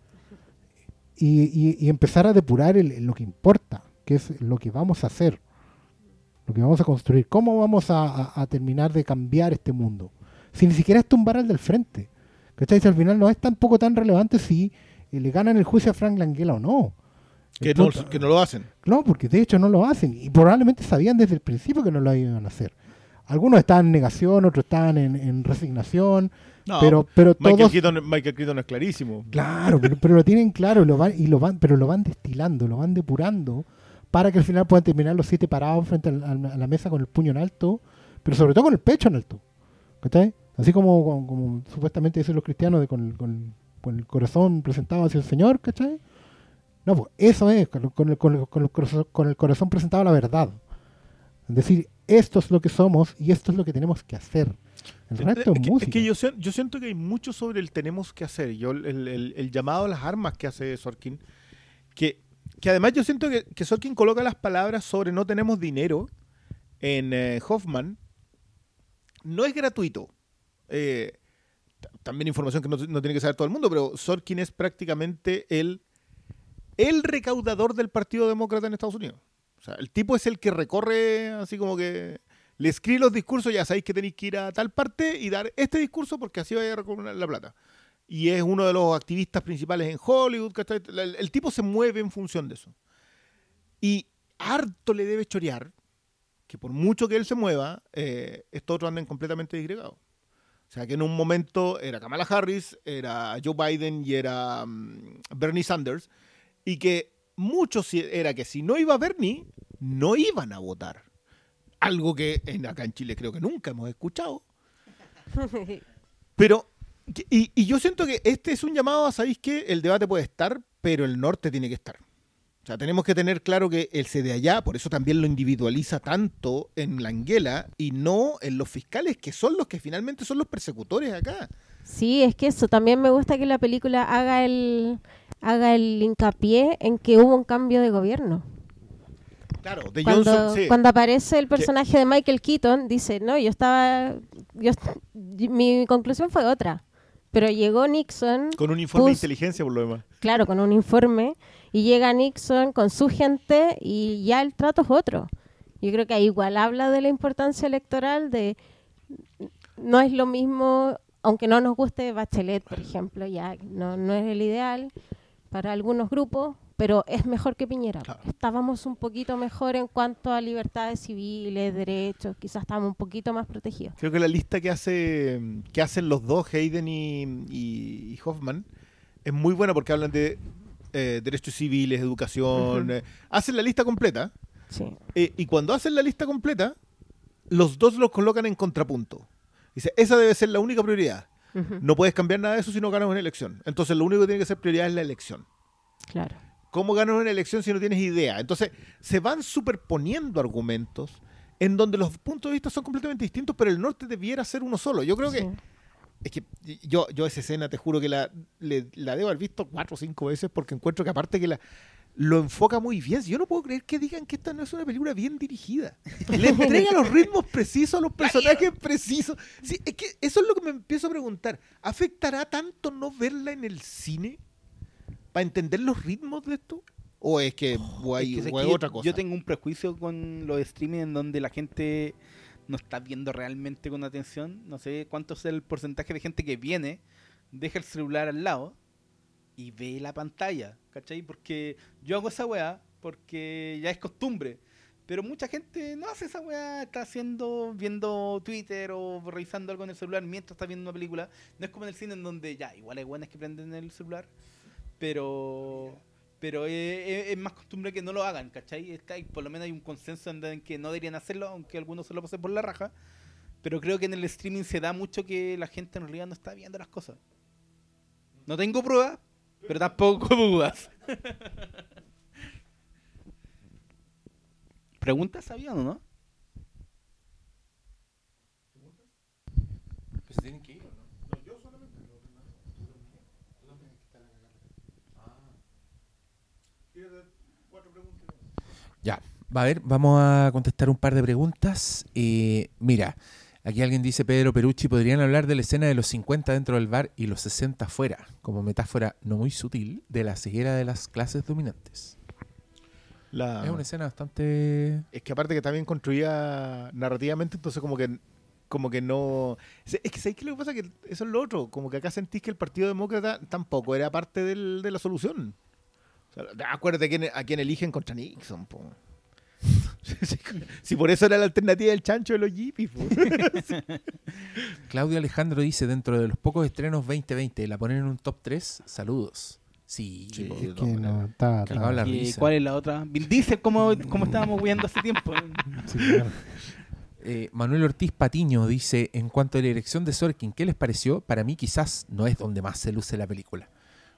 Y, y- y empezar a depurar el- lo que importa, que es lo que vamos a hacer, lo que vamos a construir, cómo vamos a, a- a terminar de cambiar este mundo, si ni siquiera es tumbar al del frente, ¿cachai? Si al final no es tampoco tan relevante si eh, le ganan el juicio a Frank Langella o no. que, El no, punto- que no lo hacen. no, porque de hecho no lo hacen y probablemente sabían desde el principio que no lo iban a hacer. Algunos estaban en negación, otros estaban en, en resignación, No, pero pero Michael, todos Keaton, Michael Keaton es clarísimo. claro, pero, pero lo tienen claro y lo van y lo van, pero lo van destilando, lo van depurando para que al final puedan terminar los siete parados frente al- al- a la mesa con el puño en alto, pero sobre todo con el pecho en alto, ¿cachai? Así como, como, como supuestamente dicen los cristianos de con, el- con, con el corazón presentado hacia el Señor, ¿cachai? No, pues eso es, con, con el, con, el, con el corazón, con el corazón presentado a la verdad. Es decir, esto es lo que somos y esto es lo que tenemos que hacer. El resto es, es, que, música. es que yo, sé- yo siento que hay mucho sobre el tenemos que hacer. Yo el, el- el llamado a las armas que hace Sorkin, que, que además yo siento que, que Sorkin coloca las palabras sobre no tenemos dinero en eh, Hoffman, no es gratuito. Eh, t- también información que no, no tiene que saber todo el mundo, pero Sorkin es prácticamente el, el recaudador del Partido Demócrata en Estados Unidos. O sea, el tipo es el que recorre así como que le escribe los discursos, ya sabéis que tenéis que ir a tal parte y dar este discurso porque así vais a recuperar la plata. Y es uno de los activistas principales en Hollywood. ¿Cachai? El, el tipo se mueve en función de eso. Y harto le debe chorear que por mucho que él se mueva, eh, estos otros anden completamente disgregados. O sea, que en un momento era Kamala Harris, era Joe Biden y era um, Bernie Sanders, y que muchos era que si no iba Bernie, no iban a votar. Algo que en, acá en Chile creo que nunca hemos escuchado. Pero, y, y yo siento que este es un llamado a, ¿sabéis qué? El debate puede estar, pero el norte tiene que estar. O sea, tenemos que tener claro que el C de allá, por eso también lo individualiza tanto en la Anguela y no en los fiscales, que son los que finalmente son los persecutores acá. Sí, es que eso, también me gusta que la película haga el, haga el hincapié en que hubo un cambio de gobierno. Claro, de Cuando, Johnson, sí. cuando aparece el personaje de Michael Keaton, dice, no, yo estaba, yo, mi conclusión fue otra, pero llegó Nixon, Con un informe de puso- inteligencia por lo demás. claro, con un informe, y llega Nixon con su gente y ya el trato es otro. Yo creo que ahí igual habla de la importancia electoral, de no es lo mismo, aunque no nos guste Bachelet, por ejemplo, ya no, no es el ideal para algunos grupos, pero es mejor que Piñera. Claro. Estábamos un poquito mejor en cuanto a libertades civiles, derechos, quizás estábamos un poquito más protegidos. Creo que la lista que hace que hacen los dos, Hayden y, y- y Hoffman, es muy buena porque hablan de eh, derechos civiles, educación. Ujú. eh, hacen la lista completa. Sí. eh, y cuando hacen la lista completa, los dos los colocan en contrapunto. Dice, esa debe ser la única prioridad. Ujú. No puedes cambiar nada de eso si no ganas una elección. Entonces lo único que tiene que ser prioridad es la elección. Claro. ¿Cómo ganas una elección si no tienes idea? Entonces, se van superponiendo argumentos en donde los puntos de vista son completamente distintos, pero el norte debiera ser uno solo. Yo creo que, Sí. es que yo, yo esa escena, te juro que la, le- la debo haber visto cuatro o cinco veces porque encuentro que aparte que la lo enfoca muy bien. Yo no puedo creer que digan que esta no es una película bien dirigida. Le entrega los ritmos precisos a los personajes precisos. Sí, es que eso es lo que me empiezo a preguntar. ¿Afectará tanto no verla en el cine para entender los ritmos de esto? ¿O es que o hay, Es que, o ¿sabes hay qué? otra cosa? Yo tengo un prejuicio con los streaming en donde la gente no está viendo realmente con atención. No sé cuánto es el porcentaje de gente que viene, deja el celular al lado y ve la pantalla, ¿cachai? Porque yo hago esa weá porque ya es costumbre. Pero mucha gente no hace esa weá, está haciendo, viendo Twitter o revisando algo en el celular mientras está viendo una película. No es como en el cine en donde ya, igual hay buenas que prenden el celular, pero pero es, es- es más costumbre que no lo hagan, ¿cachai? Está, ahí, por lo menos hay un consenso en, en que no deberían hacerlo, aunque algunos se lo pasen por la raja. Pero creo que en el streaming se da mucho que la gente en realidad no está viendo las cosas. No tengo pruebas, pero tampoco dudas. ¿Preguntas sabían o no? Pues se tienen que ir, ¿o no? Ya, va a ver, vamos a contestar un par de preguntas. Eh, mira, aquí alguien dice, Pedro Perucci, ¿podrían hablar de la escena de los cincuenta dentro del bar y los sesenta fuera, como metáfora no muy sutil de la ceguera de las clases dominantes? La- Es una escena bastante... Es que aparte que está bien construida narrativamente, entonces como que como que no... Es que ¿sabes qué lo que pasa? Que eso es lo otro. Como que acá sentís que el Partido Demócrata tampoco era parte del- de la solución. O sea, acuérdate a quién, a quién eligen contra Nixon, po. Si por eso era la alternativa del chancho de los yippies, po. Claudio Alejandro dice, dentro de los pocos estrenos veinte veinte, ¿la ponen en un top tres? Saludos. Sí, Sí, po. de Es todas que no, maneras. está, Cagado la está- ¿Y risa. cuál es la otra? Vin Diesel, como, como estábamos viendo hace tiempo. sí, claro. Eh, Manuel Ortiz Patiño dice, en cuanto a la dirección de Sorkin, ¿qué les pareció? Para mí quizás no es donde más se luce la película.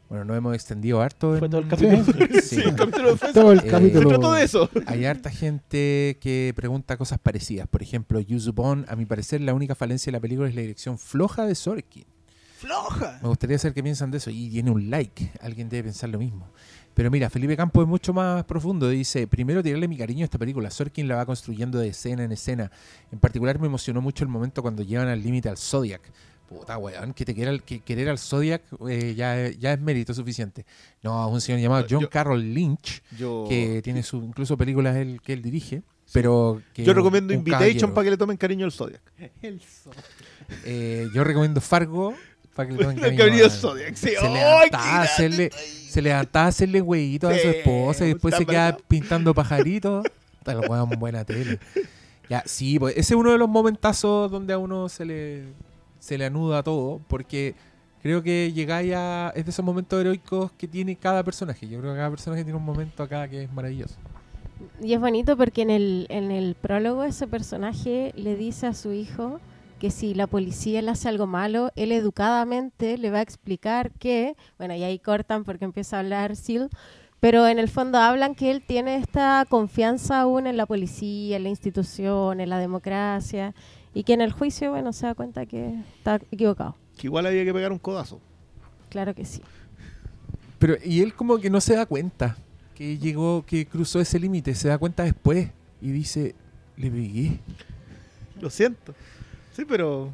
Bueno, nos hemos extendido harto. Fue en- todo el capítulo. Sí. Sí, el capítulo fue Todo el Eh, capítulo. Se trató de eso. Hay harta gente que pregunta cosas parecidas. Por ejemplo, Yusupon, a mi parecer, la única falencia de la película es la dirección floja de Sorkin. ¡Floja! Me gustaría saber qué piensan de eso. Y tiene un like. Alguien debe pensar lo mismo. Pero mira, Felipe Campos es mucho más profundo. Dice, primero tirarle mi cariño a esta película. Sorkin la va construyendo de escena en escena. En particular me emocionó mucho el momento cuando llevan al límite al Zodiac. Puta, weón, que te quiera, que querer al Zodiac eh, ya, ya es mérito suficiente. No, un señor llamado John Yo- Carroll Lynch, Yo, que tiene su, incluso películas él, que él dirige. Pero que yo un- recomiendo un Invitation caballero. para que le tomen cariño al Zodiac. El sol. Eh, yo recomiendo Fargo para que le tomen El cariño cariño al- al Zodiac. Sí, se ¡ay, levantaba qué a hacerle, grande! se levantaba a hacerle hueíto a su Sí, esposa y después se está queda marcado. pintando pajaritos. Está el weón buena tele. Ya, sí, pues ese es uno de los momentazos donde a uno se le, se le anuda todo, porque creo que llegáis a... Es de esos momentos heroicos que tiene cada personaje. Yo creo que cada personaje tiene un momento acá que es maravilloso. Y es bonito porque en el, en el prólogo ese personaje le dice a su hijo que si la policía le hace algo malo, él educadamente le va a explicar que, bueno, y ahí cortan porque empieza a hablar Seal, pero en el fondo hablan que él tiene esta confianza aún en la policía, en la institución, en la democracia, y que en el juicio, bueno, se da cuenta que está equivocado. Que igual había que pegar un codazo. Claro que sí. Pero, y él como que no se da cuenta que llegó, que cruzó ese límite, se da cuenta después y dice, le pegué. Lo siento. Sí, pero.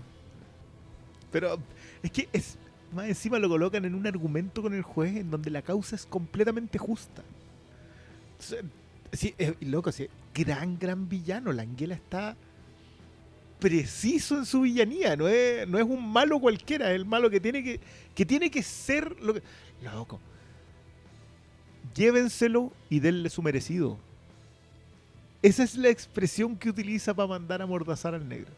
Pero es que es más encima lo colocan en un argumento con el juez en donde la causa es completamente justa. O sea, sí, es, loco, sí, gran, gran villano. La Anguila está preciso en su villanía. No es, no es un malo cualquiera, es el malo que tiene que, que tiene que ser lo que. Loco. Llévenselo y denle su merecido. Esa es la expresión que utiliza para mandar a mordazar al negro.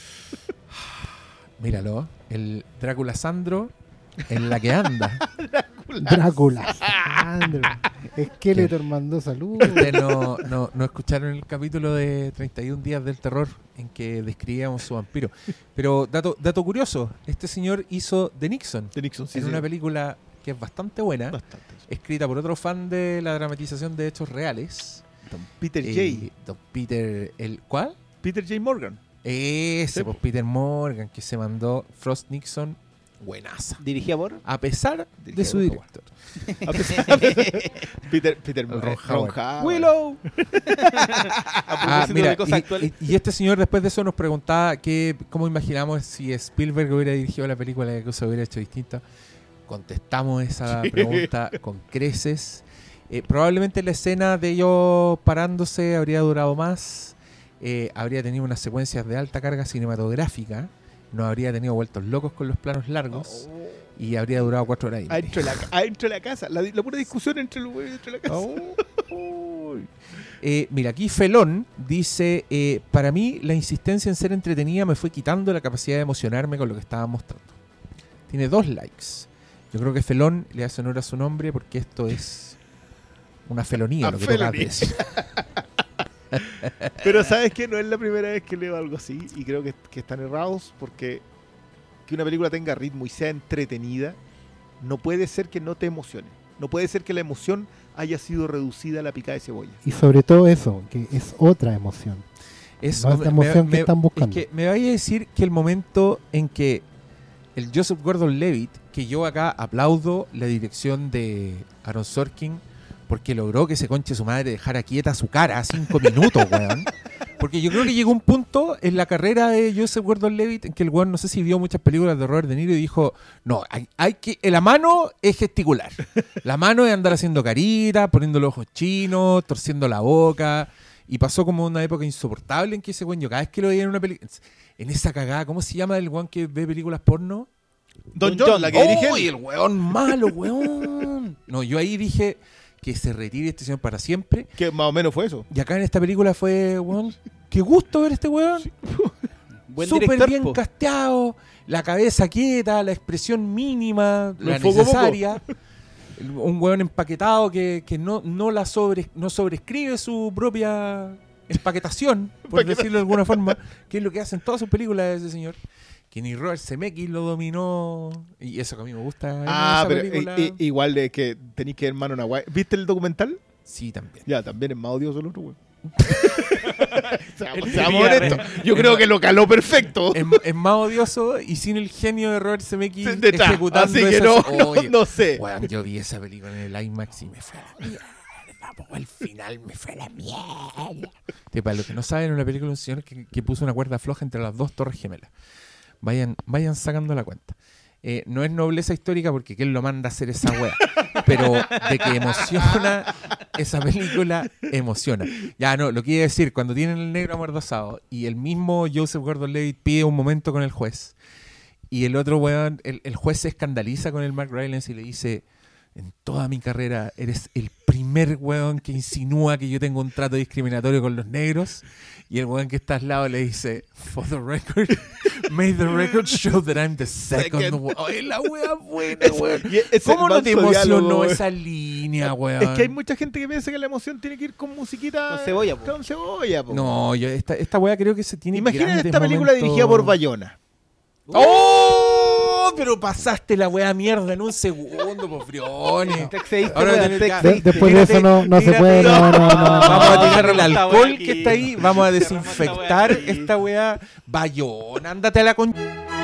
Míralo, el Drácula Sandro en la que anda. Drácula. Sandro. Skeletor mandó saludos. Ustedes no, no, no escucharon el capítulo de treinta y un días del terror en que describíamos su vampiro. Pero dato, dato curioso, este señor hizo The Nixon, De Nixon, sí, en sí. una película que es bastante buena, Bastante. escrita por otro fan de la dramatización de hechos reales. Don Peter Eh, J. Don Peter, el ¿cuál? Peter J. Morgan. Ese, Sí, pues po. Peter Morgan, que se mandó Frost Nixon, buenaza. Dirigida por... A pesar de Dirigida su por director. A pesar- a pesar- Peter, Peter El Ron Ron Howard. Howard. Willow. Ah, Ah, mira, de cosas y, actuales. y- y este señor después de eso nos preguntaba que, cómo imaginamos si Spielberg hubiera dirigido la película, qué cosa hubiera hecho distinta. Contestamos esa pregunta con creces. Eh, probablemente la escena de ellos parándose habría durado más, eh, habría tenido unas secuencias de alta carga cinematográfica, no habría tenido vueltos locos con los planos largos y habría durado cuatro horas y media. Adentro de la, ca- adentro de la casa. La, la pura discusión entre los güeyes dentro de la casa. Oh. Uy. Eh, mira, aquí Felón dice, eh, para mí la insistencia en ser entretenida me fue quitando la capacidad de emocionarme con lo que estaba mostrando. Tiene dos likes. Yo creo que Felón le hace honor a su nombre porque esto es una felonía A lo que toca felonía. decir. Pero sabes que no es la primera vez que leo algo así. Y creo que, que están errados porque que una película tenga ritmo y sea entretenida no puede ser que no te emocione. No puede ser que la emoción haya sido reducida a la picada de cebolla. Y sobre todo eso, que es otra emoción. Es, No es la emoción que están buscando. Es que me vaya a decir que el momento en que el Joseph Gordon-Levitt, que yo acá aplaudo la dirección de Aaron Sorkin, porque logró que se conche su madre dejara quieta su cara cinco minutos, weón. Porque yo creo que llegó un punto en la carrera de Joseph Gordon-Levitt en que el weón no sé si vio muchas películas de Robert De Niro y dijo, no, hay, hay que, la mano es gesticular. La mano es andar haciendo carita, poniendo los ojos chinos, torciendo la boca. Y pasó como una época insoportable en que ese weón, yo cada vez que lo veía en una película, en esa cagada, ¿cómo se llama el weón que ve películas porno? Don, Don John, John. la que dirige ¡Uy, él. el weón malo, weón! No, yo ahí dije que se retire este señor para siempre. Que más o menos fue eso. Y acá en esta película fue, weón, qué gusto ver a este weón. Buen Súper director, bien po. casteado, la cabeza quieta, la expresión mínima, Lo la enfocó necesaria. El- Un weón empaquetado que, que no, no la sobre, no sobrescribe su propia empaquetación, por Empaquetación. decirlo de alguna forma, que es lo que hacen todas sus películas ese señor. que ni Robert Zemeckis lo dominó. Y eso que a mí me gusta. Ah, esa pero película. i- i- igual de que tenéis que ver mano una guay. ¿Viste el documental? Sí, también. Ya, también es más odioso el otro, güey. El Seamos Villarreal. honestos. Yo creo que lo caló perfecto. Es, es más odioso y sin el genio de Robert Zemeckis Detrás. ejecutando Así que esas- no, no, Oye, no sé. weón, yo vi esa película en el IMAX y me fue a la mierda. po, Al final me fue a la mierda. Te, para los que no saben, una película de un señor que, que puso una cuerda floja entre las dos torres gemelas. Vayan, vayan sacando la cuenta. Eh, no es nobleza histórica porque ¿quién lo manda a hacer esa wea? Pero de que emociona, esa película emociona. Ya no, lo que iba a decir, cuando tienen el negro amordazado y el mismo Joseph Gordon-Levitt pide un momento con el juez y el otro weón, el, el juez se escandaliza con el Mark Rylance y le dice: en toda mi carrera eres el primer weón que insinúa que yo tengo un trato discriminatorio con los negros. Y el weón que está al lado le dice: for the record, may the record show that I'm the second Second. one. Ay, la wea buena, Es- weón. y ese ¿Cómo no te manso emocionó diálogo, esa línea, weón? Es que hay mucha gente que piensa que la emoción tiene que ir con musiquita. Con cebolla, po. Con cebolla, po. No, yo esta, esta wea creo que se tiene Imagínate grandes esta película momentos- dirigida por Bayona. ¡Oh! Pero pasaste la wea mierda en un segundo, po, Friones. Te excediste, Ahora weón, tener te que- De- excediste. después de eso no, no se Tírate- puede, no, no, no. Vamos a tirar el cerramos esta alcohol wea que aquí. está ahí, vamos a Cerramos esta desinfectar wea aquí. esta weá. Bayona, ándate a la con...